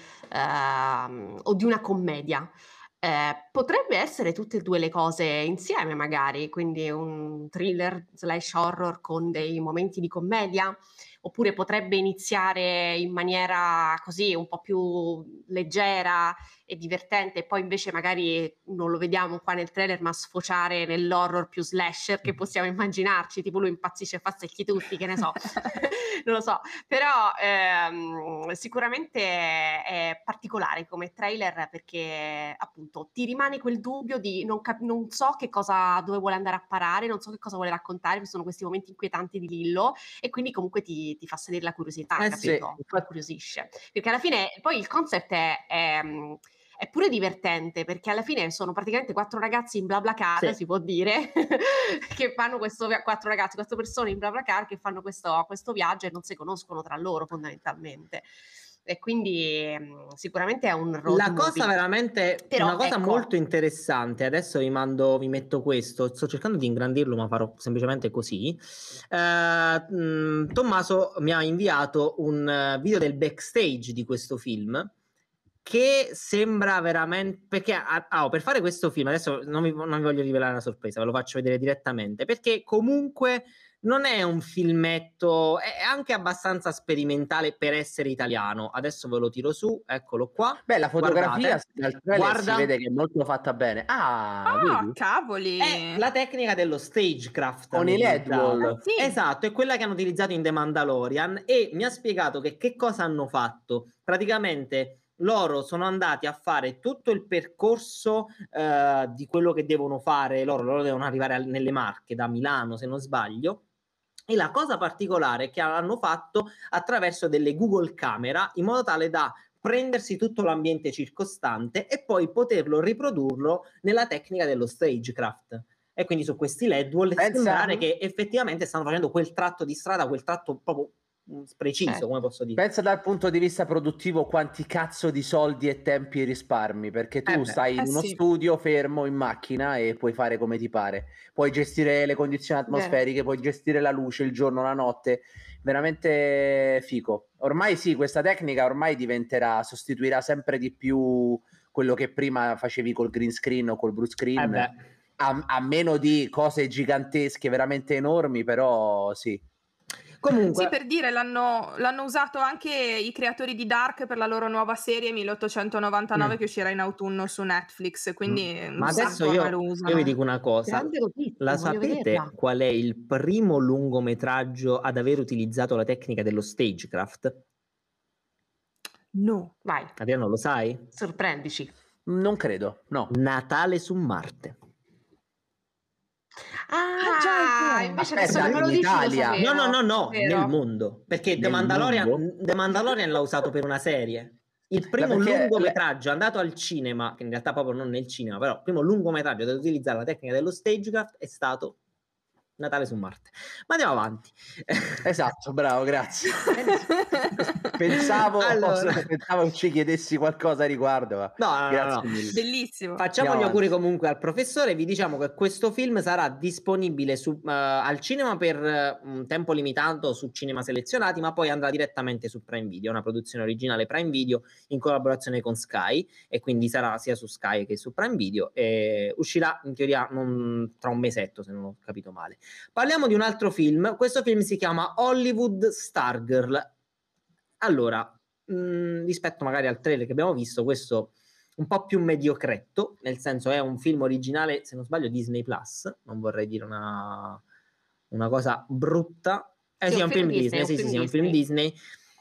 ehm, o di una commedia. Eh, potrebbe essere tutte e due le cose insieme, magari, quindi un thriller slash horror con dei momenti di commedia, oppure potrebbe iniziare in maniera così un po' più leggera e divertente, e poi invece magari non lo vediamo qua nel trailer, ma sfociare nell'horror più slasher che possiamo immaginarci, tipo lui impazzisce e fa secchi tutti, che ne so, non lo so, però ehm, sicuramente è, è particolare come trailer, perché appunto ti rimane quel dubbio di non, cap- non so che cosa, dove vuole andare a parare, non so che cosa vuole raccontare, ci sono questi momenti inquietanti di Lillo, e quindi comunque ti, ti fa salire la curiosità, Eh sì, capito? Ti infatti- incuriosisce, perché alla fine poi il concept è, è, è pure divertente, perché alla fine sono praticamente quattro ragazzi in BlaBlaCar, Sì. si può dire, che fanno questo, via- quattro ragazzi, quattro persone in BlaBlaCar che fanno questo, questo viaggio e non si conoscono tra loro fondamentalmente. E quindi mh, sicuramente è un road La movie. cosa veramente, Però, una cosa ecco, molto interessante, adesso vi mando, vi metto questo, sto cercando di ingrandirlo, ma farò semplicemente così. Eh, mh, Tommaso mi ha inviato un eh, video del backstage di questo film, che sembra veramente, perché ah, ah, per fare questo film, adesso non vi, non vi voglio rivelare una sorpresa, ve lo faccio vedere direttamente, perché comunque non è un filmetto, è anche abbastanza sperimentale per essere italiano. Adesso ve lo tiro su, eccolo qua. Beh, la fotografia Guardate, dal trailer guarda. si vede che è molto fatta bene. Ah, Ah, vedi? cavoli! È la tecnica dello stagecraft Con hanno i L E D utilizzato. wall. Sì. Esatto, è quella che hanno utilizzato in The Mandalorian, e mi ha spiegato che che cosa hanno fatto. Praticamente loro sono andati a fare tutto il percorso eh, di quello che devono fare loro, loro devono arrivare al- nelle Marche da Milano, se non sbaglio. E la cosa particolare è che l'hanno fatto attraverso delle Google Camera, in modo tale da prendersi tutto l'ambiente circostante e poi poterlo riprodurlo nella tecnica dello stagecraft. E quindi su questi L E D vuole Pensa- sembrare che effettivamente stanno facendo quel tratto di strada, quel tratto proprio mh, preciso, Certo. come posso dire. Pensa dal punto di vista produttivo quanti cazzo di soldi e tempi risparmi, perché tu Eh beh, stai in eh uno sì. studio fermo in macchina e puoi fare come ti pare. Puoi gestire le condizioni atmosferiche, puoi gestire la luce, il giorno, la notte. Veramente fico. Ormai sì, questa tecnica ormai diventerà, sostituirà sempre di più quello che prima facevi col green screen o col blue screen. Eh beh. A, a meno di cose gigantesche, veramente enormi, però sì. Comunque, Sì, per dire, l'hanno, l'hanno usato anche i creatori di Dark per la loro nuova serie milleottocentonovantanove Mm. che uscirà in autunno su Netflix, quindi Mm. un Ma adesso sacco io, ormai lo io usano. vi dico una cosa. grande notizia, La voglio sapete vederla. qual è il primo lungometraggio ad aver utilizzato la tecnica dello stagecraft? No. Vai, Adriano, lo sai? sorprendici. Non credo, no. Natale su Marte. Ah, già, è Ah, vero. invece Aspetta, adesso che me lo in dici lo Italia? sapevo. No, no, no, no, vero? nel mondo. Perché The Nel Mandalorian, mondo? The Mandalorian l'ha usato per una serie. Il primo perché- lungometraggio andato al cinema, che in realtà proprio non nel cinema, però il primo lungometraggio da utilizzare la tecnica dello stagecraft è stato Natale su Marte. Ma andiamo avanti. Esatto, bravo, grazie. Pensavo, Allora. pensavo che ci chiedessi qualcosa a riguardo, ma No, no, no, grazie no. mille. Bellissimo. Facciamo Andiamo gli auguri avanti. comunque al professore. Vi diciamo che questo film sarà disponibile su, uh, al cinema per uh, un tempo limitato su cinema selezionati, ma poi andrà direttamente su Prime Video, una produzione originale Prime Video in collaborazione con Sky, e quindi sarà sia su Sky che su Prime Video, e uscirà in teoria non, tra un mesetto, se non ho capito male. Parliamo di un altro film. Questo film si chiama Hollywood Stargirl. Allora, mh, rispetto magari al trailer che abbiamo visto, questo un po' più mediocretto, nel senso è un film originale, se non sbaglio, Disney Plus, non vorrei dire una, una cosa brutta. Eh sì, Sì, è un un film film Disney, Disney, sì, un sì, film sì, è un film Disney.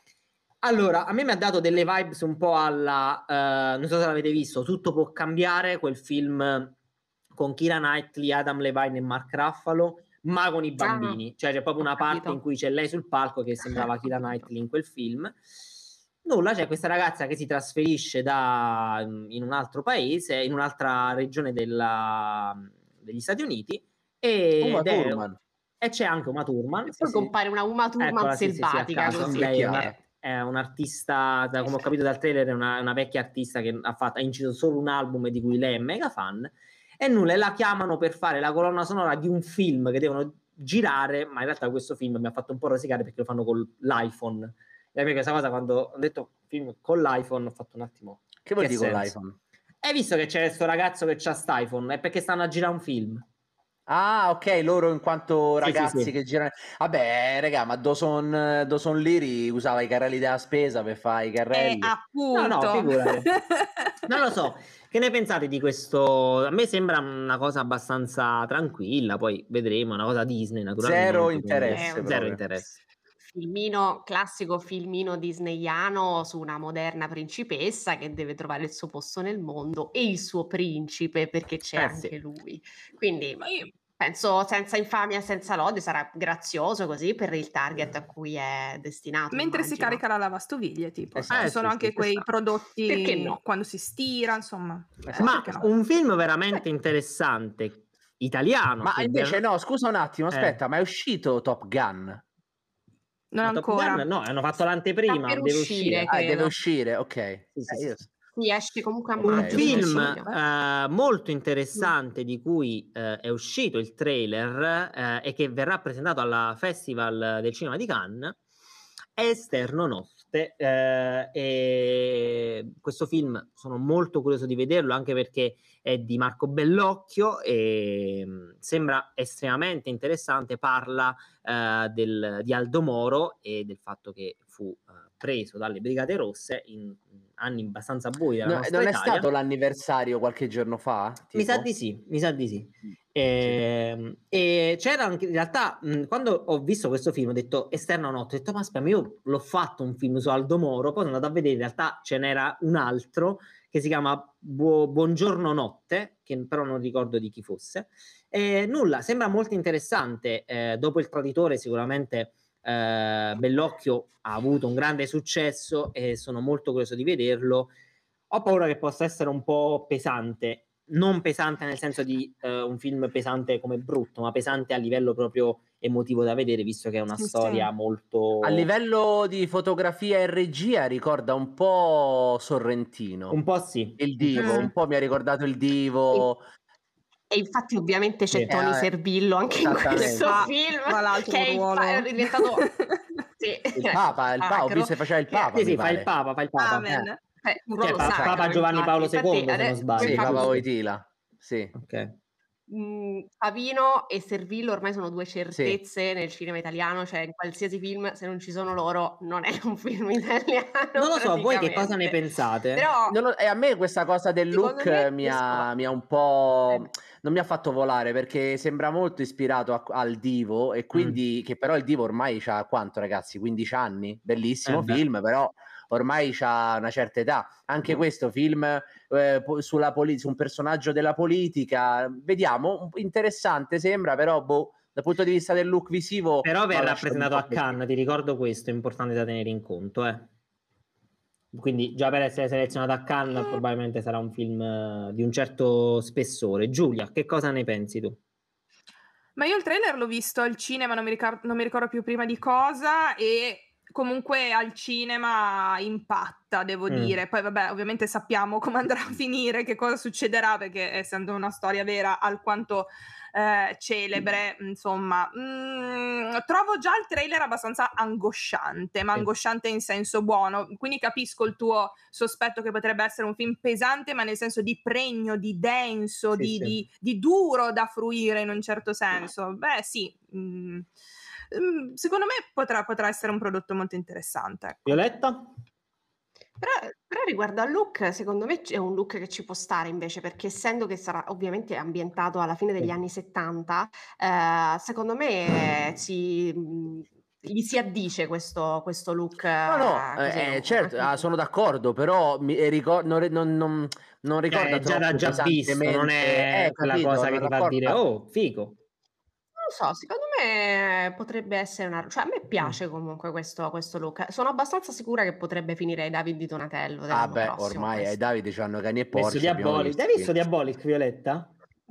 Allora, a me mi ha dato delle vibes un po' alla, eh, non so se l'avete visto, Tutto può cambiare, quel film con Keira Knightley, Adam Levine e Mark Ruffalo, ma con i bambini. Cioè c'è proprio ho una parte capito. in cui c'è lei sul palco che sembrava Ho Keira capito. Knightley in quel film. Nulla, c'è questa ragazza che si trasferisce da, in un altro paese, in un'altra regione della, degli Stati Uniti, Uma ed è, Thurman. e c'è anche Uma Thurman. E sì, poi sì. compare una Uma Thurman Eccola, sì, sì, sì, a selvatica caso. così. Lei è, Vecchiata. una, è un artista, da come ho capito dal trailer, è una, una vecchia artista che ha, fatto, ha inciso solo un album di cui lei è mega fan. E nulla, e la chiamano per fare la colonna sonora di un film che devono girare, ma in realtà questo film mi ha fatto un po' rosicare perché lo fanno con l'iPhone. E a me questa cosa, quando ho detto film con l'iPhone, ho fatto un attimo... Che vuol che dire con senso? l'iPhone? Hai visto che c'è questo ragazzo che c'ha st'iPhone? È perché stanno a girare un film. Ah, ok, loro in quanto Sì, ragazzi sì, sì. che girano. Vabbè, raga, ma Dawson, Dawson Leary usava i carrelli della spesa per fare i Eh, carrelli. appunto. No, no, figurati. Non lo so, che ne pensate di questo? A me sembra una cosa abbastanza tranquilla, poi vedremo, una cosa Disney naturalmente. Zero quindi interesse È un- Zero proprio. interesse. Filmino, classico filmino disneyano su una moderna principessa che deve trovare il suo posto nel mondo e il suo principe, perché c'è Eh anche sì. lui. Quindi Ma io- penso senza infamia, senza lode, sarà grazioso così per il target a cui è destinato. Mentre si immagino. carica la lavastoviglie, tipo. Eh sì. Ci Eh, sono sì, anche sì, quei questa- prodotti Perché no? quando si stira, insomma. Esatto. Eh, Ma perché no? un film veramente interessante, italiano. Ma che invece ver- no, scusa un attimo, Eh. aspetta, ma è uscito Top Gun? Non Ma Top ancora. Gun, no, hanno fatto Sta l'anteprima, per deve uscire, uscire. Ah, deve credo. uscire, ok. Eh, Sì, sì, io- sì. Sì, esce comunque a Ok, Un maggio, ok. se non film sbaglio. eh, molto interessante di cui eh, è uscito il trailer eh, e che verrà presentato alla Festival del Cinema di Cannes è Esterno Notte. eh, e questo film sono molto curioso di vederlo anche perché è di Marco Bellocchio e mh, sembra estremamente interessante. Parla eh, del, di Aldo Moro e del fatto che fu eh, preso dalle Brigate Rosse in anni abbastanza bui della No, nostra non è Italia. stato l'anniversario qualche giorno fa? Mi sa tipo? di sì, mi sa di sì. Mm, Ehm, E c'era anche in realtà, mh, quando ho visto questo film, ho detto Esterno Notte, ho detto ma aspetta, ma io l'ho fatto un film su Aldo Moro, poi sono andato a vedere, in realtà ce n'era un altro che si chiama Bu- Buongiorno Notte, che però non ricordo di chi fosse. E nulla, sembra molto interessante. Eh, dopo Il Traditore sicuramente eh, Bellocchio ha avuto un grande successo e sono molto curioso di vederlo. Ho paura che possa essere un po' pesante, non pesante nel senso di eh, un film pesante come brutto, ma pesante a livello proprio emotivo da vedere, visto che è una Sì, storia sì. molto... A livello di fotografia e regia ricorda un po' Sorrentino. Un po' sì. Il Divo, Mm. un po' mi ha ricordato il Divo. E infatti ovviamente c'è Sì. Tony Eh, Servillo anche in esattamente. questo Fa- film, tra l'altro che un è, il ruolo- pa- è diventato sì, Il Papa, il Papa, ho sacro, visto che faceva il che- Papa, Sì, mi sì, fa pare. il Papa, fa il Papa. Amen. eh, un Cioè, ruolo pa- sacro, Papa Giovanni Paolo infatti. secondo, Infatti, se non ade- sbaglio. Sì, infatti, Papa giusto? Voitila. Sì. Ok. mh, Pavino e Servillo ormai sono due certezze nel cinema italiano, cioè in qualsiasi film se non ci sono loro non è un film italiano. Non lo so, voi che cosa ne praticamente. pensate? Però Non lo- e a me questa cosa del secondo look me mi riescono- ha, mi ha un po'... Eh. non mi ha fatto volare perché sembra molto ispirato a- al Divo e quindi che però il Divo ormai ha quanto ragazzi? quindici anni? Bellissimo Eh beh. film, però ormai ha una certa età. Anche questo film eh, po- sulla poli- su un personaggio della politica, vediamo, un- interessante sembra, però boh, dal punto di vista del look visivo Però mi ha verrà lasciato un presentato po' a così. Cannes, ti ricordo questo, è importante da tenere in conto, eh. Quindi già per essere selezionato a Cannes probabilmente sarà un film eh, di un certo spessore. Giulia, che cosa ne pensi tu? Ma io il trailer l'ho visto al cinema, non mi ricordo, non mi ricordo più prima di cosa, e comunque al cinema impatta, devo mm. dire. Poi vabbè, ovviamente sappiamo come andrà a finire, che cosa succederà, perché essendo una storia vera alquanto eh, celebre, insomma, mm, trovo già il trailer abbastanza angosciante, ma angosciante in senso buono, quindi capisco il tuo sospetto che potrebbe essere un film pesante, ma nel senso di pregno, di denso, sì, di, sì. Di, di duro da fruire in un certo senso. Beh sì, mm, secondo me potrà, potrà essere un prodotto molto interessante, ecco. Violetta? Però, però riguardo al look, secondo me è un look che ci può stare invece, perché essendo che sarà ovviamente ambientato alla fine degli anni settanta, eh, secondo me si, gli si addice questo, questo look. No, no, così, eh, no? certo, ah, sono d'accordo, però mi, eh, ricor- non, non, non, non ricorda eh, già l'ha già visto, non è eh, quella capito, cosa che ti fa dire, oh, figo. Non so, secondo me potrebbe essere una... Cioè a me piace comunque questo, questo look. Sono abbastanza sicura che potrebbe finire ai David di Donatello. Ah beh, prossimo, ormai questo. ai David c'hanno cani e Messo porci. Diabolic. Hai visto Diabolic, Violetta?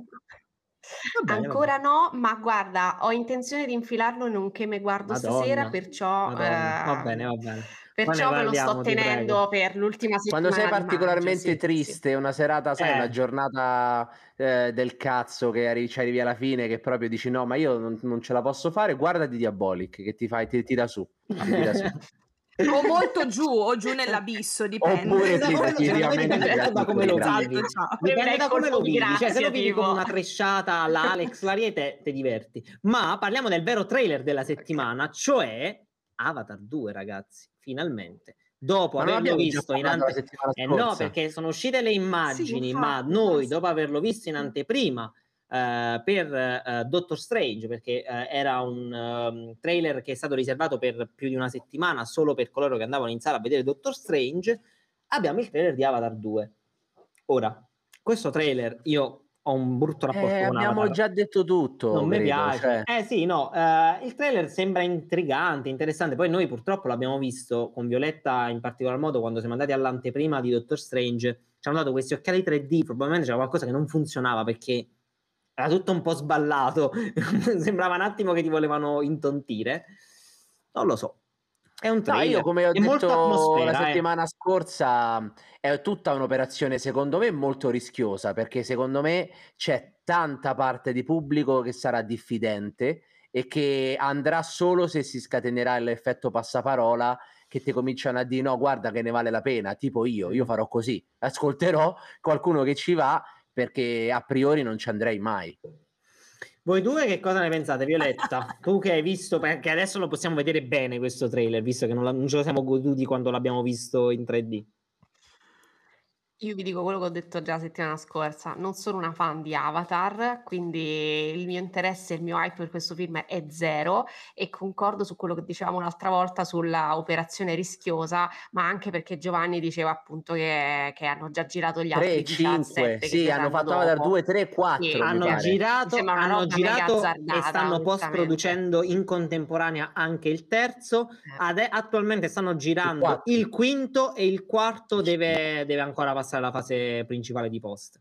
Bene, ancora no, ma guarda, ho intenzione di infilarlo in un che me guardo Madonna, stasera, perciò eh, va bene, va bene. Perciò me lo sto tenendo per l'ultima settimana. Quando sei particolarmente maggio, sì, triste, sì. una serata, sai, eh. una giornata eh, del cazzo che arri- ci arrivi alla fine, che proprio dici no, ma io non, non ce la posso fare, guardati Diabolic che ti fai, ti tira su, ti tira su. O molto giù o giù nell'abisso, dipende. Oppure da sì, come, definitivamente dipende da come lo vivi. Dipende da come lo vivi. Cioè, se lo vivi come una tresciata alla Alex Lariete, ti diverti. Ma parliamo del vero trailer della settimana, cioè Avatar due, ragazzi, finalmente. Dopo ma averlo visto in anteprima, eh no, perché sono uscite le immagini, sì, ma noi dopo averlo visto in anteprima Uh, per uh, Doctor Strange, perché uh, era un uh, trailer che è stato riservato per più di una settimana solo per coloro che andavano in sala a vedere Doctor Strange, abbiamo il trailer di Avatar due. Ora, questo trailer io ho un brutto rapporto eh, con abbiamo Avatar. già detto tutto, non credo, mi piace, cioè... eh sì, no, uh, il trailer sembra intrigante, interessante, poi noi purtroppo l'abbiamo visto con Violetta in particolar modo quando siamo andati all'anteprima di Doctor Strange, ci hanno dato questi occhiali tre D, probabilmente c'era qualcosa che non funzionava perché era tutto un po' sballato, sembrava un attimo che ti volevano intontire, non lo so, è un trailer, no, io come ho è detto la eh. settimana scorsa è tutta un'operazione secondo me molto rischiosa, perché secondo me c'è tanta parte di pubblico che sarà diffidente e che andrà solo se si scatenerà l'effetto passaparola, che ti cominciano a dire no, guarda che ne vale la pena, tipo io, io farò così, ascolterò qualcuno che ci va, perché a priori non ci andrei mai. Voi due che cosa ne pensate, Violetta? Tu che hai visto, perché adesso lo possiamo vedere bene questo trailer, visto che non, la, non ce lo siamo goduti quando l'abbiamo visto in tre D. Io vi dico quello che ho detto già la settimana scorsa, non sono una fan di Avatar, quindi il mio interesse e il mio hype per questo film è zero, e concordo su quello che dicevamo l'altra volta sulla operazione rischiosa, ma anche perché Giovanni diceva appunto che, che hanno già girato gli altri cinque, sì, hanno fatto Avatar due, tre, quattro, sì, hanno girato, hanno girato e stanno post producendo in contemporanea anche il terzo, eh. Ade- attualmente stanno girando il, il quinto e il quarto deve, deve ancora passare la fase principale di post.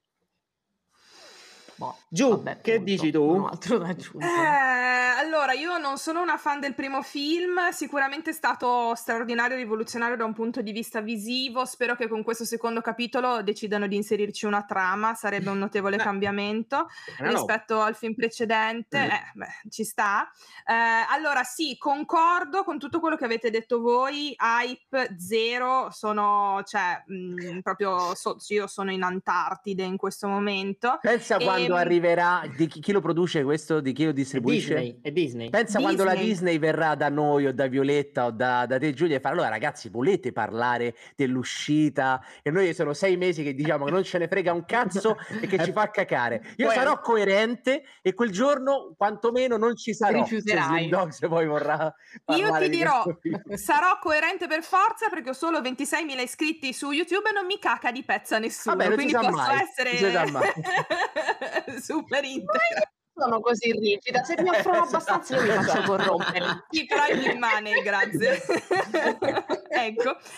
Boh, Giù, vabbè, che punto. dici tu? Non altro da aggiungere. Eh, allora, io non sono una fan del primo film, sicuramente è stato straordinario e rivoluzionario da un punto di vista visivo, spero che con questo secondo capitolo decidano di inserirci una trama, sarebbe un notevole cambiamento no, rispetto no. al film precedente, mm. eh, beh, ci sta. Eh, allora sì, concordo con tutto quello che avete detto voi, hype zero, sono, cioè, mh, proprio, so, io sono in Antartide in questo momento. Pensa e, quando arriverà, di chi, chi lo produce questo, di chi lo distribuisce? È Disney, è Disney. Pensa Disney. quando la Disney verrà da noi o da Violetta o da, da te Giulia e farà allora ragazzi volete parlare dell'uscita, e noi sono sei mesi che diciamo che non ce ne frega un cazzo e che ci fa cacare. Io poi sarò coerente e quel giorno quantomeno non ci sarò. Rifiuterai. Se Slim Dogs poi vorrà io ti di dirò sarò coerente per forza perché ho solo ventiseimila iscritti su YouTube e non mi caca di pezza nessuno. Vabbè, quindi posso mai. essere super integra. Sono così rigida, se mi offrono abbastanza io mi faccio corrompere. Sì, però il rimane, grazie. Ecco,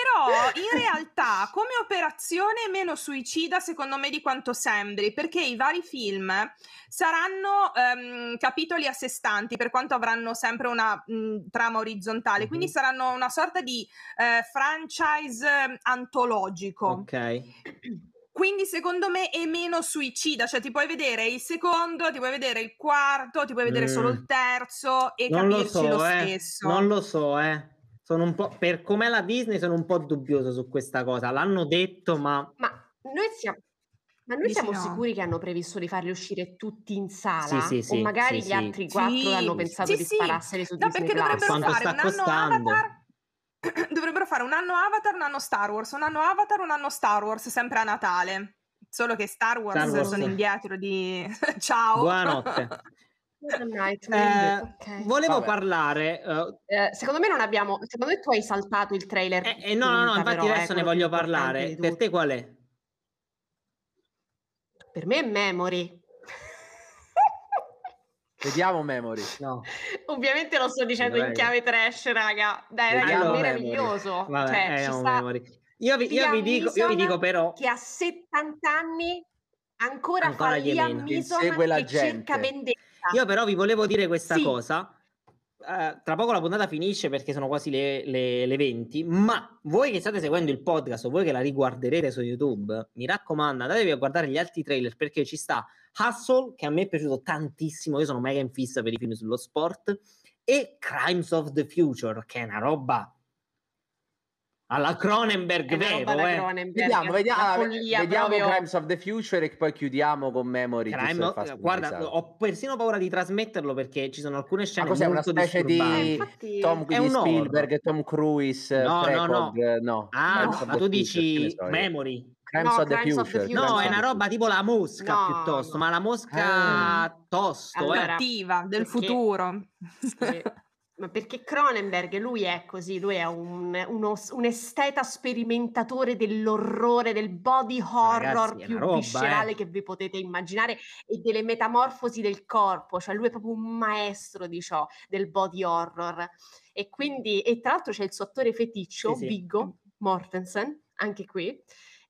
Però in realtà come operazione è meno suicida secondo me di quanto sembri, perché i vari film saranno um, capitoli a sé stanti, per quanto avranno sempre una mh, trama orizzontale, mm-hmm. quindi saranno una sorta di eh, franchise antologico. Ok. Quindi secondo me è meno suicida, cioè ti puoi vedere il secondo, ti puoi vedere il quarto, ti puoi vedere mm. solo il terzo e non capirci lo, so, lo eh. stesso. Non lo so, eh. Sono un po', per com'è la Disney sono un po' dubbioso su questa cosa, l'hanno detto ma... Ma noi siamo... Ma noi Dici siamo no. sicuri che hanno previsto di farli uscire tutti in sala? Sì, sì, sì, o magari sì, gli altri sì. quattro sì, hanno pensato sì, di sì. spararseli su no, Disney perché Plus? dovrebbero fare un anno costando? Avatar dovrebbero fare un anno Avatar, un anno Star Wars, un anno Avatar, un anno Star Wars, sempre a Natale. Solo che Star Wars, Star Wars. sono indietro di... Ciao! Buonanotte. Eh, okay. Volevo Vabbè. parlare... Uh, eh, secondo me non abbiamo... Secondo me tu hai saltato il trailer. Eh, eh, no, no, no, infatti però, adesso eh, ne voglio parlare. Per te qual è? Per me è Memory. Vediamo Memory. No. Ovviamente lo sto dicendo Sì, in chiave trash, raga. Dai, raga, Vediamo è Memory. meraviglioso. Vabbè, cioè, eh, ci no, sta Memory. Io vi, io, vi dico, io vi dico però... che a settanta anni ancora, Ancora fa gli Liam elementi. Neeson Insegue la che gente. cerca vendetta. Io però vi volevo dire questa Sì. cosa. Uh, tra poco la puntata finisce perché sono quasi le, le, le venti, ma voi che state seguendo il podcast o voi che la riguarderete su YouTube, mi raccomando, andatevi a guardare gli altri trailer perché ci sta Hustle, che a me è piaciuto tantissimo, io sono mega in fissa per i film sullo sport, e Crimes of the Future, che è una roba alla Cronenberg, È una vero, roba da eh? Cronenberg. Vediamo, vediamo, La follia vediamo proprio. Crimes of the Future e poi chiudiamo con Memory. Crime, guarda, ho persino paura di trasmetterlo perché ci sono alcune scene Ma cos'è, molto una specie disturbanti. di Eh, infatti- Tom È di un Spielberg, horror. Tom Cruise, No, no, Precog, no. no. Ah, Crimes of ma the tu Future, dici che ne so io. Memory? Crimes, No, of, the Crimes of the Future. Future. No, Crimes è of una the roba tipo la mosca No, piuttosto, no. ma la mosca Ah. tosto, Allora, eh. Cattiva, del perché- futuro. Sì. Ma perché Cronenberg, lui è così, lui è un, uno, un esteta sperimentatore dell'orrore, del body horror Ragazzi, è più una roba, viscerale eh. che vi potete immaginare e delle metamorfosi del corpo, cioè lui è proprio un maestro di ciò, del body horror. E quindi, e tra l'altro c'è il suo attore feticcio, Sì, sì. Viggo Mortensen, anche qui.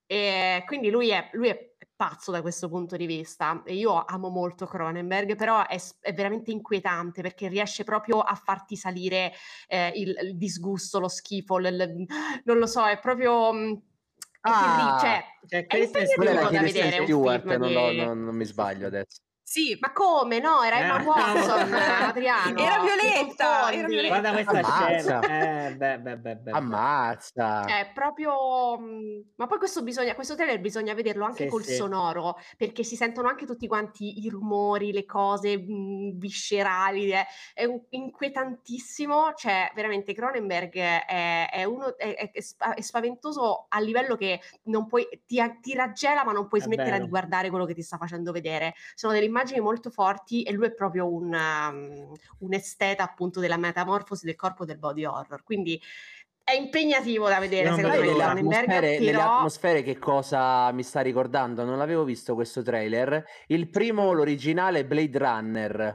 E quindi lui è, lui è pazzo da questo punto di vista e io amo molto Cronenberg, però è, è veramente inquietante perché riesce proprio a farti salire eh, il, il disgusto, lo schifo, l, l, non lo so, è proprio mh, è Ah, cioè, cioè, è Kristen Quella è impegnativo la da Kristen vedere un Stewart, film non, di... lo- non- non mi Sì, sbaglio sì. adesso. Sì, Ma come? No, era Emma Eh, Watson, no. Adriano. Era mi Violetta, confondi. era Violetta. Guarda questa Ammazza. scena. Eh, beh, beh, beh, beh. Ammazza. È proprio, mh, ma poi questo bisogna, questo trailer bisogna vederlo anche Sì, col sì. sonoro, perché si sentono anche tutti quanti i rumori, le cose mh, viscerali, è, è un- inquietantissimo, cioè veramente Cronenberg è, è uno, è, è- è spa- è spaventoso a livello che non puoi, ti, ti raggela ma non puoi È smettere vero. di guardare quello che ti sta facendo vedere, sono delle immagini molto forti e lui è proprio un, um, un esteta appunto della metamorfosi del corpo del body horror, quindi è impegnativo da vedere, Io non secondo Sai vedo me, l'ora. nelle Cronenberg, atmosfere, nelle però... atmosfere che cosa mi sta ricordando? Non l'avevo visto questo trailer. Il primo, l'originale Blade Runner.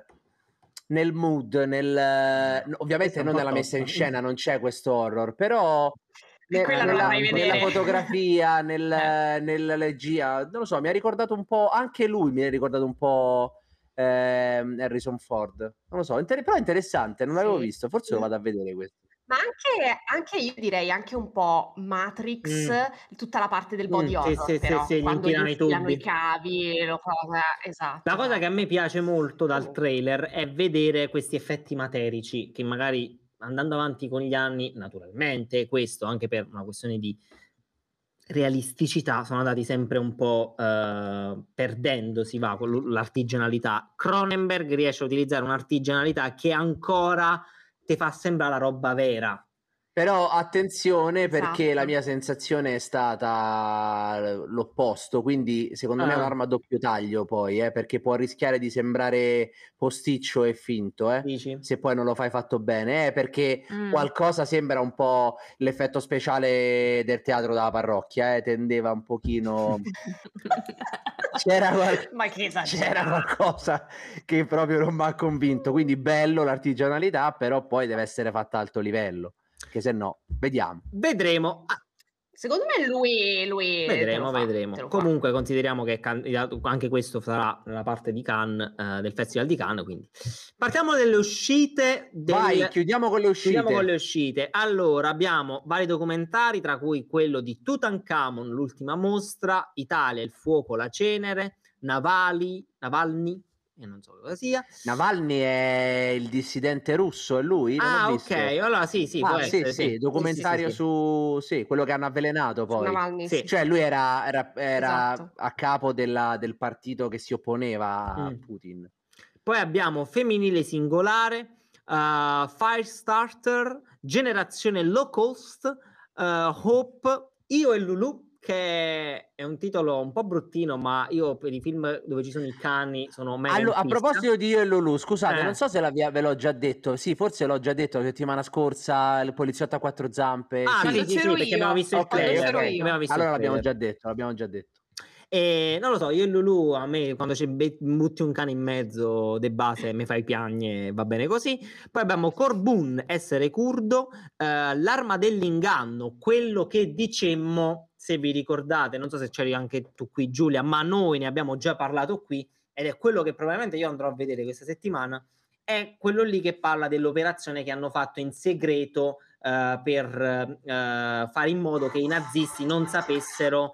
Nel mood, nel Questa ovviamente è un non po' nella messa in tosta. scena, non c'è questo horror, però ne- Quella non la nella, fai nella vedere. fotografia, Eh. nel, nella regia, non lo so, mi ha ricordato un po', anche lui mi ha ricordato un po' ehm, Harrison Ford. Non lo so, inter- però è interessante, non l'avevo Sì. visto, forse lo vado a vedere questo. Ma anche, anche io direi anche un po' Matrix, Mm. tutta la parte del body Mm, sì, horror, sì, sì, però sì, gli quando gli infilano i infilano tubi. i cavi, lo cosa, esatto. La cosa che a me esatto. piace molto dal Comunque. trailer è vedere questi effetti materici che magari andando avanti con gli anni, naturalmente, questo anche per una questione di realisticità, sono andati sempre un po' eh, perdendosi, va, con l- l'artigianalità. Cronenberg riesce a utilizzare un'artigianalità che ancora ti fa sembrare la roba vera. Però attenzione, perché Esatto. la mia sensazione è stata l'opposto, quindi secondo me è Ah. un'arma a doppio taglio poi, eh, perché può rischiare di sembrare posticcio e finto, eh, Dici? se poi non lo fai fatto bene, eh, perché Mm. qualcosa sembra un po' l'effetto speciale del teatro della parrocchia, eh, tendeva un pochino... C'era, qual- Ma che c'era esagerato. qualcosa che proprio non mi ha convinto, quindi bello l'artigianalità, però poi deve essere fatta a alto livello, che se no, vediamo. Vedremo. Ah, Secondo me lui, lui vedremo, fa, vedremo. Comunque consideriamo che candidato, anche questo sarà nella parte di Cannes, uh, del Festival di Cannes, quindi partiamo delle uscite del... Vai, chiudiamo con le uscite. Chiudiamo con le uscite. Allora, abbiamo vari documentari, tra cui quello di Tutankhamon, l'ultima mostra, Italia, il fuoco, la cenere, Navalny, Navalny, e non so cosa sia. Navalny è il dissidente russo, è lui? Non ah, ho ok, allora sì, sì, ah, può sì, essere, sì, sì. documentario sì, sì, su sì, quello che hanno avvelenato poi. Navalny, sì. sì. Cioè lui era, era, era esatto. a capo della, del partito che si opponeva a mm. Putin. Poi abbiamo Femminile Singolare, uh, Firestarter, Generazione Low Cost, uh, Hope, Io e Lulu, che è un titolo un po' bruttino, ma io per i film dove ci sono i cani sono mega Allo, a proposito di Io e Lulu, scusate, eh. non so se la, ve l'ho già detto. Sì, forse l'ho già detto la settimana scorsa, il poliziotto a quattro zampe. Ah, sì, sì, sì, sì, perché abbiamo visto il okay, trailer. okay. Abbiamo visto allora il l'abbiamo trailer. già detto, l'abbiamo già detto. E non lo so, io e Lulu, a me quando ci butti un cane in mezzo de base mi fai piagne, va bene così. Poi abbiamo Corbun, Essere curdo, eh, L'arma dell'inganno, quello che dicemmo, se vi ricordate, non so se c'eri anche tu qui Giulia, ma noi ne abbiamo già parlato qui, ed è quello che probabilmente io andrò a vedere questa settimana, è quello lì che parla dell'operazione che hanno fatto in segreto eh, per eh, fare in modo che i nazisti non sapessero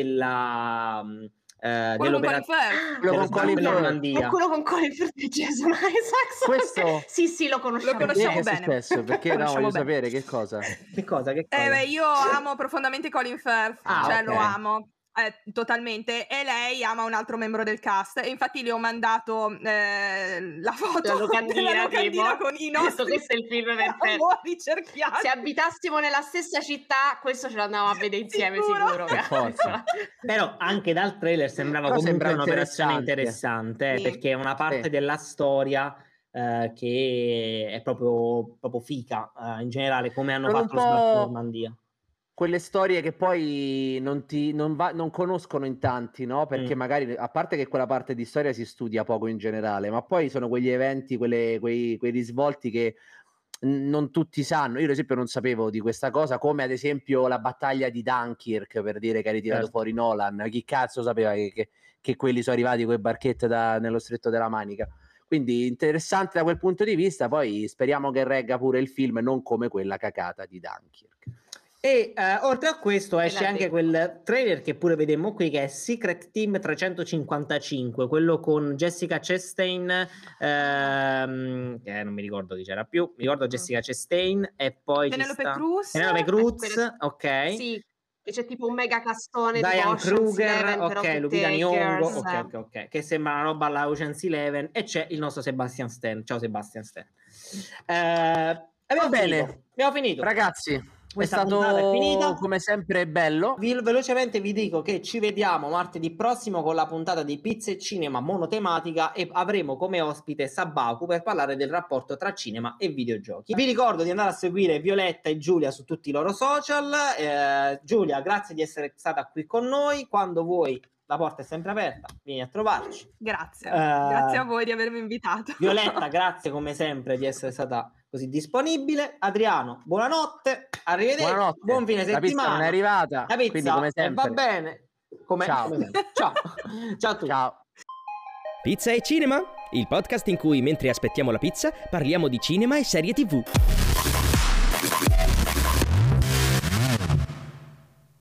della eh, dell'operazione quello con Colin Firth, quello con Colin Firth e Jason Isaacs. Questo sì sì lo conosciamo, lo conosciamo bene. bene. È successo? Perché no, voglio sapere che cosa che cosa, che cosa? Eh, beh, io amo profondamente Colin Firth, ah, cioè okay. lo amo Eh, totalmente, e lei ama un altro membro del cast, e infatti le ho mandato eh, la foto la locandina, della locandina con i nostri questo è il film perfetto. ricerchiati. Se abitassimo nella stessa città questo ce l'andavamo a vedere insieme sicuro, sicuro per forza. Però anche dal trailer sembrava Però comunque sembra un'operazione interessante, interessante sì. perché è una parte sì. della storia eh, che è proprio, proprio fica eh, in generale, come hanno Sono fatto lo sbarco in Normandia. Quelle storie che poi non, ti, non, va, non conoscono in tanti, no? Perché mm. magari, a parte che quella parte di storia si studia poco in generale, ma poi sono quegli eventi, quelle, quei, quei risvolti che non tutti sanno. Io ad esempio non sapevo di questa cosa, come ad esempio la battaglia di Dunkirk, per dire che ha ritirato certo. fuori Nolan. Chi cazzo sapeva che, che, che quelli sono arrivati con le barchette da, nello Stretto della Manica? Quindi interessante da quel punto di vista, poi speriamo che regga pure il film, non come quella cacata di Dunkirk. E uh, oltre a questo esce anche quel trailer che pure vedemmo qui, che è Secret Team trecentocinquantacinque, quello con Jessica Chastain, ehm, che non mi ricordo chi c'era più, mi ricordo Jessica Chastain e poi Penelope sta... Cruz, Penelope Cruz, ok. Sì, c'è tipo un mega castone Diane di Kruger, ok, Lupita Nyong'o, girls, ok, ok, ok, che sembra una roba alla Ocean's Eleven, e c'è il nostro Sebastian Stan. Ciao Sebastian Stan. Eh, abbiamo bene, finito. abbiamo finito, ragazzi. Questa è stato è finita. Come sempre bello. Vi, velocemente vi dico che ci vediamo martedì prossimo con la puntata di Pizza e Cinema monotematica, e avremo come ospite Sabaku per parlare del rapporto tra cinema e videogiochi. Vi ricordo di andare a seguire Violetta e Giulia su tutti i loro social. eh, Giulia, grazie di essere stata qui con noi. Quando vuoi, la porta è sempre aperta, vieni a trovarci. Grazie, uh, grazie a voi di avermi invitato. Violetta, grazie come sempre di essere stata così disponibile. Adriano, buonanotte, arrivederci, buonanotte. Buon fine settimana. La pizza non è arrivata, la pizza come eh, va bene. Come... Ciao. Ciao. Ciao a tutti. Ciao. Pizza e Cinema, il podcast in cui mentre aspettiamo la pizza parliamo di cinema e serie tivù.